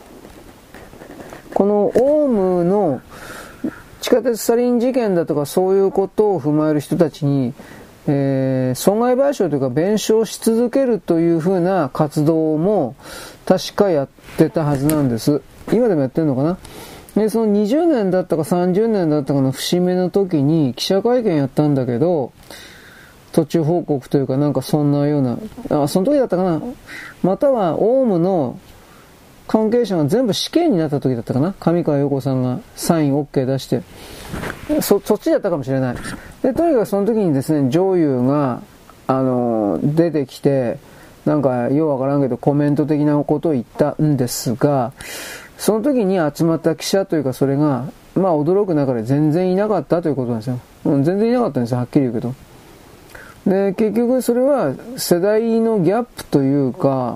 このオウムの地下鉄サリン事件だとかそういうことを踏まえる人たちに、損害賠償というか弁償し続けるというふうな活動も確かやってたはずなんです。今でもやってるのかな。で、その20年だったか30年だったかの節目の時に記者会見やったんだけど、途中報告というかなんかそんなような、その時だったかな。またはオウムの関係者が全部死刑になった時だったかな。上川陽子さんがサイン OK 出して、そっちだったかもしれない。で、とにかくその時にですね、上游が、出てきて、なんかようわからんけどコメント的なことを言ったんですが、その時に集まった記者というかそれが、驚く中で全然いなかったということなんですよ。全然いなかったんですよ、はっきり言うけど。で、結局それは世代のギャップというか、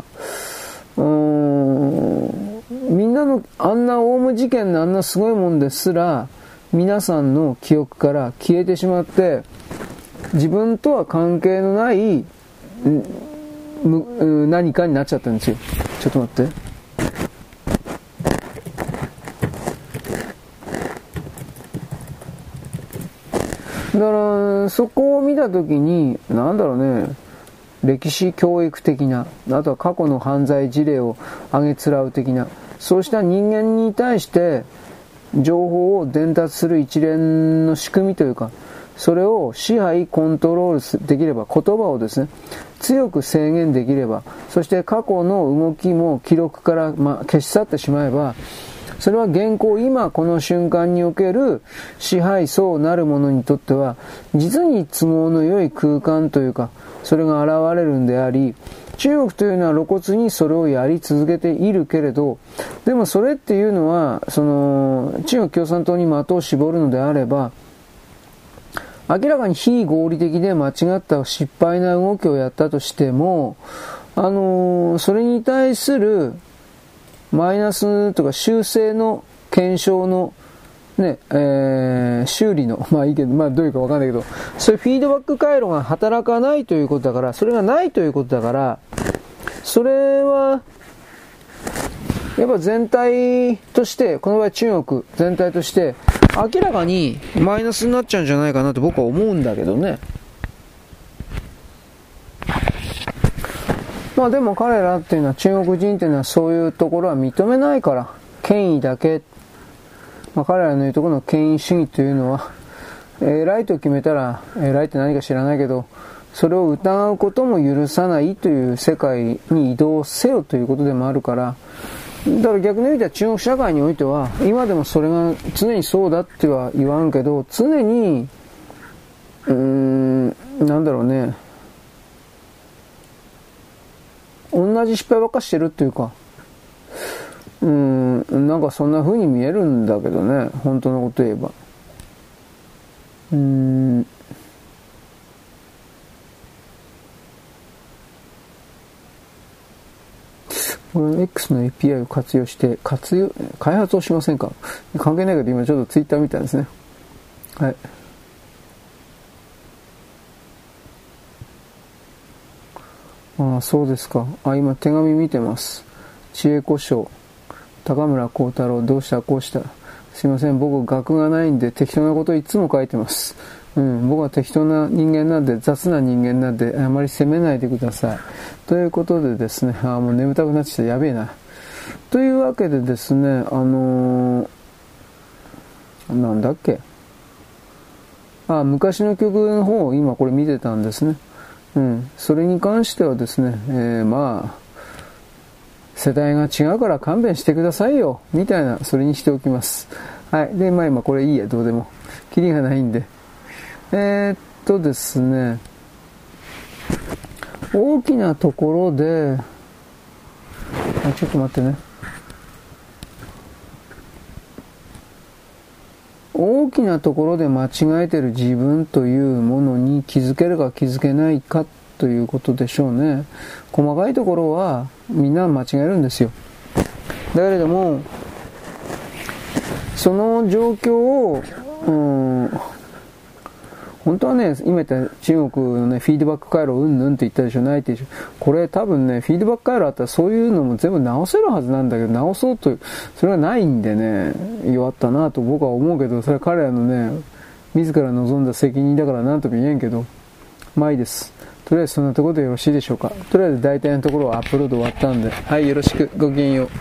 みんなのあんなオウム事件のあんなすごいもんですら皆さんの記憶から消えてしまって、自分とは関係のない何かになっちゃったんですよ。ちょっと待って。だからそこを見たときに歴史教育的な、あとは過去の犯罪事例を挙げつらう的な、そうした人間に対して情報を伝達する一連の仕組みというか、それを支配コントロールできれば、言葉をですね強く制限できれば、そして過去の動きも記録から消し去ってしまえば、 それは現行今この瞬間における支配層なるものにとっては実に都合の良い空間というか、それが現れるんであり、中国というのは露骨にそれをやり続けているけれど、でもそれっていうのは中国共産党に的を絞るのであれば、明らかに非合理的で間違った失敗な動きをやったとしても、それに対するマイナスとか修正の検証のね、修理の、まあいいけど、まあどういうかわかんないけど、そういうフィードバック回路が働かないということだから、それがないということだから、それは、やっぱ全体として、この場合中国全体として、明らかにマイナスになっちゃうんじゃないかなと僕は思うんだけどね。まあでも彼らっていうのは、中国人っていうのはそういうところは認めないから、権威だけ。まあ彼らの言うところの権威主義というのは、偉いと決めたら、偉いって何か知らないけど、それを疑うことも許さないという世界に移動せよということでもあるから、だから逆に言うと中国社会においては、今でもそれが常にそうだっては言わんけど、常に、なんだろうね、同じ失敗ばっかしてるっていうか、なんかそんな風に見えるんだけどね、本当のこと言えば。これ X の API を活用して、開発をしませんか？関係ないけど今ちょっと Twitter 見たんですね。はい。ああ、そうですか。今手紙見てます。知恵故障。高村光太郎、どうしたこうした。すいません、僕学がないんで適当なこといつも書いてます。僕は適当な人間なんで、雑な人間なんで、あまり責めないでください。ということでですね、もう眠たくなってきた。やべえな。というわけでですね、なんだっけ。昔の曲の方を今これ見てたんですね。それに関してはですね、まあ、世代が違うから勘弁してくださいよ、みたいな、それにしておきます。はい。で、まあ今これいいや、どうでも。キリがないんで。ですね、大きなところで、ちょっと待ってね。大きなところで間違えてる自分というものに気づけるか気づけないかということでしょうね。細かいところはみんな間違えるんですよ。だけれども、その状況を、本当はね、今言った中国のね、フィードバック回路うんぬんって言ったでしょ、ないってでしょ。これ多分ね、フィードバック回路あったらそういうのも全部直せるはずなんだけど、直そうと、それはないんでね、弱ったなと僕は思うけど、それは彼らのね、自ら望んだ責任だからなんとも言えんけど、まあいいです。とりあえずそんなところでよろしいでしょうか。とりあえず大体のところはアップロード終わったんで、はい、よろしく、ごきげんよう。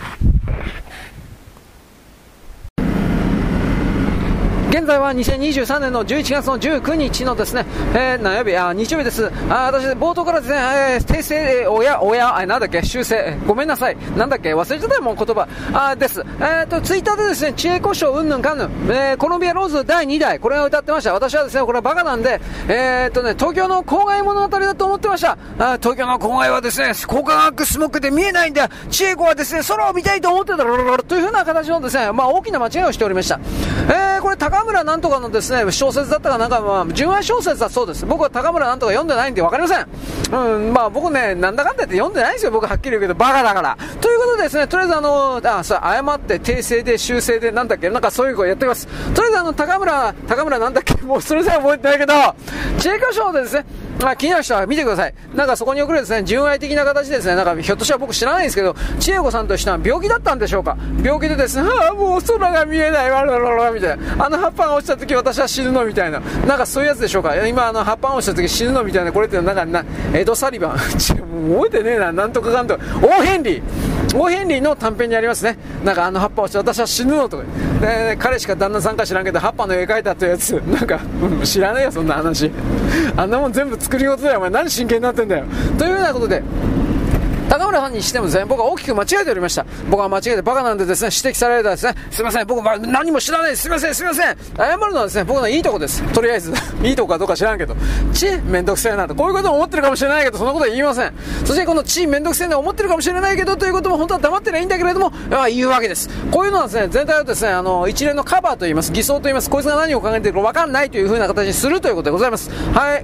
現在は2023年の11月の19日のですね、何曜日、日曜日です。私、冒頭からですね、訂正、なんだっけ、修正、ごめんなさい。なんだっけ、忘れちゃったよ、もう言葉。です。ツイッターでですね、知恵故障うんぬんかんぬん、コロンビアローズ第2代、これを歌ってました。私はですね、これはバカなんで、東京の郊外物語だと思ってました。東京の郊外はですね、光化学スモッグで見えないんだ。知恵子はですね、空を見たいと思ってたというふうな形のですね、大きな間違いをしておりました。これ高村なんとかのですね、小説だったかなんか、純愛小説だそうです。僕は高村なんとか読んでないんで分かりません。僕ね、なんだかんだ言って読んでないんですよ。僕はっきり言うけど、バカだから。ということでですね、とりあえず誤って訂正で修正でなんだっけ、なんかそういうことやってます。とりあえず高村なんだっけ、もうそれさえ覚えてないけど、知恵故障でですね、気になる人は見てください。なんかそこに送るですね、純愛的な形でですね、なんかひょっとしたら僕知らないんですけど、千恵子さんとしては病気だったんでしょうか。病気でですね、もう空が見えないわらららみたいな、葉っぱが落ちた時私は死ぬのみたいな、なんかそういうやつでしょうか。今葉っぱが落ちた時死ぬのみたいな、これってなんかエド・サリバン覚えてねえな、なんとかかんとか、オーヘンリーの短編にありますね。なんか葉っぱ落ちて私は死ぬのとかで、彼しか旦那さんか知らんけど葉っぱの絵描いたってやつ、なんか、知らないよそんな話。あんなもん全部作り事だよ、お前何真剣になってんだよ。というようなことで、 高村さんにしてもですね、僕は大きく間違えておりました。僕は間違えてバカなんでですね、指摘されたらですね、すいません、僕は何も知らないです、すいません、すいません。謝るのはですね、僕のいいとこです。とりあえず。いいとこかどうか知らんけど。めんどくせえなと。こういうことも思ってるかもしれないけど、そんなことは言いません。そしてこのめんどくせえな思ってるかもしれないけど、ということも本当は黙ってりゃいいんだけれども、言うわけです。こういうのはですね、全体をですね、一連のカバーと言います、偽装と言います、こいつが何を考えているか分かんないという風な形にするということでございます。はい。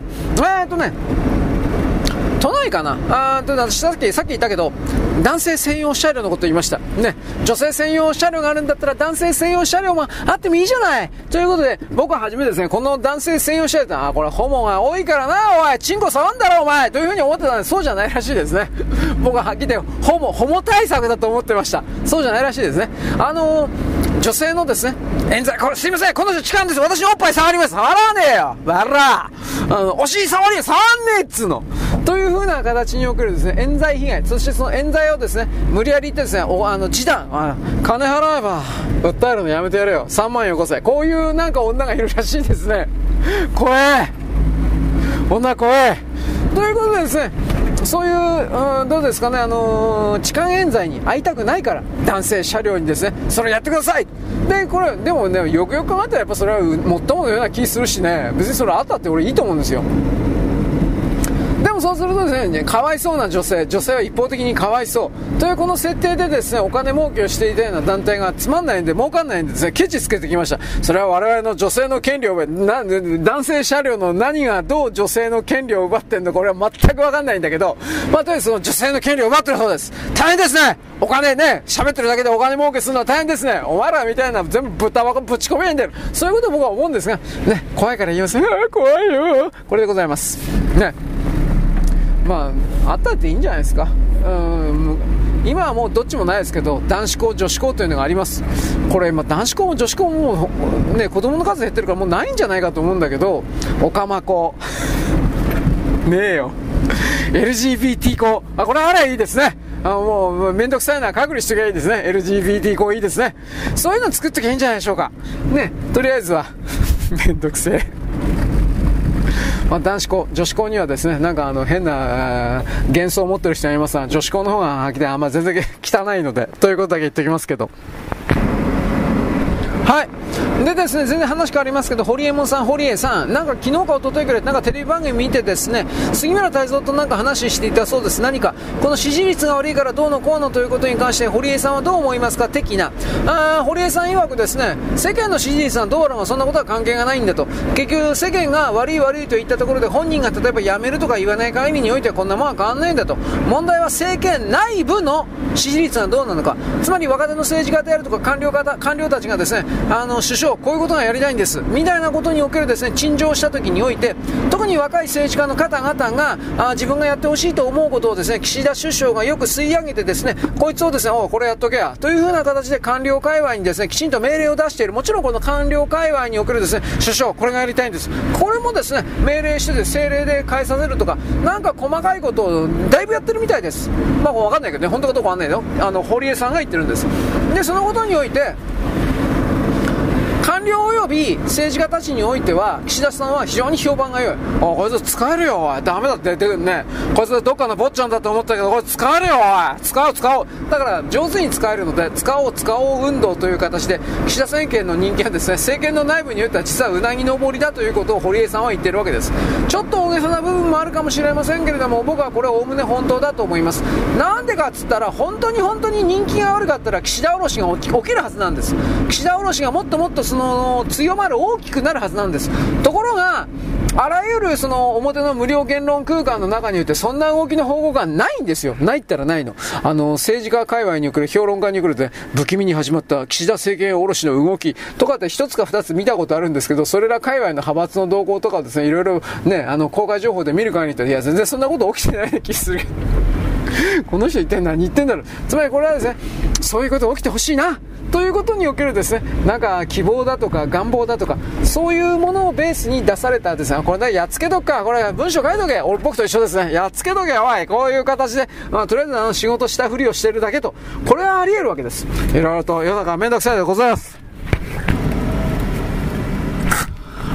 都内かな私さっき言ったけど、男性専用車両のこと言いました。ね。女性専用車両があるんだったら男性専用車両もあってもいいじゃない。ということで、僕は初めですね、この男性専用車両ってこれホモが多いからな、おい、チンコ触んだろ、お前というふうに思ってたんです。そうじゃないらしいですね。僕ははっきり言ってホモ対策だと思ってました。そうじゃないらしいですね。女性のですね、冤罪、これすいません、この人痴漢です。私のおっぱい触ります。触らねえよ。お尻触りよ、触んねえっつうの。という風な形におけるですね、冤罪被害、そしてその冤罪をですね、無理やり言ってですね、示談、金払えば、訴えるのやめてやれよ。3万よこせ。こういうなんか女がいるらしいですね。怖え。女怖え。ということでですね、そういう、どうですかね、痴漢冤罪に会いたくないから、男性車両にですね、それやってください。で、これ、でもね、よくよく考えたらやっぱそれはもっとものような気するしね、別にそれあったって俺いいと思うんですよ。でもそうするとですね、かわいそうな女性は一方的にかわいそうというこの設定でですね、お金儲けをしていたような団体がつまんないんで儲かんないんでですね、ケチつけてきました。それは我々の女性の権利を男性車両の何がどう女性の権利を奪ってんの、これは全く分かんないんだけど、とりあえずその女性の権利を奪ってるそうです。大変ですね。お金ね、喋ってるだけでお金儲けするのは大変ですね。お前らみたいな全部豚箱ぶち込めんでる。そういうことを僕は思うんですが、ね、怖いから言います。怖いよ。これでございます。ね。あったっていいんじゃないですか。今はもうどっちもないですけど、男子校女子校というのがあります。これ、男子校も女子校もね、子供の数減ってるからもうないんじゃないかと思うんだけど、オカマ校ねえよ。 LGBT 校、これあれいいですね。もうめんどくさいな、隔離しときゃいいですね。 LGBT 校いいですね。そういうの作っときゃいいんじゃないでしょうかね。とりあえずはめんどくせえ。男子校、女子校にはですね、なんか変な幻想を持ってる人がいますが、女子校の方が全然汚いので、ということだけ言っておきますけど。はい。でですね、全然話変わりますけど、堀江さん、なんか昨日か一昨日くらいなんかテレビ番組見てですね、杉村太蔵となんか話していたそうです。何かこの支持率が悪いからどうのこうのということに関して堀江さんはどう思いますか的な。堀江さん曰くですね、世間の支持率はどうだろうがそんなことは関係がないんだと。結局世間が悪いと言ったところで本人が例えば辞めるとか言わない限りにおいてはこんなものは変わんないんだと。問題は政権内部の支持率はどうなのか。つまり若手の政治家であるとか官僚たちがですね、首相こういうことがやりたいんですみたいなことにおけるですね、陳情した時において、特に若い政治家の方々が自分がやってほしいと思うことをですね、岸田首相がよく吸い上げてですね、こいつをですね、これやっとけやという風な形で官僚界隈にですね、きちんと命令を出している。もちろんこの官僚界隈におけるですね、首相これがやりたいんです、これもですね、命令して政令で変えさせるとか、なんか細かいことをだいぶやってるみたいです。分かんないけどね、本当かどうかわかんないよ。堀江さんが言ってるんです。でそのことにおいて官僚及び政治家たちにおいては岸田さんは非常に評判が良い。こいつ使えるよ、おい、ダメだって言ってくるね。こいつどっかの坊ちゃんだと思ったけどこれ使えるよ、おい、使おうだから上手に使えるので使おう運動という形で岸田政権の人気はですね、政権の内部においては実はうなぎ登りだということを堀江さんは言ってるわけです。ちょっと大げさな部分もあるかもしれませんけれども、僕はこれはおおむね本当だと思います。なんでかっつったら本当に人気が悪かったら岸田おろしが起きるはずなんです。岸田おろしがもっともっと強まる、大きくなるはずなんです。ところがあらゆる表の無料言論空間の中においてそんな動きの方向がないんですよ。ないったらないの。政治家界隈に送る、評論家に送るで、不気味に始まった岸田政権おろしの動きとかって一つか二つ見たことあるんですけど、それら界隈の派閥の動向とかですね、いろいろね、公開情報で見る限りと、いや全然そんなこと起きてない気するこの人一体何言ってんだろう。つまりこれはですね、そういうことが起きてほしいなということにおけるですね、なんか希望だとか願望だとか、そういうものをベースに出されたですね、これね、やっつけとくか、これ文章書いとけ、僕と一緒ですね、やっつけとけ、おい、こういう形で、とりあえず仕事したふりをしているだけと、これはあり得るわけです。いろいろと世の中めんどくさいでございます。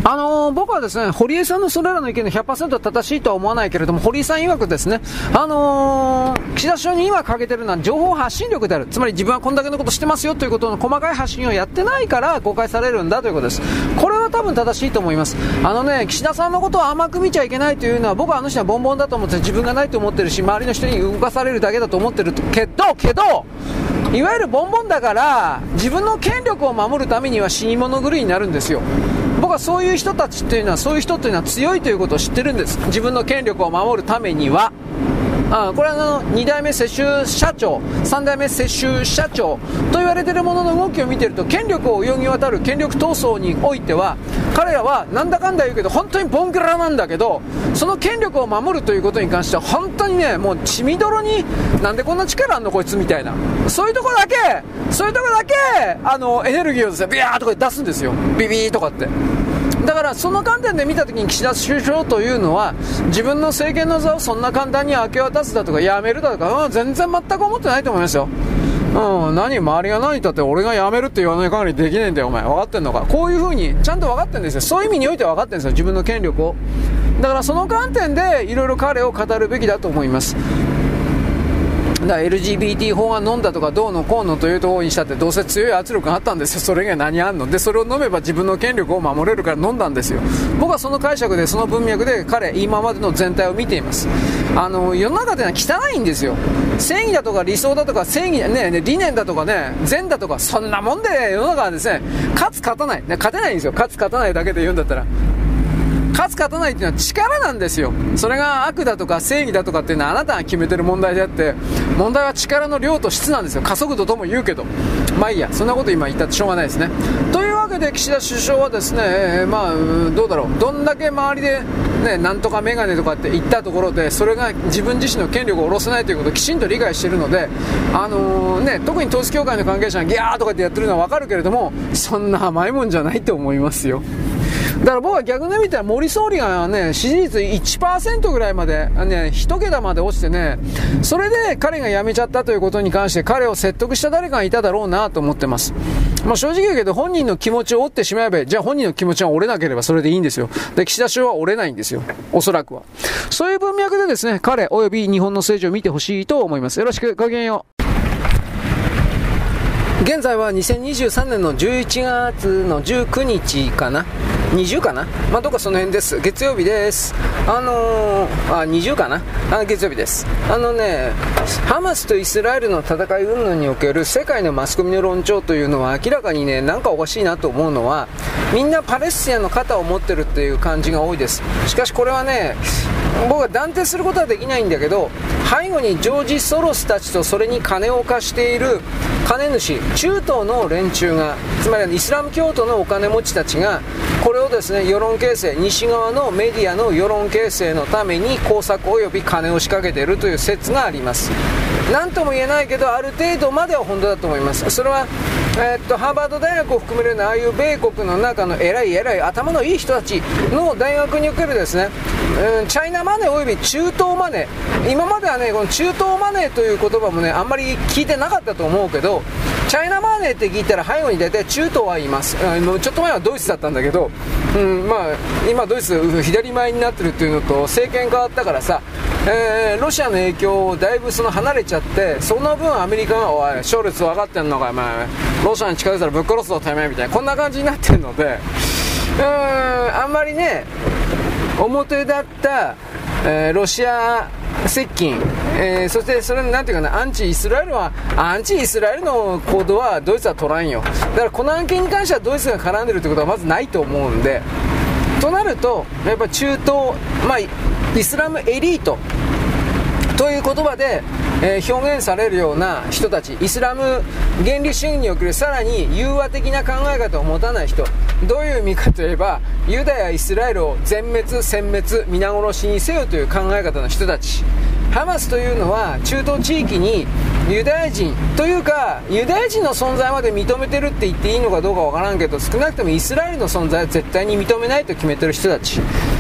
僕はですね、堀江さんのそれらの意見の 100% 正しいとは思わないけれども、堀江さん曰くですね、岸田首相に今欠けてるのは情報発信力である。つまり自分はこんだけのことしてますよということの細かい発信をやってないから公開されるんだということです。これは多分正しいと思います。岸田さんのことを甘く見ちゃいけないというのは、僕はあの人はボンボンだと思って自分がないと思ってるし、周りの人に動かされるだけだと思ってるけど、いわゆるボンボンだから自分の権力を守るためには死に物狂いになるんですよ。僕はそういう人たちっていうのは、そういう人っていうのは強いということを知ってるんです。自分の権力を守るためには。これは2代目世襲社長、3代目世襲社長と言われているものの動きを見ていると、権力を泳ぎ渡る権力闘争においては、彼らはなんだかんだ言うけど本当にボンクラなんだけど、その権力を守るということに関しては本当にね、もう血みどろに、なんでこんな力あんのこいつみたいな、そういうところだけエネルギーをですね、ビヤーとか出すんですよ。ビビーとかって。だからその観点で見たときに、岸田首相というのは自分の政権の座をそんな簡単に明け渡すだとかやめるだとか、全然全く思ってないと思いますよ。周りが何言ったって俺がやめるって言わない限りできねえんだよお前、分かってんのか。こういう風にちゃんと分かってんですよ。そういう意味においては分かってんですよ、自分の権力を。だからその観点でいろいろ彼を語るべきだと思います。だから LGBT 法が飲んだとかどうのこうのというところにしたって、どうせ強い圧力があったんですよ。それ以外何あんので、それを飲めば自分の権力を守れるから飲んだんですよ。僕はその解釈で、その文脈で今までの全体を見ています。世の中というのは汚いんですよ。正義だとか理想だとか正義、理念だとかね、善だとか、そんなもんで世の中はですね、勝てないんですよ。勝たないだけで言うんだったら、勝たないっていうのは力なんですよ。それが悪だとか正義だとかっていうのはあなたが決めてる問題であって、問題は力の量と質なんですよ。加速度とも言うけど、まあいいや、そんなこと今言ったってしょうがないですね。というわけで岸田首相はですね、どうだろう、どんだけ周りでなんとかメガネとかって言ったところで、それが自分自身の権力を下ろせないということをきちんと理解しているので、特に統一教会の関係者がギャーとかってやってるのは分かるけれども、そんな甘いもんじゃないと思いますよ。だから僕は逆に見たら、森総理がね、支持率 1% ぐらいまで、1桁まで落ちてね、それで彼が辞めちゃったということに関して彼を説得した誰かがいただろうなと思ってます。正直言うけど、本人の気持ちを折ってしまえば、じゃあ本人の気持ちが折れなければそれでいいんですよ。で、岸田首相は折れないんですよ、おそらくは。そういう文脈でですね、彼及び日本の政治を見てほしいと思います。よろしく、ごきげんよう。現在は2023年の11月の19日かな、20かな、どっかその辺です。月曜日です。20かな、月曜日です。ハマスとイスラエルの戦い云々における世界のマスコミの論調というのは明らかにね、なんかおかしいなと思うのは、みんなパレスチナの肩を持ってるっていう感じが多いです。しかしこれはね、僕は断定することはできないんだけど、背後にジョージ・ソロスたちとそれに金を貸している金主、中東の連中が、つまりイスラム教徒のお金持ちたちが、これをですね、世論形成、西側のメディアの世論形成のために工作及び金を仕掛けているという説があります。なんとも言えないけど、ある程度までは本当だと思います。それはハーバード大学を含めるようなああいう米国の中の偉い頭のいい人たちの大学におけるですね、チャイナマネーおよび中東マネー、今まではね、この中東マネーという言葉もね、あんまり聞いてなかったと思うけど、チャイナマネーって聞いたら背後に大体中東は言います。ちょっと前はドイツだったんだけど、今ドイツ左前になってるっていうのと、政権変わったからさ、ロシアの影響をだいぶ離れちゃって、その分アメリカが、おいショルツ分かってんのか、ロシアに近づいたらぶっ殺すぞてめえみたいな、こんな感じになってるので、あんまりね、表立った、ロシア接近、そしてそれなんていうかな、アンチイスラエルの行動はドイツは取らんよ。だからこの案件に関してはドイツが絡んでるってことはまずないと思うんで、となるとやっぱ中東、イスラムエリートという言葉で、表現されるような人たち、イスラム原理主義におけるさらに融和的な考え方を持たない人、どういう意味かといえば、ユダヤイスラエルを全滅殲滅皆殺しにせよという考え方の人たち。ハマスというのは中東地域にユダヤ人というか、ユダヤ人の存在まで認めてるって言っていいのかどうかわからんけど、少なくともイスラエルの存在は絶対に認めないと決めてる人たち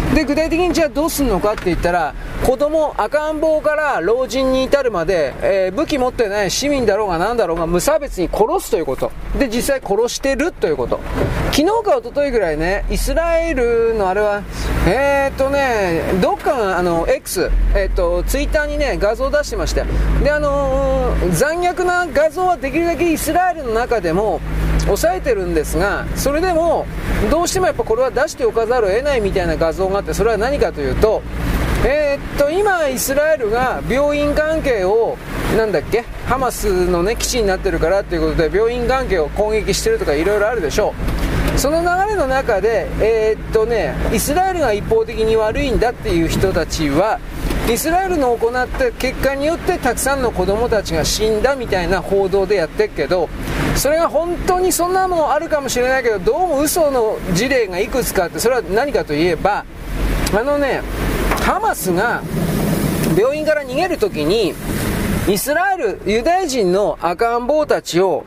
で具体的にじゃあどうするのかって言ったら、子供、赤ん坊から老人に至るまで、武器持ってない市民だろうが何だろうが無差別に殺すということで、実際殺してるということ。昨日か一昨日ぐらいね、イスラエルのあれはどっかがX、ツイッターにね画像を出してました。で残虐な画像はできるだけイスラエルの中でも抑えてるんですが、それでもどうしてもやっぱこれは出しておかざるを得ないみたいな画像があって、それは何かというと、今イスラエルが病院関係をハマスのね基地になってるからということで病院関係を攻撃してるとかいろいろあるでしょう。その流れの中でイスラエルが一方的に悪いんだっていう人たちは、イスラエルの行った結果によってたくさんの子供たちが死んだみたいな報道でやってるけど、それが本当にそんなのあるかもしれないけど、どうも嘘の事例がいくつかあって、それは何かといえばハマスが病院から逃げるときにイスラエルユダヤ人の赤ん坊たちを、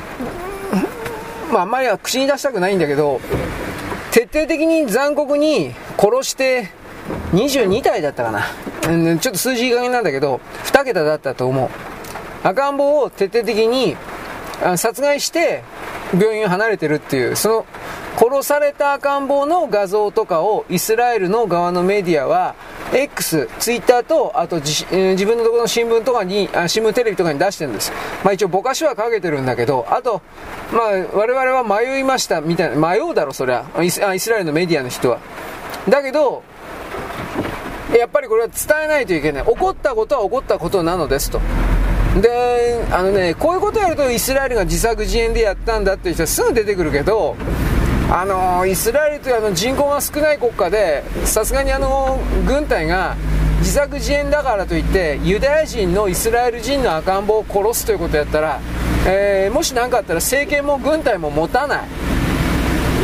あんまりは口に出したくないんだけど、徹底的に残酷に殺して22体だったかな、ちょっと数字いい加減なんだけど2桁だったと思う。赤ん坊を徹底的に殺害して病院を離れてるっていう、その殺された赤ん坊の画像とかをイスラエルの側のメディアは X、ツイッターとあと自分のところの新聞とかに新聞テレビとかに出してるんです。一応ぼかしはかけてるんだけど、あと我々は迷いましたみたいな、迷うだろそりゃイスラエルのメディアの人は。だけどやっぱりこれは伝えないといけない。起こったことは起こったことなのですと。でこういうことをやるとイスラエルが自作自演でやったんだっていう人はすぐ出てくるけど、イスラエルという人口が少ない国家で、さすがに軍隊が自作自演だからといってユダヤ人のイスラエル人の赤ん坊を殺すということをやったら、もし何かあったら政権も軍隊も持たない、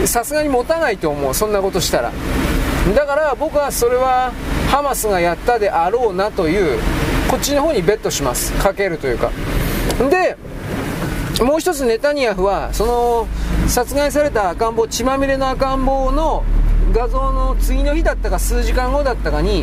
さすがに持たないと思う、そんなことしたら。だから僕はそれはハマスがやったであろうなという、こっちの方にベットします、かけるというか。でもう一つネタニヤフはその殺害された赤ん坊、血まみれの赤ん坊の画像の次の日だったか数時間後だったかに、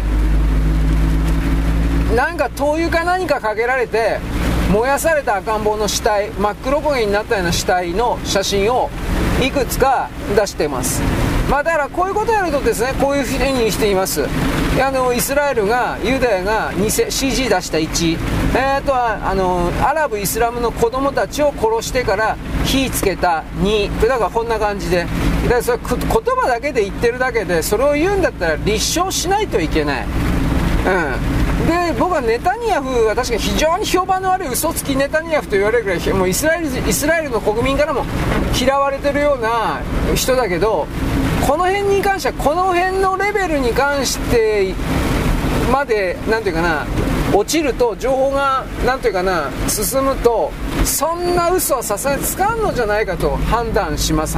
なんか灯油か何かかけられて燃やされた赤ん坊の死体、真っ黒焦げになったような死体の写真をいくつか出しています。だからこういうことをやるとですね、こういうふうにしています。イスラエルがユダヤがCG 出した1、あとはアラブイスラムの子供たちを殺してから火つけた2、だからこんな感じで、だからそれ言葉だけで言ってるだけで、それを言うんだったら立証しないといけない。で僕はネタニヤフは確かに非常に評判の悪い嘘つきネタニヤフと言われるぐらい、もうイスラエルの国民からも嫌われてるような人だけど、この辺に関しては、この辺のレベルに関してまで落ちると、情報が進むと、そんな嘘はさすがにつかんのじゃないかと判定します。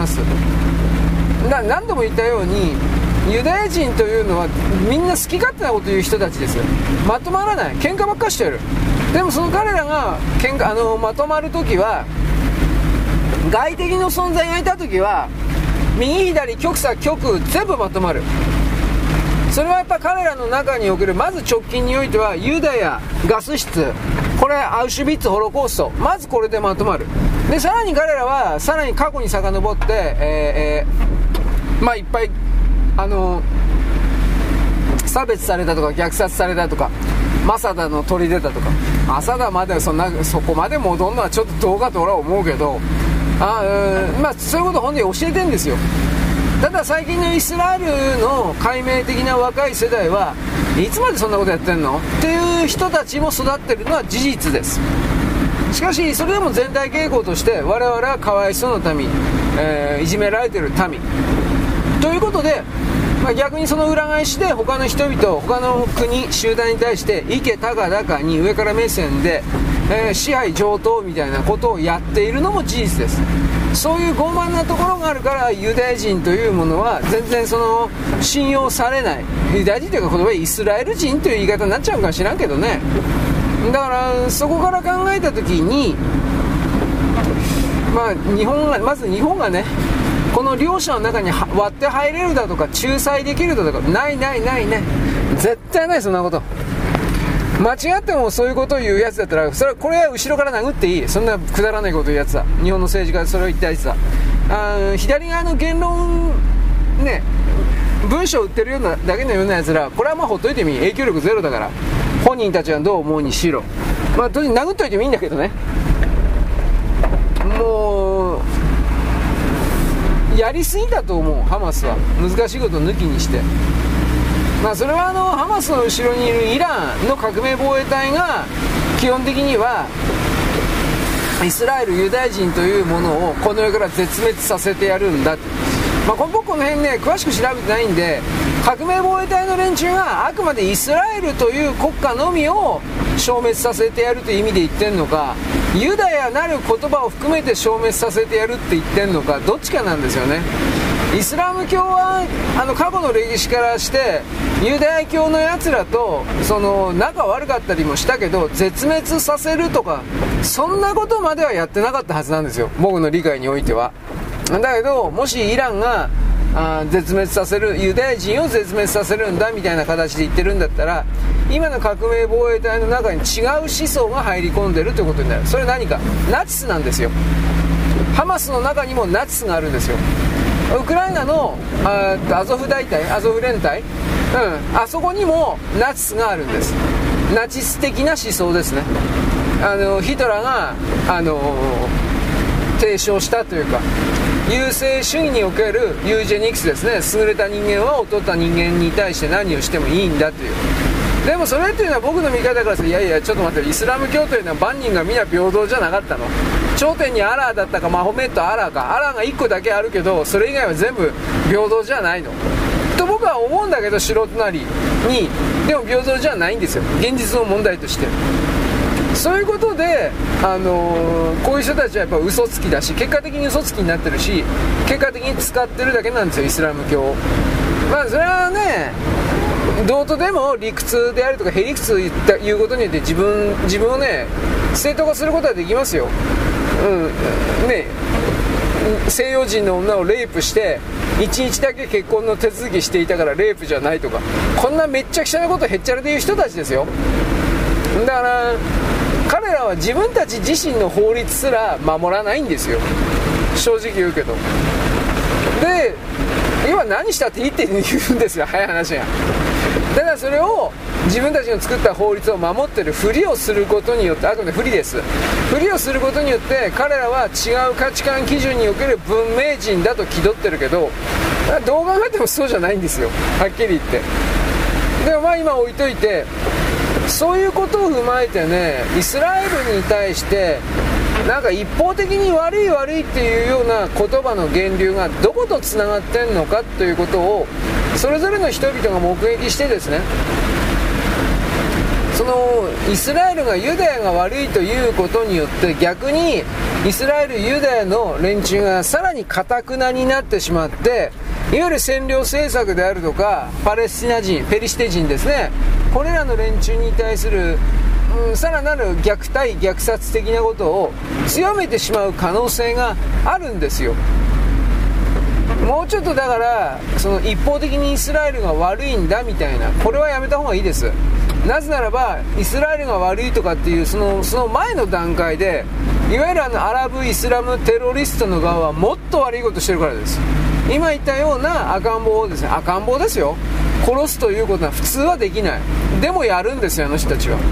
何度も言ったようにユダヤ人というのはみんな好き勝手なこと言う人たちですよ。まとまらない、喧嘩ばっかしてる。でもその彼らがまとまるときは、外敵の存在がいたときは右左極左極右全部まとまる。それはやっぱ彼らの中における、まず直近においてはユダヤ、ガス室、これアウシュビッツ、ホロコースト、まずこれでまとまる。でさらに彼らはさらに過去に遡って、いっぱい差別されたとか虐殺されたとか、マサダの砦だとか、マサダまでそこまで戻るのはちょっとどうかと俺は思うけど、そういうことを本人教えてるんですよ。ただ最近のイスラエルの解明的な若い世代はいつまでそんなことやってんのっていう人たちも育ってるのは事実です。しかしそれでも全体傾向として我々はかわいそうな民、いじめられてる民ということで、逆にその裏返しで他の人々、他の国、集団に対していけたかだかに上から目線で、支配上等みたいなことをやっているのも事実です。そういう傲慢なところがあるからユダヤ人というものは全然信用されない。ユダヤ人というか言葉でイスラエル人という言い方になっちゃうかもしらんけどね。だからそこから考えた時に、まず日本がねこの両者の中に割って入れるだとか仲裁できるだとかない絶対ない。そんなこと間違ってもそういうことを言うやつだったら、それはこれは後ろから殴っていい。そんなくだらないことを言うやつだ。日本の政治家でそれを言ったやつだ。左側の言論ね、文章を売ってるようなだけのようなやつら、これはまあほっといてみ、影響力ゼロだから、本人たちはどう思うにしろ、まあとにかく殴っといてもいいんだけどね。もうやりすぎだと思う。ハマスは難しいことを抜きにして、まあそれはハマスの後ろにいるイランの革命防衛隊が基本的にはイスラエルユダヤ人というものをこの世から絶滅させてやるんだって。まあ、僕この辺ね詳しく調べてないんで、革命防衛隊の連中があくまでイスラエルという国家のみを消滅させてやるという意味で言ってんのか、ユダヤなる言葉を含めて消滅させてやるって言ってんのか、どっちかなんですよね。イスラム教は過去の歴史からしてユダヤ教のやつらと仲悪かったりもしたけど、絶滅させるとかそんなことまではやってなかったはずなんですよ、僕の理解においては。だけどもしイランが絶滅させる、ユダヤ人を絶滅させるんだみたいな形で言ってるんだったら、今の革命防衛隊の中に違う思想が入り込んでるということになる。それ何か、ナチスなんですよ。ハマスの中にもナチスがあるんですよ。ウクライナのアゾフ大隊、アゾフ連隊、あそこにもナチスがあるんです。ナチス的な思想ですね。ヒトラーが提唱したというか、優生主義におけるユージェニクスですね。優れた人間は劣った人間に対して何をしてもいいんだという。でもそれっていうのは僕の見方からすると、いやいやちょっと待って、イスラム教というのは万人が皆平等じゃなかったの。頂点にアラーだったかマホメットアラーか、アラーが1個だけあるけどそれ以外は全部平等じゃないのと僕は思うんだけど、素人なりに。でも平等じゃないんですよ、現実の問題として。そういうことで、こういう人たちはやっぱ嘘つきだし、結果的に嘘つきになってるし、結果的に使ってるだけなんですよ、イスラム教を。まあそれはね、どうとでも理屈であるとかへりくつ言うことによって自分をね正当化することはできますよ。ね、西洋人の女をレイプして1日だけ結婚の手続きしていたからレイプじゃないとか、こんなめっちゃくちゃなことへっちゃらで言う人たちですよ。だから彼らは自分たち自身の法律すら守らないんですよ、正直言うけど。で今何したっていいって言うんですよ、早い話が。だからそれを自分たちの作った法律を守ってるふりをすることによって、あくまで不利です。ふりをすることによって彼らは違う価値観基準における文明人だと気取ってるけど、どう考えてもそうじゃないんですよ、はっきり言って。でもまあ今置いといて、そういうことを踏まえてね、イスラエルに対してなんか一方的に悪いっていうような言葉の源流がどことつながってんのかということをそれぞれの人々が目撃してですね、そのイスラエルがユダヤが悪いということによって逆にイスラエルユダヤの連中がさらに堅なになってしまって、いわゆる占領政策であるとかパレスチナ人、ペリシテ人ですね、これらの連中に対するさらなる虐待虐殺的なことを強めてしまう可能性があるんですよ。もうちょっとだからその一方的にイスラエルが悪いんだみたいな、これはやめた方がいいです。なぜならばイスラエルが悪いとかっていうその前の段階でいわゆるアラブイスラムテロリストの側はもっと悪いことしてるからです。今言ったような赤ん坊をですね、赤ん坊ですよ、殺すということは普通はできない。でもやるんですよ、あの人たちは。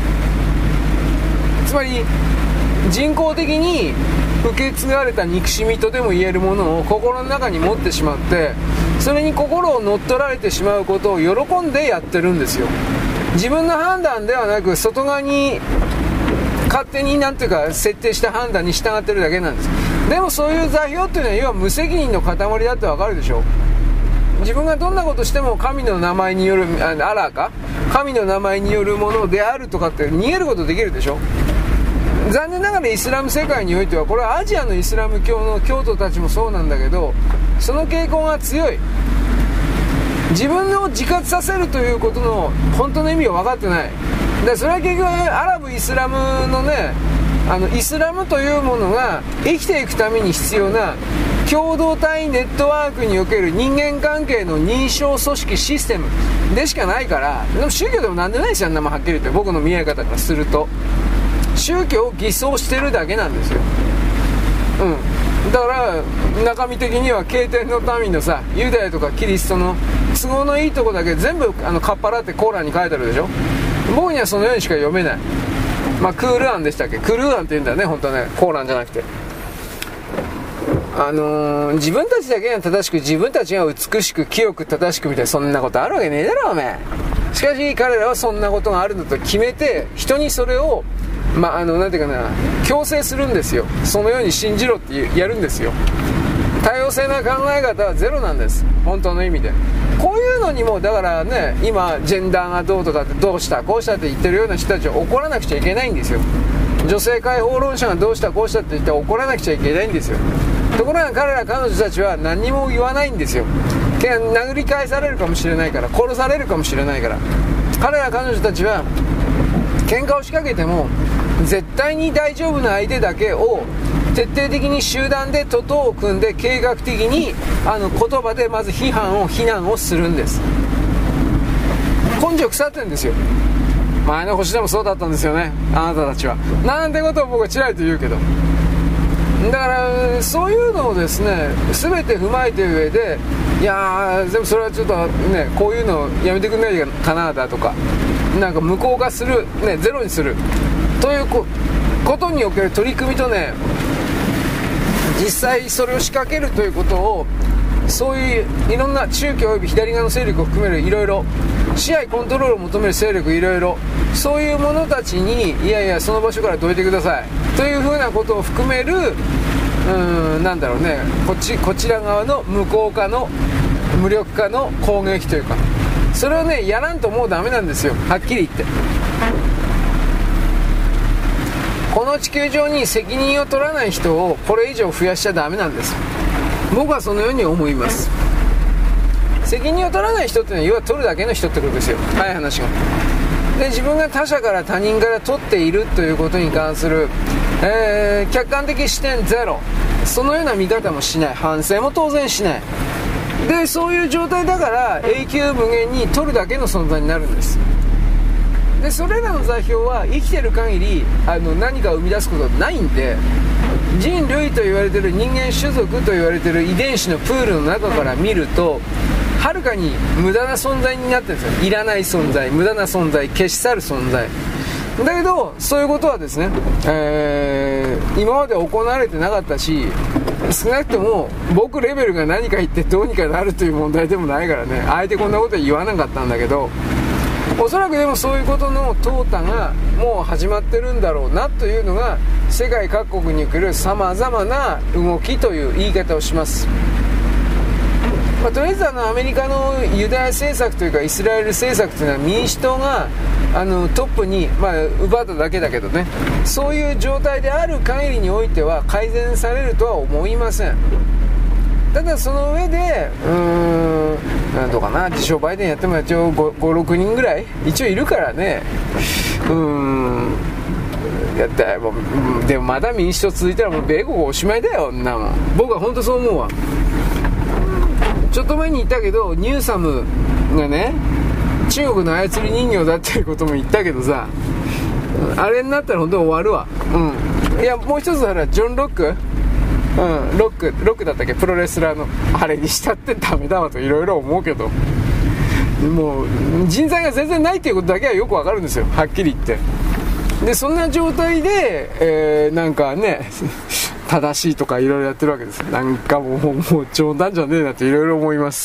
つまり人工的に受け継がれた憎しみとでも言えるものを心の中に持ってしまって、それに心を乗っ取られてしまうことを喜んでやってるんですよ。自分の判断ではなく外側に勝手になんていうか設定した判断に従ってるだけなんです。でもそういう座標っていうのは要は無責任の塊だってわかるでしょ。自分がどんなことしても神の名前によるアラーか神の名前によるものであるとかって逃げることできるでしょ。残念ながらイスラム世界においては、これはアジアのイスラム教の教徒たちもそうなんだけど、その傾向が強い。自分を自活させるということの本当の意味を分かってない。でそれは結局アラブイスラムのね、イスラムというものが生きていくために必要な共同体ネットワークにおける人間関係の認証組織システムでしかないから。でも宗教でもなんでないですよ、あんなもんはっきり言って。僕の見え方からすると宗教を偽装してるだけなんですよ。だから中身的には経典の民のさ、ユダヤとかキリストの都合のいいとこだけ全部かっぱらってコーランに書いてあるでしょ。僕にはそのようにしか読めない。クールアンでしたっけ、クルーアンって言うんだよね、本当はね、コーランじゃなくて。自分たちだけが正しく、自分たちが美しく清く正しくみたいな、そんなことあるわけねえだろおめえ。しかし彼らはそんなことがあるんだと決めて、人にそれをなんていうかな、強制するんですよ。そのように信じろってやるんですよ。多様性な考え方はゼロなんです、本当の意味で。こういうのにもだからね、今ジェンダーがどうとかって、どうしたこうしたって言ってるような人たちは怒らなくちゃいけないんですよ。女性解放論者がどうしたこうしたって言って怒らなくちゃいけないんですよ。ところが彼女たちは何にも言わないんですよ。殴り返されるかもしれないから、殺されるかもしれないから。彼女たちは喧嘩を仕掛けても絶対に大丈夫な相手だけを徹底的に集団で徒党を組んで計画的に言葉でまず非難をするんです。根性腐ってるんですよ。前の星でもそうだったんですよね、あなたたちは。なんてことを僕はちらりと言うけど、だからそういうのをですね全て踏まえて上で、いやでもそれはちょっとね、こういうのやめてくんないかなだとか、なんか無効化する、ゼロにするということにおける取り組みとね、実際それを仕掛けるということを、そういういろんな中共および左側の勢力を含めるいろいろ支配コントロールを求める勢力いろいろ、そういう者たちにいやいやその場所からどいてくださいというふうなことを含めるなんだろうね、こちら側の無効化の無力化の攻撃というか、それをねやらんともうダメなんですよ、はっきり言って。この地球上に責任を取らない人をこれ以上増やしちゃダメなんです。僕はそのように思います。責任を取らない人っていうのは要は取るだけの人ってことですよ、早い話が。で自分が他者から他人から取っているということに関する、客観的視点ゼロ、そのような見方もしない、反省も当然しないで、そういう状態だから永久無限に取るだけの存在になるんです。でそれらの座標は生きてる限り何かを生み出すことはないんで、人類と言われている人間種族と言われている遺伝子のプールの中から見るとはるかに無駄な存在になってるんですよ。いらない存在、無駄な存在、消し去る存在だけど、そういうことはですね、今まで行われてなかったし、少なくとも僕レベルが何か言ってどうにかなるという問題でもないからね、あえてこんなことは言わなかったんだけど、おそらくでもそういうことの淘汰がもう始まってるんだろうなというのが世界各国に来るさまざまな動きという言い方をします。とりあえずアメリカのユダヤ政策というかイスラエル政策というのは民主党がトップに、奪っただけだけどね、そういう状態である限りにおいては改善されるとは思いません。ただその上でどうかな、自称バイデンやっても一応 5,6 人ぐらい一応いるからね、やったでもまだ民主党続いたらもう米国おしまいだよ、んなもん。僕は本当そう思うわ。ちょっと前に言ったけどニューサムがね中国の操り人形だっていうことも言ったけどさ、あれになったら本当に終わるわ。いやもう一つほらジョン・ロックロックだったっけ、プロレスラーのあれにしたってダメだわといろいろ思うけど、もう人材が全然ないっていうことだけはよくわかるんですよ、はっきり言って。でそんな状態で、なんかね正しいとかいろいろやってるわけです。なんかもう冗談じゃねえなっていろいろ思います。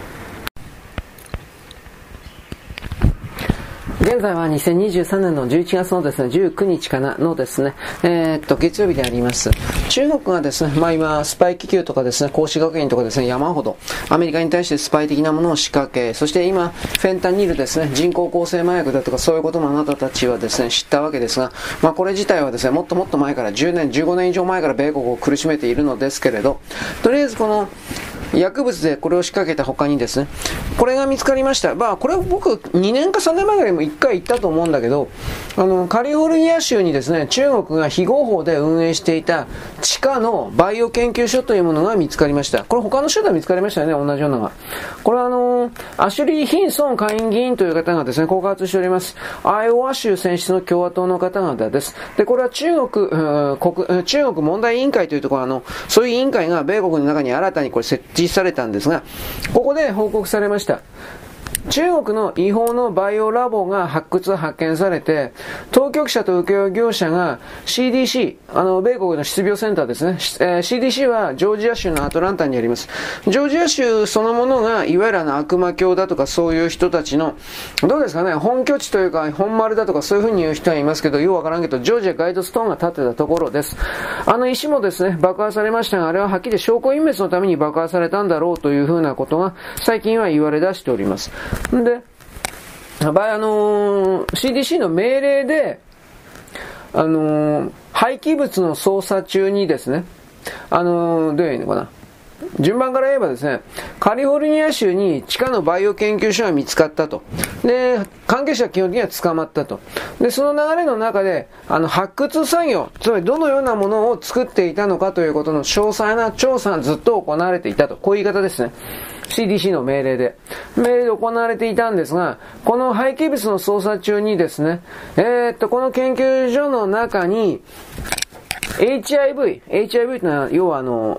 現在は2023年の11月のですね、19日かなのですね、月曜日であります。中国がですね、今、スパイ気球とかですね、孔子学院とかですね、山ほど、アメリカに対してスパイ的なものを仕掛け、そして今、フェンタニルですね、人工構成麻薬だとか、そういうこともあなたたちはですね、知ったわけですが、これ自体はですね、もっともっと前から、10年、15年以上前から米国を苦しめているのですけれど、とりあえずこの、 薬物でこれを仕掛けた他にですね、これが見つかりました。これ僕2年か3年前ぐらいも1回行ったと思うんだけど、カリフォルニア州にですね、中国が非合法で運営していた地下のバイオ研究所というものが見つかりました。これ他の州では見つかりましたよね、同じようなのが。これはアシュリー・ヒンソン下院議員という方がですね、告発しております。アイオワ州選出の共和党の方々です。で、これは中国問題委員会というところそういう委員会が米国の中に新たにこれ設置されたんですが、ここで報告されました。中国の違法のバイオラボが発見されて、当局者と請負業者が CDC、米国の失病センターですね。CDC はジョージア州のアトランタにあります。ジョージア州そのものが、いわゆる悪魔教だとかそういう人たちの、どうですかね、本拠地というか、本丸だとかそういうふうに言う人はいますけど、よくわからんけど、ジョージアガイドストーンが立ってたところです。石もですね、爆破されましたが、あれははっきり証拠隠滅のために爆破されたんだろうというふうなことが、最近は言われ出しております。で、CDC の命令で、廃棄物の捜査中にですね、どういういいのかな。順番から言えばですね、カリフォルニア州に地下のバイオ研究所が見つかったと。で、関係者は基本的には捕まったと。で、その流れの中で、発掘作業、つまりどのようなものを作っていたのかということの詳細な調査がずっと行われていたと。こういう言い方ですね。CDC の命令で行われていたんですが、この廃棄物の捜査中にですね、この研究所の中に、HIV というのは、要は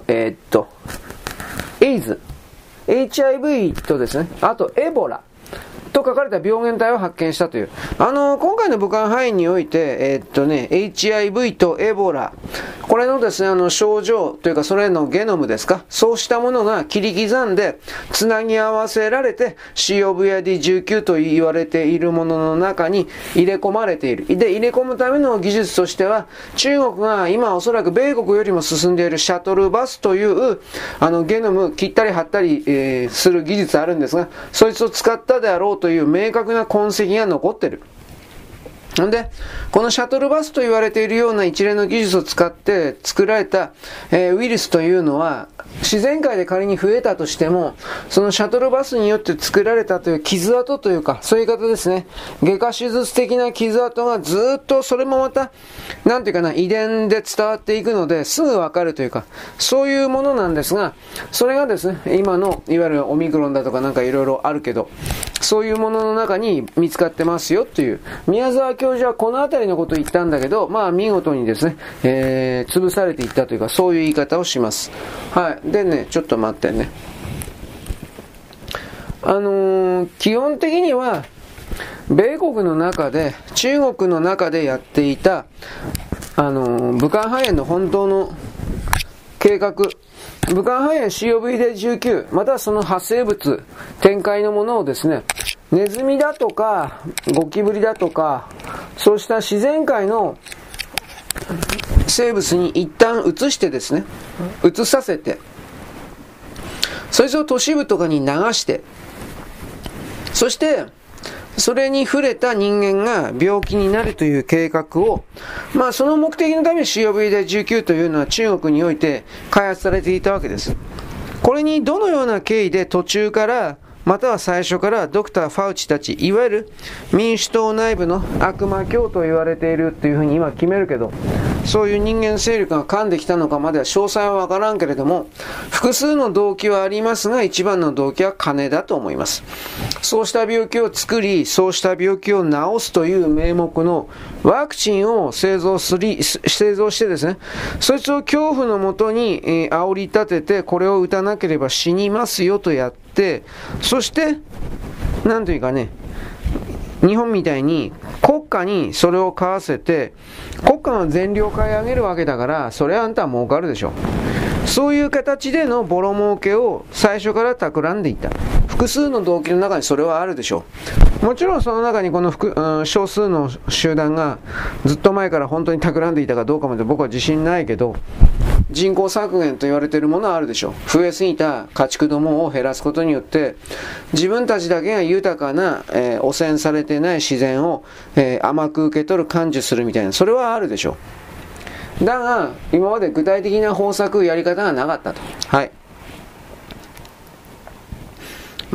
エイズ、HIV とですね、あとエボラと書かれた病原体を発見したという。今回の武漢肺炎において、HIV とエボラ、これのですね、症状というか、それのゲノムですか、そうしたものが切り刻んで、つなぎ合わせられて、COVID-19 と言われているものの中に入れ込まれている。で、入れ込むための技術としては、中国が今おそらく米国よりも進んでいるシャトルバスという、ゲノム切ったり貼ったり、する技術あるんですが、そいつを使ったであろうという明確な痕跡が残っている。で、このシャトルバスと言われているような一連の技術を使って作られた、ウイルスというのは、自然界で仮に増えたとしても、そのシャトルバスによって作られたという傷跡というか、そういう言い方ですね。外科手術的な傷跡がずっとそれもまた、なんていうかな、遺伝で伝わっていくのですぐわかるというか、そういうものなんですが、それがですね、今の、いわゆるオミクロンだとかなんかいろいろあるけど、そういうものの中に見つかってますよっていう、宮沢教授はこのあたりのことを言ったんだけど、見事にですね、潰されていったというか、そういう言い方をします。はい。でね、ちょっと待ってね。基本的には、米国の中で、中国の中でやっていた、武漢肺炎の本当の計画、武漢肺炎 COVID-19、またはその発生物、展開のものをですね、ネズミだとか、ゴキブリだとか、そうした自然界の生物に一旦移してですね、移させて、そいつを都市部とかに流して、そして、それに触れた人間が病気になるという計画を、その目的のために COVID-19 というのは中国において開発されていたわけです。これにどのような経緯で途中からまたは最初からドクター・ファウチたち、いわゆる民主党内部の悪魔教と言われているっていうふうに今決めるけど、そういう人間勢力が噛んできたのかまでは詳細はわからんけれども、複数の動機はありますが、一番の動機は金だと思います。そうした病気を作り、そうした病気を治すという名目のワクチンを製造してですね、そいつを恐怖のもとに、煽り立てて、これを打たなければ死にますよとやって、そして、なんというかね、日本みたいに国家にそれを買わせて、国家の全量買い上げるわけだから、それはあんたは儲かるでしょ。そういう形でのボロ儲けを最初から企んでいた。複数の動機の中にそれはあるでしょう。もちろんその中にこの少数の集団がずっと前から本当に企んでいたかどうかまで僕は自信ないけど、人口削減と言われているものはあるでしょう。増えすぎた家畜どもを減らすことによって自分たちだけが豊かな、汚染されていない自然を、甘く受け取る感受するみたいな、それはあるでしょう。だが今まで具体的な方策やり方がなかったと。はい。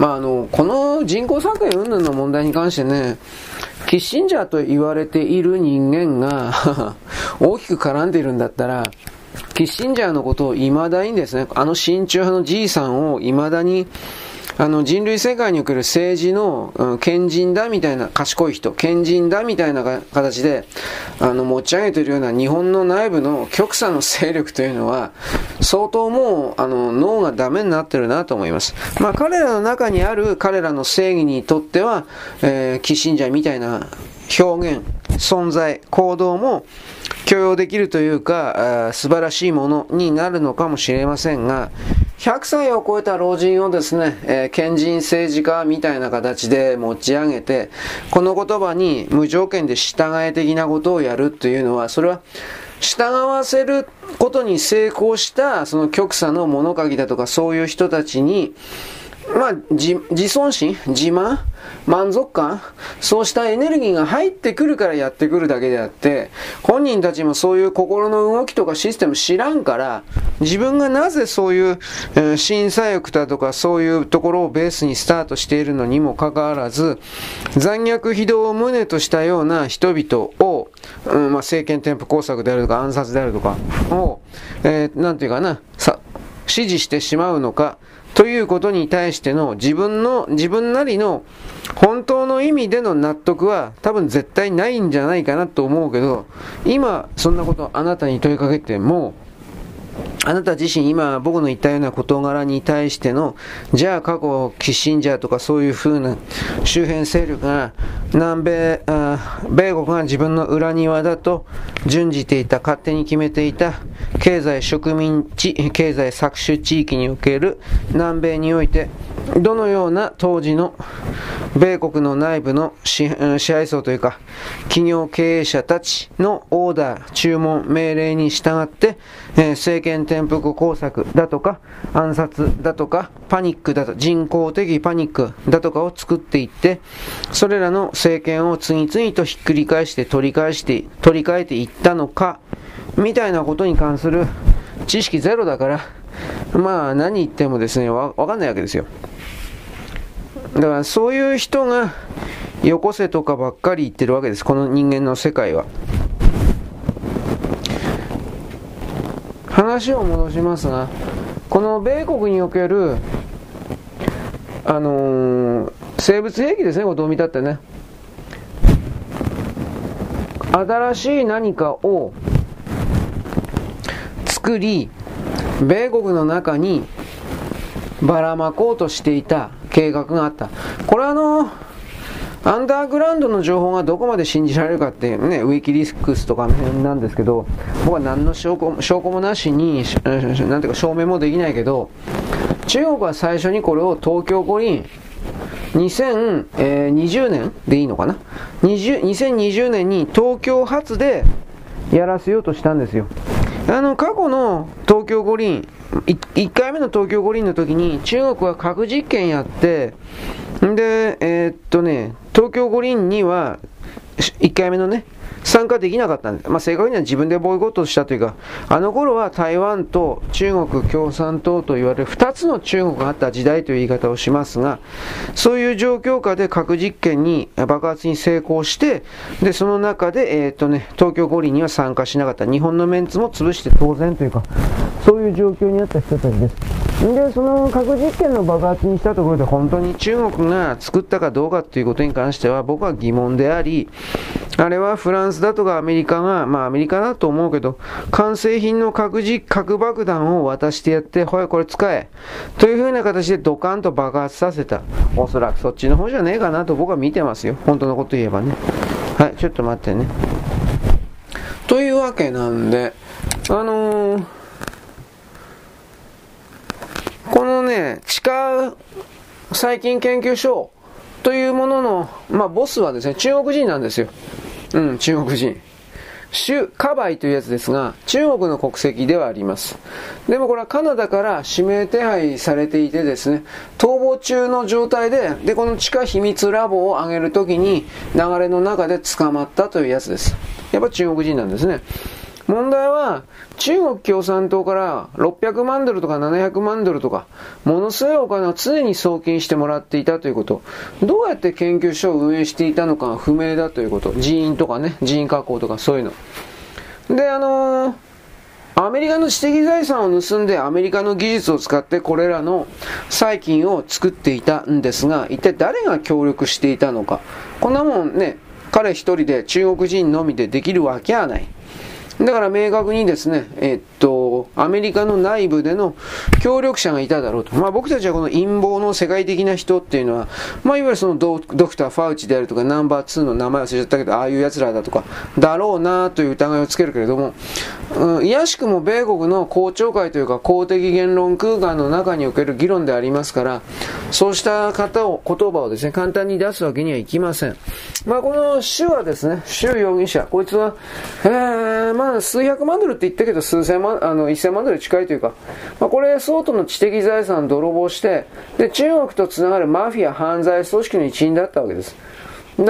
この人口削減云々の問題に関してね、キッシンジャーと言われている人間が大きく絡んでいるんだったら、キッシンジャーのことを未だにですね、親中派のじいさんを未だに人類世界における政治の、賢人だみたいな、賢い人、賢人だみたいな形で、持ち上げているような日本の内部の極左の勢力というのは、相当もう、脳がダメになってるなと思います。彼らの中にある彼らの正義にとっては、キッシンジャーみたいな表現、存在、行動も許容できるというか、素晴らしいものになるのかもしれませんが、100歳を超えた老人をですね、賢人政治家みたいな形で持ち上げて、この言葉に無条件で従え的なことをやるというのは、それは従わせることに成功したその極左の物書きだとかそういう人たちに、自尊心、自慢、満足感、そうしたエネルギーが入ってくるからやってくるだけであって、本人たちもそういう心の動きとかシステム知らんから、自分がなぜそういう、審査欲だとかそういうところをベースにスタートしているのにもかかわらず、残虐非道を旨としたような人々を、政権転覆工作であるとか暗殺であるとかを、なんていうかな、支持してしまうのか、ということに対しての自分なりの本当の意味での納得は多分絶対ないんじゃないかなと思うけど、今そんなことあなたに問いかけても、あなた自身今僕の言ったような事柄に対しての、じゃあ過去キッシンジャーとかそういう風な周辺勢力が米国が自分の裏庭だと準じていた、勝手に決めていた経済植民地、経済搾取地域における南米において、どのような当時の米国の内部の支配層というか企業経営者たちのオーダー、注文、命令に従って、政権転覆工作だとか暗殺だとかパニックだと人工的パニックだとかを作っていって、それらの政権を次々とひっくり返して取り替えていったのかみたいなことに関する知識ゼロだから、何言ってもですね、わかんないわけですよ。だからそういう人がよこせとかばっかり言ってるわけです、この人間の世界は。話を戻しますが、この米国における生物兵器ですね、これどう見たってね、新しい何かを作り、米国の中にばらまこうとしていた計画があった。これはアンダーグラウンドの情報がどこまで信じられるかっていうね、ウィキリクスとかの辺なんですけど、僕は何の証拠もなしに、なんていうか証明もできないけど、中国は最初にこれを東京五輪、2020年でいいのかな、2020年に東京発でやらせようとしたんですよ。過去の東京五輪、1回目の東京五輪の時に中国は核実験やって、で、東京五輪には1回目のね、参加できなかったんです。正確には自分でボイコットしたというか、あの頃は台湾と中国共産党と言われる2つの中国があった時代という言い方をしますが、そういう状況下で核実験に爆発に成功して、でその中で、東京五輪には参加しなかった。日本のメンツも潰して当然というか、そういう状況にあった人たちです。でその核実験の爆発にしたところで本当に中国が作ったかどうかということに関しては僕は疑問であり、あれはフランスだとかアメリカが、アメリカだと思うけど、完成品の核爆弾を渡してやって、ほいこれ使えという風な形でドカンと爆発させた。おそらくそっちの方じゃねえかなと僕は見てますよ、本当のこと言えばね。はい、ちょっと待ってね。というわけなんで、このね、地下細菌研究所というものの、ボスはですね、中国人なんですよ。中国人。朱家培というやつですが、中国の国籍ではあります。でもこれはカナダから指名手配されていてですね、逃亡中の状態で、この地下秘密ラボを上げるときに流れの中で捕まったというやつです。やっぱ中国人なんですね。 問題は中国共産党から600万ドルとか700万ドルとかものすごいお金を常に送金してもらっていたということ、どうやって研究所を運営していたのかは不明だということ、人員とかね、人員確保とかそういうので、アメリカの知的財産を盗んでアメリカの技術を使ってこれらの細菌を作っていたんですが、一体誰が協力していたのか。こんなもんね、彼一人で中国人のみでできるわけはない。だから明確にですね、アメリカの内部での協力者がいただろうと。僕たちはこの陰謀の世界的な人っていうのは、いわゆるそのドクター・ファウチであるとか、ナンバー2の名前忘れちゃったけど、ああいう奴らだとか、だろうなという疑いをつけるけれども、いやしくも米国の公聴会というか公的言論空間の中における議論でありますから、そうした言葉をですね、簡単に出すわけにはいきません。このシュはですね、シュ容疑者、こいつは、数百万ドルって言ったけど1000万ドル近いというか、これ相当の知的財産を泥棒して、で中国とつながるマフィア犯罪組織の一員だったわけです。だ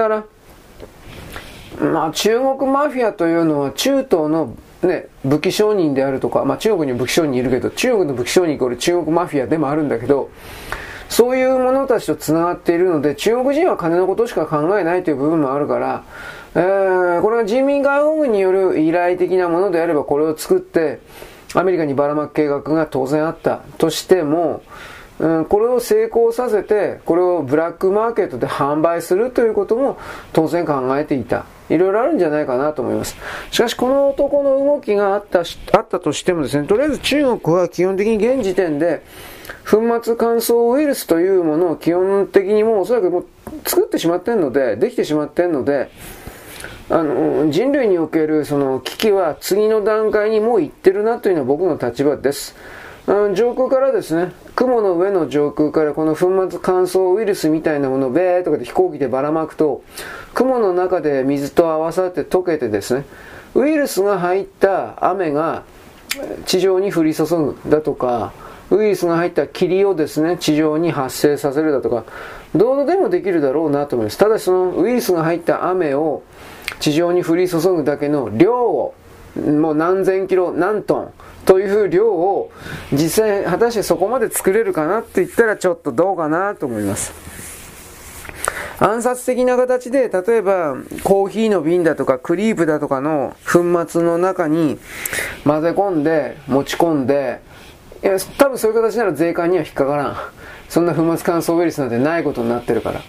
から中国マフィアというのは中東のね、武器商人であるとか、中国に武器商人いるけど、中国の武器商人イコール中国マフィアでもあるんだけど、そういう者たちとつながっているので、中国人は金のことしか考えないという部分もあるから、これは人民解放軍による依頼的なものであればこれを作ってアメリカにばらまく計画が当然あったとしても、これを成功させてこれをブラックマーケットで販売するということも当然考えていた。いろいろあるんじゃないかなと思います。しかしこの男の動きがあったとしてもですね、とりあえず中国は基本的に現時点で粉末乾燥ウイルスというものを基本的にもうおそらくもう作ってしまっているので、できてしまっているので、人類におけるその危機は次の段階にもう行ってるなというのは僕の立場です。上空からですね、雲の上の上空からこの粉末乾燥ウイルスみたいなものをベーとかで飛行機でばらまくと、雲の中で水と合わさって溶けてですね、ウイルスが入った雨が地上に降り注ぐだとか、ウイルスが入った霧をですね、地上に発生させるだとか、どうでもできるだろうなと思います。ただしそのウイルスが入った雨を地上に降り注ぐだけの量を、もう何千キロ何トンという量を実際果たしてそこまで作れるかなって言ったらちょっとどうかなと思います。暗殺的な形で例えばコーヒーの瓶だとかクリープだとかの粉末の中に混ぜ込んで持ち込んで、多分そういう形なら税関には引っかからん。そんな粉末乾燥ウイルスなんてないことになってるから。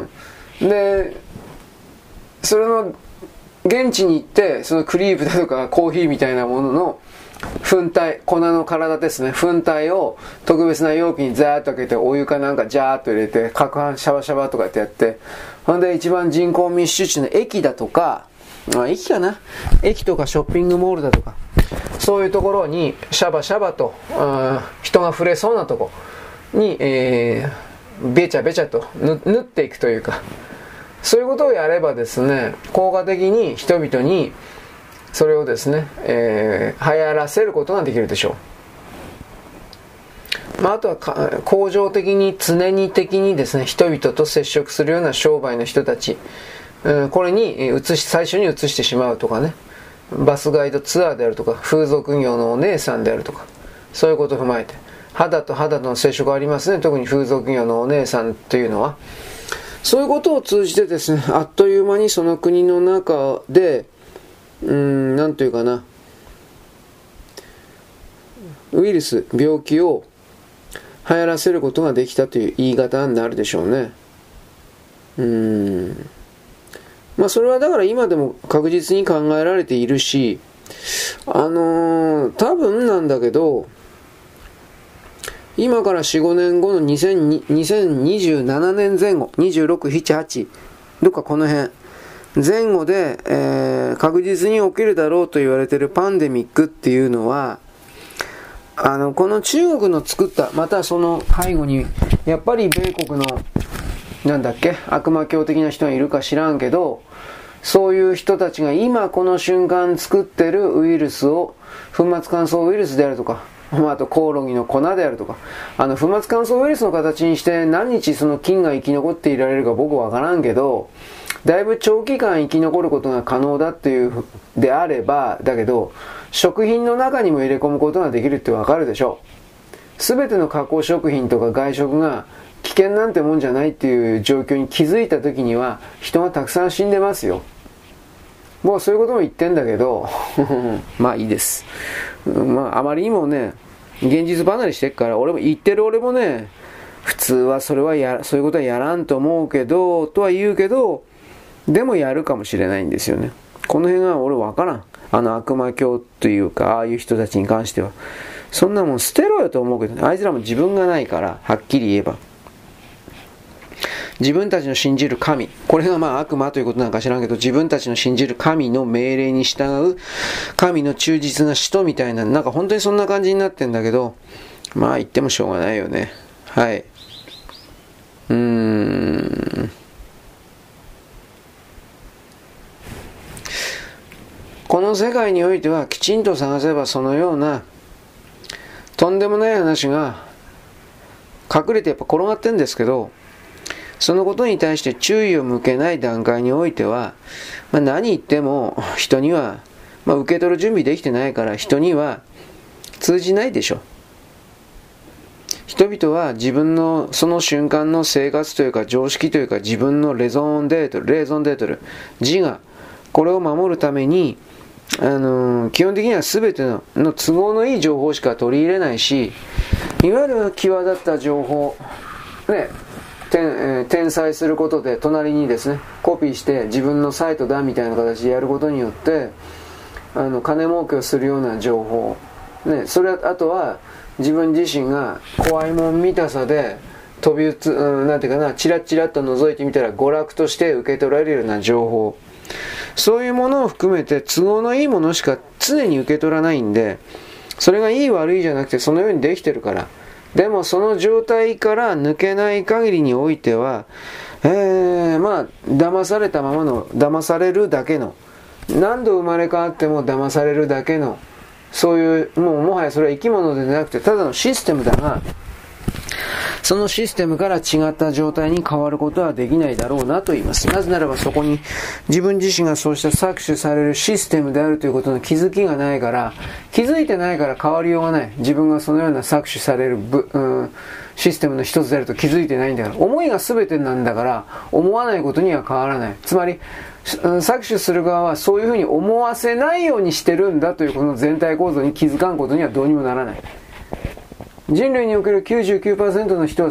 でそれの現地に行ってそのクリープだとかコーヒーみたいなものの粉体、粉の体ですね、粉体を特別な容器にザーッと開けてお湯かなんかジャーッと入れて攪拌シャバシャバとかってやって、ほんで一番人口密集地の駅だとか、駅かな、駅とかショッピングモールだとかそういうところにシャバシャバと人が触れそうなとこに、べちゃべちゃと縫っていくというか、そういうことをやればですね、効果的に人々にそれをですね、流行らせることができるでしょう。あとは恒常的に常に的にですね、人々と接触するような商売の人たち、これに最初に移してしまうとかね、バスガイドツアーであるとか風俗業のお姉さんであるとか、そういうことを踏まえて肌と肌との接触ありますね。特に風俗業のお姉さんというのはそういうことを通じてですね、あっという間にその国の中でなんというかな、ウイルス、病気を流行らせることができたという言い方になるでしょうね。それはだから今でも確実に考えられているし、多分なんだけど、今から4、5年後の2027年前後、26、7、8、どっかこの辺、前後で、確実に起きるだろうと言われているパンデミックっていうのは、この中国の作った、またその背後に、やっぱり米国の、悪魔教的な人がいるか知らんけど、そういう人たちが今この瞬間作ってるウイルスを、粉末乾燥ウイルスであるとか、あとコオロギの粉であるとか、粉末乾燥ウイルスの形にして何日その菌が生き残っていられるか僕はわからんけど、 だいぶ長期間生き残ることが可能だっていうであれば、だけど食品の中にも入れ込むことができるってわかるでしょう。すべての加工食品とか外食が危険なんてもんじゃないっていう状況に気づいた時には人がたくさん死んでますよ。もうそういうことも言ってんだけどまあいいです。あまりにもね現実離れしてっから、俺もね普通はそういうことはやらんと思うけどとは言うけど、でもやるかもしれないんですよね。この辺が俺わからん。悪魔教というかああいう人たちに関してはそんなもん捨てろよと思うけどね。あいつらも自分がないから、はっきり言えば自分たちの信じる神、これが悪魔ということなんか知らんけど、自分たちの信じる神の命令に従う神の忠実な使徒みたいな、なんか本当にそんな感じになってんだけど、言ってもしょうがないよね。はい。この世界においてはきちんと探せばそのようなとんでもない話が隠れてやっぱ転がってんですけど、そのことに対して注意を向けない段階においては、何言っても人には、受け取る準備できてないから人には通じないでしょ。人々は自分のその瞬間の生活というか常識というか自分のレゾンデートル、自我、これを守るために基本的には全ての都合のいい情報しか取り入れないし、いわゆる際立った情報ね、転載することで隣にですねコピーして自分のサイトだみたいな形でやることによって金儲けをするような情報ね、あとは自分自身が怖いもん見たさで飛び移なんていうかな、チラッチラッと覗いてみたら娯楽として受け取られるような情報、そういうものを含めて都合のいいものしか常に受け取らないんで、それがいい悪いじゃなくてそのようにできてるから。でもその状態から抜けない限りにおいては、騙されたままの、騙されるだけの、何度生まれ変わっても騙されるだけの、そういう、もはやそれは生き物でなくてただのシステムだが、そのシステムから違った状態に変わることはできないだろうなと言います。なぜならばそこに自分自身がそうした搾取されるシステムであるということの気づきがないから、気づいてないから変わりようがない。自分がそのような搾取されるシステムの一つであると気づいてないんだから。思いが全てなんだから、思わないことには変わらない。つまり搾取する側はそういうふうに思わせないようにしてるんだというこの全体構造に気づかんことにはどうにもならない。人類における 99% の人は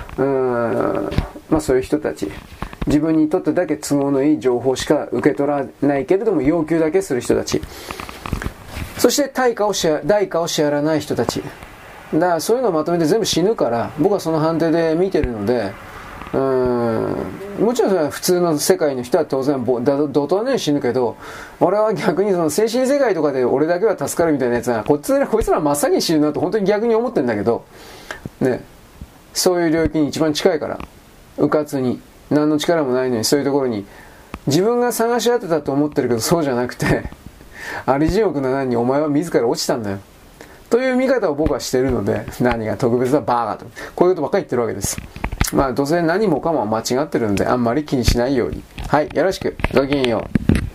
そういう人たち、自分にとってだけ都合のいい情報しか受け取らないけれども要求だけする人たち、そして代価を支払わない人たちだから、そういうのをまとめて全部死ぬから、僕はその判定で見てるので、もちろんそれは普通の世界の人は当然怒涛のように死ぬけど、俺は逆にその精神世界とかで俺だけは助かるみたいなやつがこいつらは真っ先に死ぬなと本当に逆に思ってるんだけどね、そういう領域に一番近いから、迂闊に何の力もないのにそういうところに自分が探し当てたと思ってるけど、そうじゃなくてあり地獄の難にお前は自ら落ちたんだよという見方を僕はしているので、何が特別だバーガーとこういうことばっかり言ってるわけです。どうせ何もかも間違ってるのであんまり気にしないように。はい、よろしく。ごきげんよう。